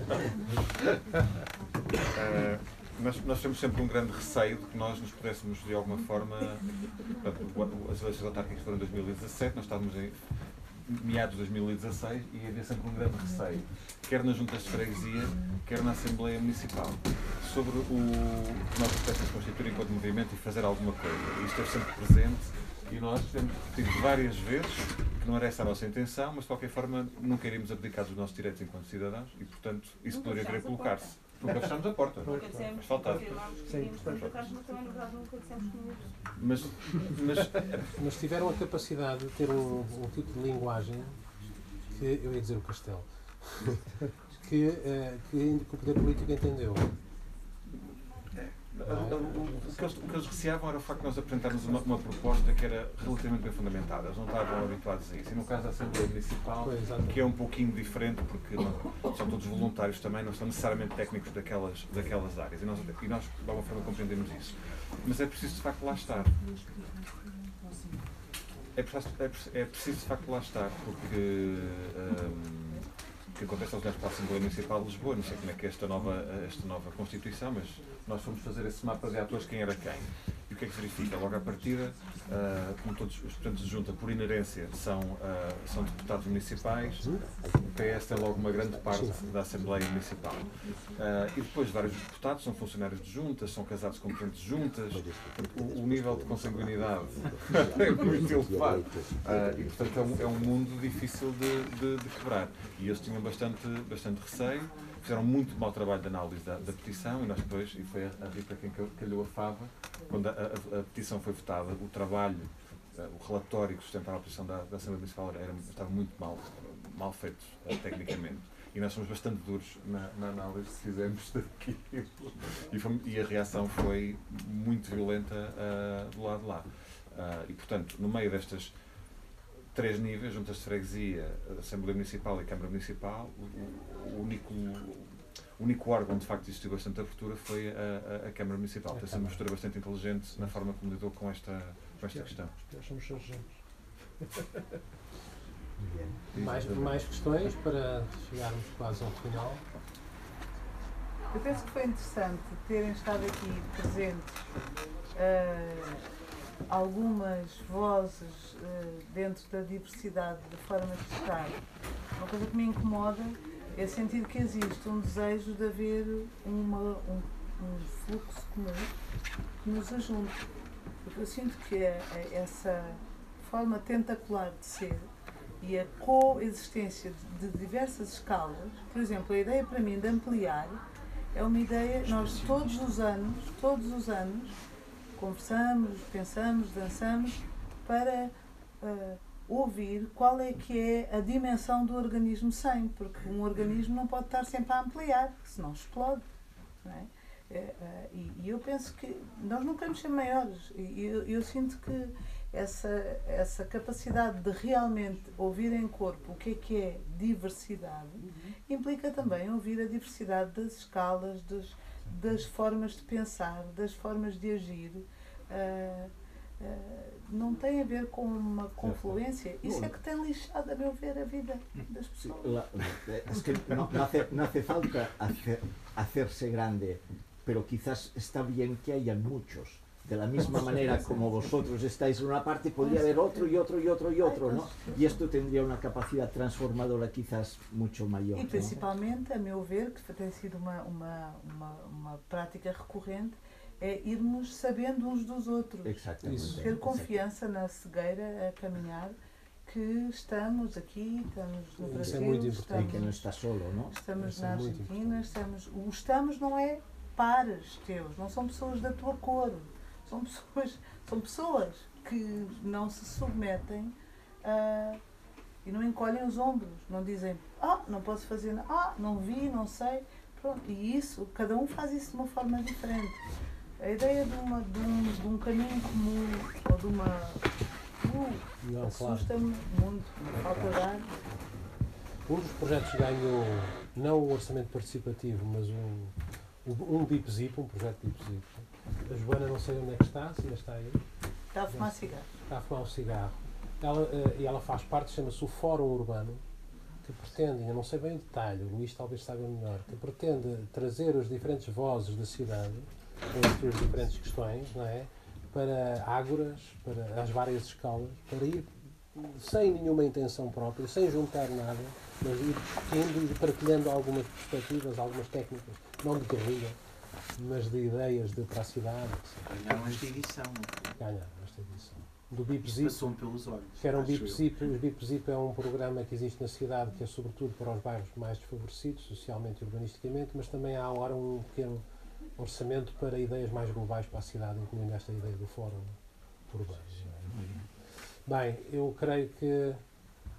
Uh, nós, nós temos sempre um grande receio de que nós nos pudéssemos, de alguma forma, portanto, as eleições autárquicas foram em dois mil e dezassete, nós estávamos em meados de dois mil e dezasseis e havia sempre um grande receio, quer nas juntas de freguesia, quer na Assembleia Municipal, sobre o que nós pudéssemos constituir enquanto movimento e fazer alguma coisa. E isto esteve sempre presente e nós temos repetido várias vezes que não era essa a nossa intenção, mas de qualquer forma nunca iríamos abdicar dos nossos direitos enquanto cidadãos e, portanto, isso poderia vir a colocar-se. Nunca fechámos a porta, nunca dissemos, mas faltava. Mas, mas, mas tiveram a capacidade de ter um, um tipo de linguagem que, eu ia dizer o castelo, que, uh, que, que o poder político entendeu. O que, eles, o que eles receavam era o facto de nós apresentarmos uma, uma proposta que era relativamente bem fundamentada. Eles não estavam habituados a isso. E no caso da Assembleia Municipal, que é um pouquinho diferente, porque não, são todos voluntários também, não são necessariamente técnicos daquelas, daquelas áreas. E nós, e nós, de alguma forma, compreendemos isso. Mas é preciso, de facto, lá estar. É preciso, é, é preciso de facto, lá estar, porque um, o que acontece aos gajos para a Assembleia Municipal de Lisboa, não sei como é que é esta nova, esta nova Constituição, mas nós fomos fazer esse mapa de atores, quem era quem. E o que é que se verifica? Logo à partida, uh, como todos os deputados de junta, por inerência, são, uh, são deputados municipais, o P S tem logo uma grande parte da Assembleia Municipal. Uh, e depois vários dos deputados são funcionários de juntas, são casados com presidentes de juntas, o, o nível de consanguinidade é muito elevado. Uh, e portanto é um, é um mundo difícil de, de, de quebrar. E eles tinham bastante, bastante receio, fizeram muito mau trabalho de análise da, da petição e nós depois, e foi a Rita quem calhou a fava, quando a, a, a petição foi votada, o trabalho, o relatório que sustentava a petição da, da Assembleia Municipal era, estava muito mal, mal feito uh, tecnicamente. E nós fomos bastante duros na, na análise que fizemos daquilo. E, foi, e a reação foi muito violenta uh, do lado de lá. Uh, e, portanto, no meio destas três níveis, juntas de freguesia, Assembleia Municipal e Câmara Municipal, o, o, único, o único órgão onde de facto existiu bastante abertura foi a, a, a Câmara Municipal. Tem sido uma postura bastante inteligente na forma como lidou com esta, com esta questão. Somos sargentos. mais, mais questões para chegarmos quase ao final? Eu penso que foi interessante terem estado aqui presentes uh, algumas vozes uh, dentro da diversidade da forma de estar. Uma coisa que me incomoda é sentir que existe um desejo de haver uma, um, um fluxo comum que nos ajunte. Porque eu sinto que é, é essa forma tentacular de ser e a coexistência de, de diversas escalas, por exemplo, a ideia para mim de ampliar é uma ideia, nós todos os anos, todos os anos, conversamos, pensamos, dançamos para uh, ouvir qual é que é a dimensão do organismo cem, porque um organismo não pode estar sempre a ampliar, senão explode. Não é? É, uh, e, e eu penso que nós não queremos ser maiores, e eu, eu sinto que essa, essa capacidade de realmente ouvir em corpo o que é que é diversidade implica também ouvir a diversidade das escalas, dos, das formas de pensar, das formas de agir. Uh, uh, não tem a ver com uma confluência. Isso é que tem lixado, a meu ver, a vida das pessoas. La, es que no, no, hace, no hace falta hacer, hacerse grande, pero quizás está bien que haya muchos. De la misma manera como vosotros estáis en una parte, podría haber otro y otro y otro y otro, ¿no? Y esto tendría una capacidad transformadora quizás mucho mayor. E principalmente, a meu ver, que tem sido uma, uma, uma, uma prática recorrente, é irmos sabendo uns dos outros. Exatamente. Isso. Ter confiança na cegueira a caminhar, que estamos aqui, estamos no Brasil, Isso é muito importante. estamos, que não está solo, não? estamos Isso na é muito Argentina, estamos, o estamos não é pares teus, não são pessoas da tua cor. São pessoas, são pessoas que não se submetem uh, e não encolhem os ombros, não dizem, ah, não posso fazer nada, ah, não vi, não sei. Pronto. E isso, cada um faz isso de uma forma diferente. A ideia de, uma, de, um, de um caminho comum ou de uma. Uh, assusta-me muito, falta de ar. Um dos projetos ganhou não o orçamento participativo, mas um, um B I P Z I P, um projeto B I P Z I P. A Joana não sei onde é que está, se ainda está aí. Está a fumar cigarro. Está a fumar um cigarro. Ela, e ela faz parte, chama-se o Fórum Urbano, que pretende, eu não sei bem o detalhe, o Luís talvez saiba melhor, que pretende trazer as diferentes vozes da cidade, com as suas diferentes questões, não é? Para ágoras, para as várias escalas, para ir sem nenhuma intenção própria, sem juntar nada, mas ir discutindo e partilhando algumas perspectivas, algumas técnicas, não de guerrilha, mas de ideias de para a cidade. Ganharam esta edição. Ganharam esta edição. Do B I P Z I P. Passou-me pelos olhos. Que era um B I P Z I P. Os B I P Z I P é um programa que existe na cidade que é sobretudo para os bairros mais desfavorecidos, socialmente e urbanisticamente, mas também há agora um pequeno orçamento para ideias mais globais para a cidade, incluindo esta ideia do Fórum Urbano. Bem, eu creio que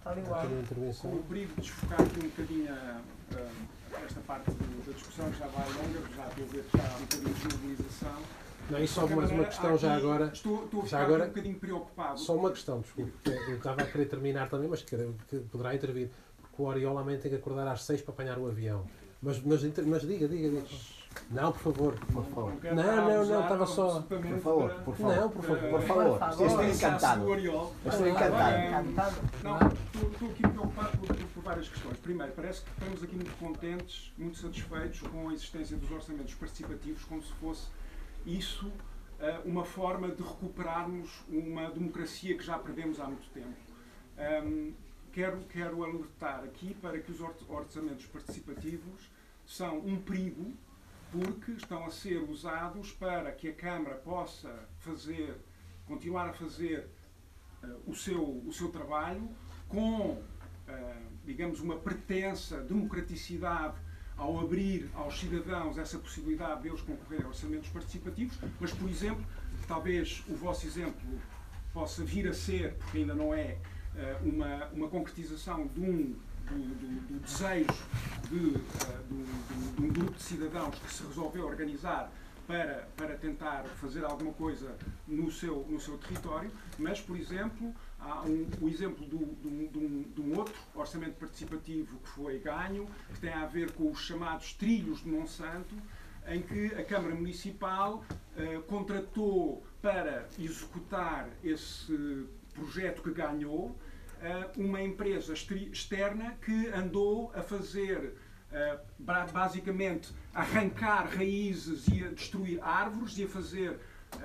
Tal igual. Aquela intervenção. Com o perigo de desfocar aqui um bocadinho a, a, esta parte do, da discussão, que já vai longa, já estou a ver que já há um bocadinho de mobilização. Não, e só mais uma questão já agora. Estou, estou a já ficar agora, um bocadinho preocupado. Só uma questão, desculpe. Eu estava a querer terminar também, mas que, que poderá intervir. Porque o Oriol amanhã tem que acordar às seis para apanhar o avião. Mas, mas, mas diga, diga, diga. Não, por favor. Por favor. Não, não, não, estava só. Por favor, por favor. Não, por favor. Por favor. Estou encantado. Estou encantado. Não, estou, estou aqui preocupado por, por várias questões. Primeiro, parece que estamos aqui muito contentes, muito satisfeitos com a existência dos orçamentos participativos, como se fosse isso uma forma de recuperarmos uma democracia que já perdemos há muito tempo. Um, quero, quero alertar aqui para que os orçamentos participativos são um perigo, porque estão a ser usados para que a Câmara possa fazer, continuar a fazer uh, o, seu, o seu trabalho com, uh, digamos, uma pretensa democraticidade ao abrir aos cidadãos essa possibilidade de eles concorrerem a orçamentos participativos, mas, por exemplo, talvez o vosso exemplo possa vir a ser, porque ainda não é, uh, uma, uma concretização de um Do, do, do desejo de, uh, do, do, de um grupo de cidadãos que se resolveu organizar para, para tentar fazer alguma coisa no seu, no seu território, mas, por exemplo, há um, o exemplo do, do, de, um, de um outro orçamento participativo que foi ganho, que tem a ver com os chamados trilhos de Monsanto, em que a Câmara Municipal uh, contratou para executar esse projeto que ganhou uma empresa externa que andou a fazer, basicamente, arrancar raízes e a destruir árvores e a fazer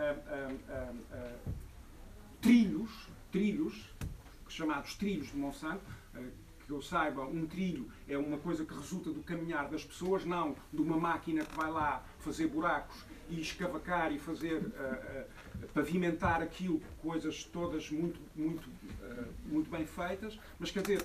trilhos, trilhos, chamados trilhos de Monsanto. Que eu saiba, um trilho é uma coisa que resulta do caminhar das pessoas, não de uma máquina que vai lá fazer buracos e escavacar e fazer, uh, uh, pavimentar aquilo, coisas todas muito, muito, uh, muito bem feitas, mas quer dizer,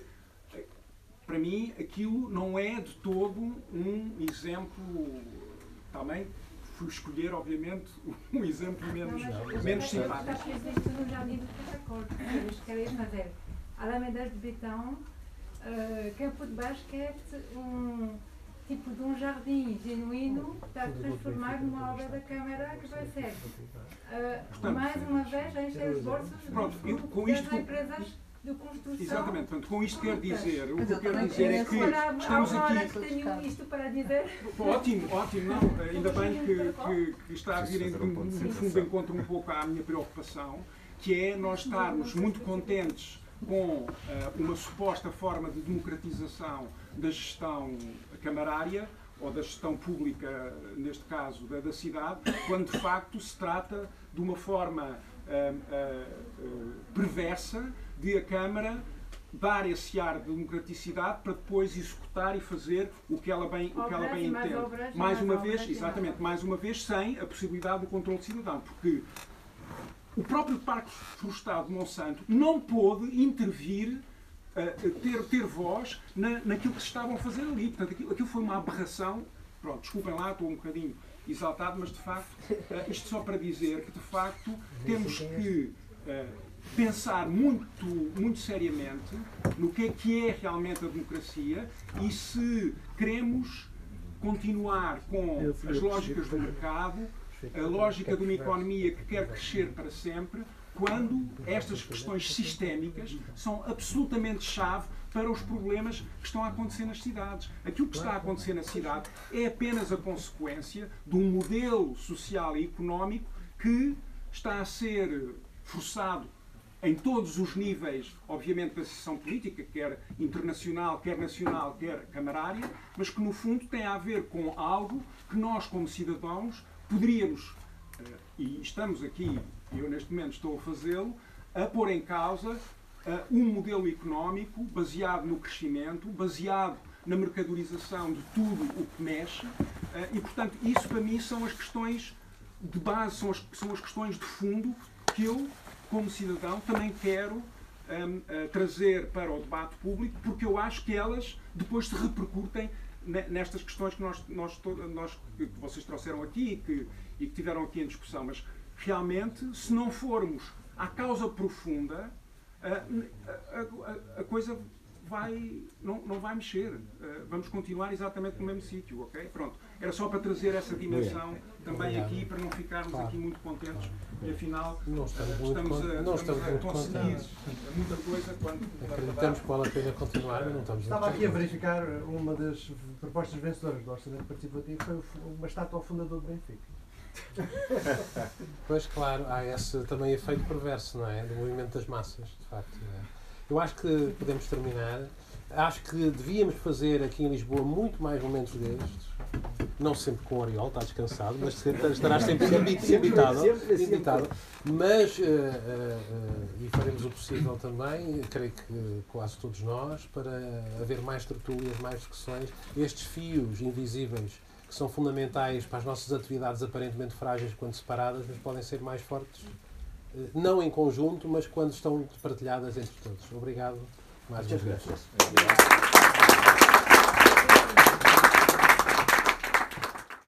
para mim aquilo não é de todo um exemplo, também fui escolher, obviamente, um exemplo menos, não, menos simpático. Acho que existe no Jardim do Catacol, eles querem fazer alamedas de betão, uh, campo de basquete, um tipo de um jardim genuíno para transformar numa obra da Câmara que vai ser, uh, Portanto, mais uma vez, a encher os bolsos pronto, das, com isto, das empresas de construção. Exatamente, portanto, com isto quer dizer, o mas que eu quero dizer é que para, estamos há uma hora aqui... que tenho isto para dizer. Ótimo, ótimo, não, ainda bem que, que, que está a vir, em, no fundo, encontra um pouco à minha preocupação, que é nós estarmos muito contentes com uh, uma suposta forma de democratização da gestão camarária, ou da gestão pública, neste caso, da, da cidade, quando de facto se trata de uma forma uh, uh, uh, perversa de a Câmara dar esse ar de democraticidade para depois executar e fazer o que ela bem, o que ela bem entende. Mais, mais uma mais vez, exatamente, mais uma vez, sem a possibilidade do controle cidadão, porque o próprio Parque Florestal de Monsanto não pôde intervir, uh, ter, ter voz na, naquilo que se estavam a fazer ali. Portanto, aquilo, aquilo foi uma aberração. Pronto, desculpem lá, estou um bocadinho exaltado, mas de facto, uh, isto só para dizer que de facto temos que uh, pensar muito, muito seriamente no que é que é realmente a democracia e se queremos continuar com as lógicas do mercado, a lógica de uma economia que quer crescer para sempre, quando estas questões sistémicas são absolutamente chave para os problemas que estão a acontecer nas cidades. Aquilo que está a acontecer na cidade é apenas a consequência de um modelo social e económico que está a ser forçado em todos os níveis, obviamente, da decisão política, quer internacional, quer nacional, quer camarária, mas que no fundo tem a ver com algo que nós, como cidadãos, poderíamos, e estamos aqui, eu neste momento estou a fazê-lo, a pôr em causa um modelo económico baseado no crescimento, baseado na mercadorização de tudo o que mexe, e portanto isso para mim são as questões de base, são as, são as questões de fundo que eu, como cidadão, também quero um, uh, trazer para o debate público, porque eu acho que elas depois se repercutem nestas questões que, nós, nós, nós, que vocês trouxeram aqui e que, e que tiveram aqui em discussão. Mas realmente, se não formos à causa profunda, a, a, a coisa vai, não, não vai mexer. Uh, vamos continuar exatamente no mesmo sítio, ok? Pronto. Era só para trazer essa dimensão também aqui, para não ficarmos claro. aqui muito contentes e afinal não estamos, uh, estamos, muito, a, não estamos estamos a conseguir muita coisa quando... Acreditamos que vale a pena continuar, mas não estamos... Estava aqui a verificar uma das propostas vencedoras do Orçamento Participativo, foi uma estátua ao fundador do Benfica. Pois claro, há esse também efeito perverso, não é? Do movimento das massas, de facto. É. Eu acho que podemos terminar. Acho que devíamos fazer aqui em Lisboa muito mais momentos destes. Não sempre com o Oriol, está descansado, mas estarás sempre invitado. invitado. Mas, uh, uh, uh, e faremos o possível também, creio que quase todos nós, para haver mais tertúlias, mais discussões. Estes fios invisíveis que são fundamentais para as nossas atividades aparentemente frágeis quando separadas, mas podem ser mais fortes, não em conjunto, mas quando estão partilhadas entre todos. Obrigado mais uma vez.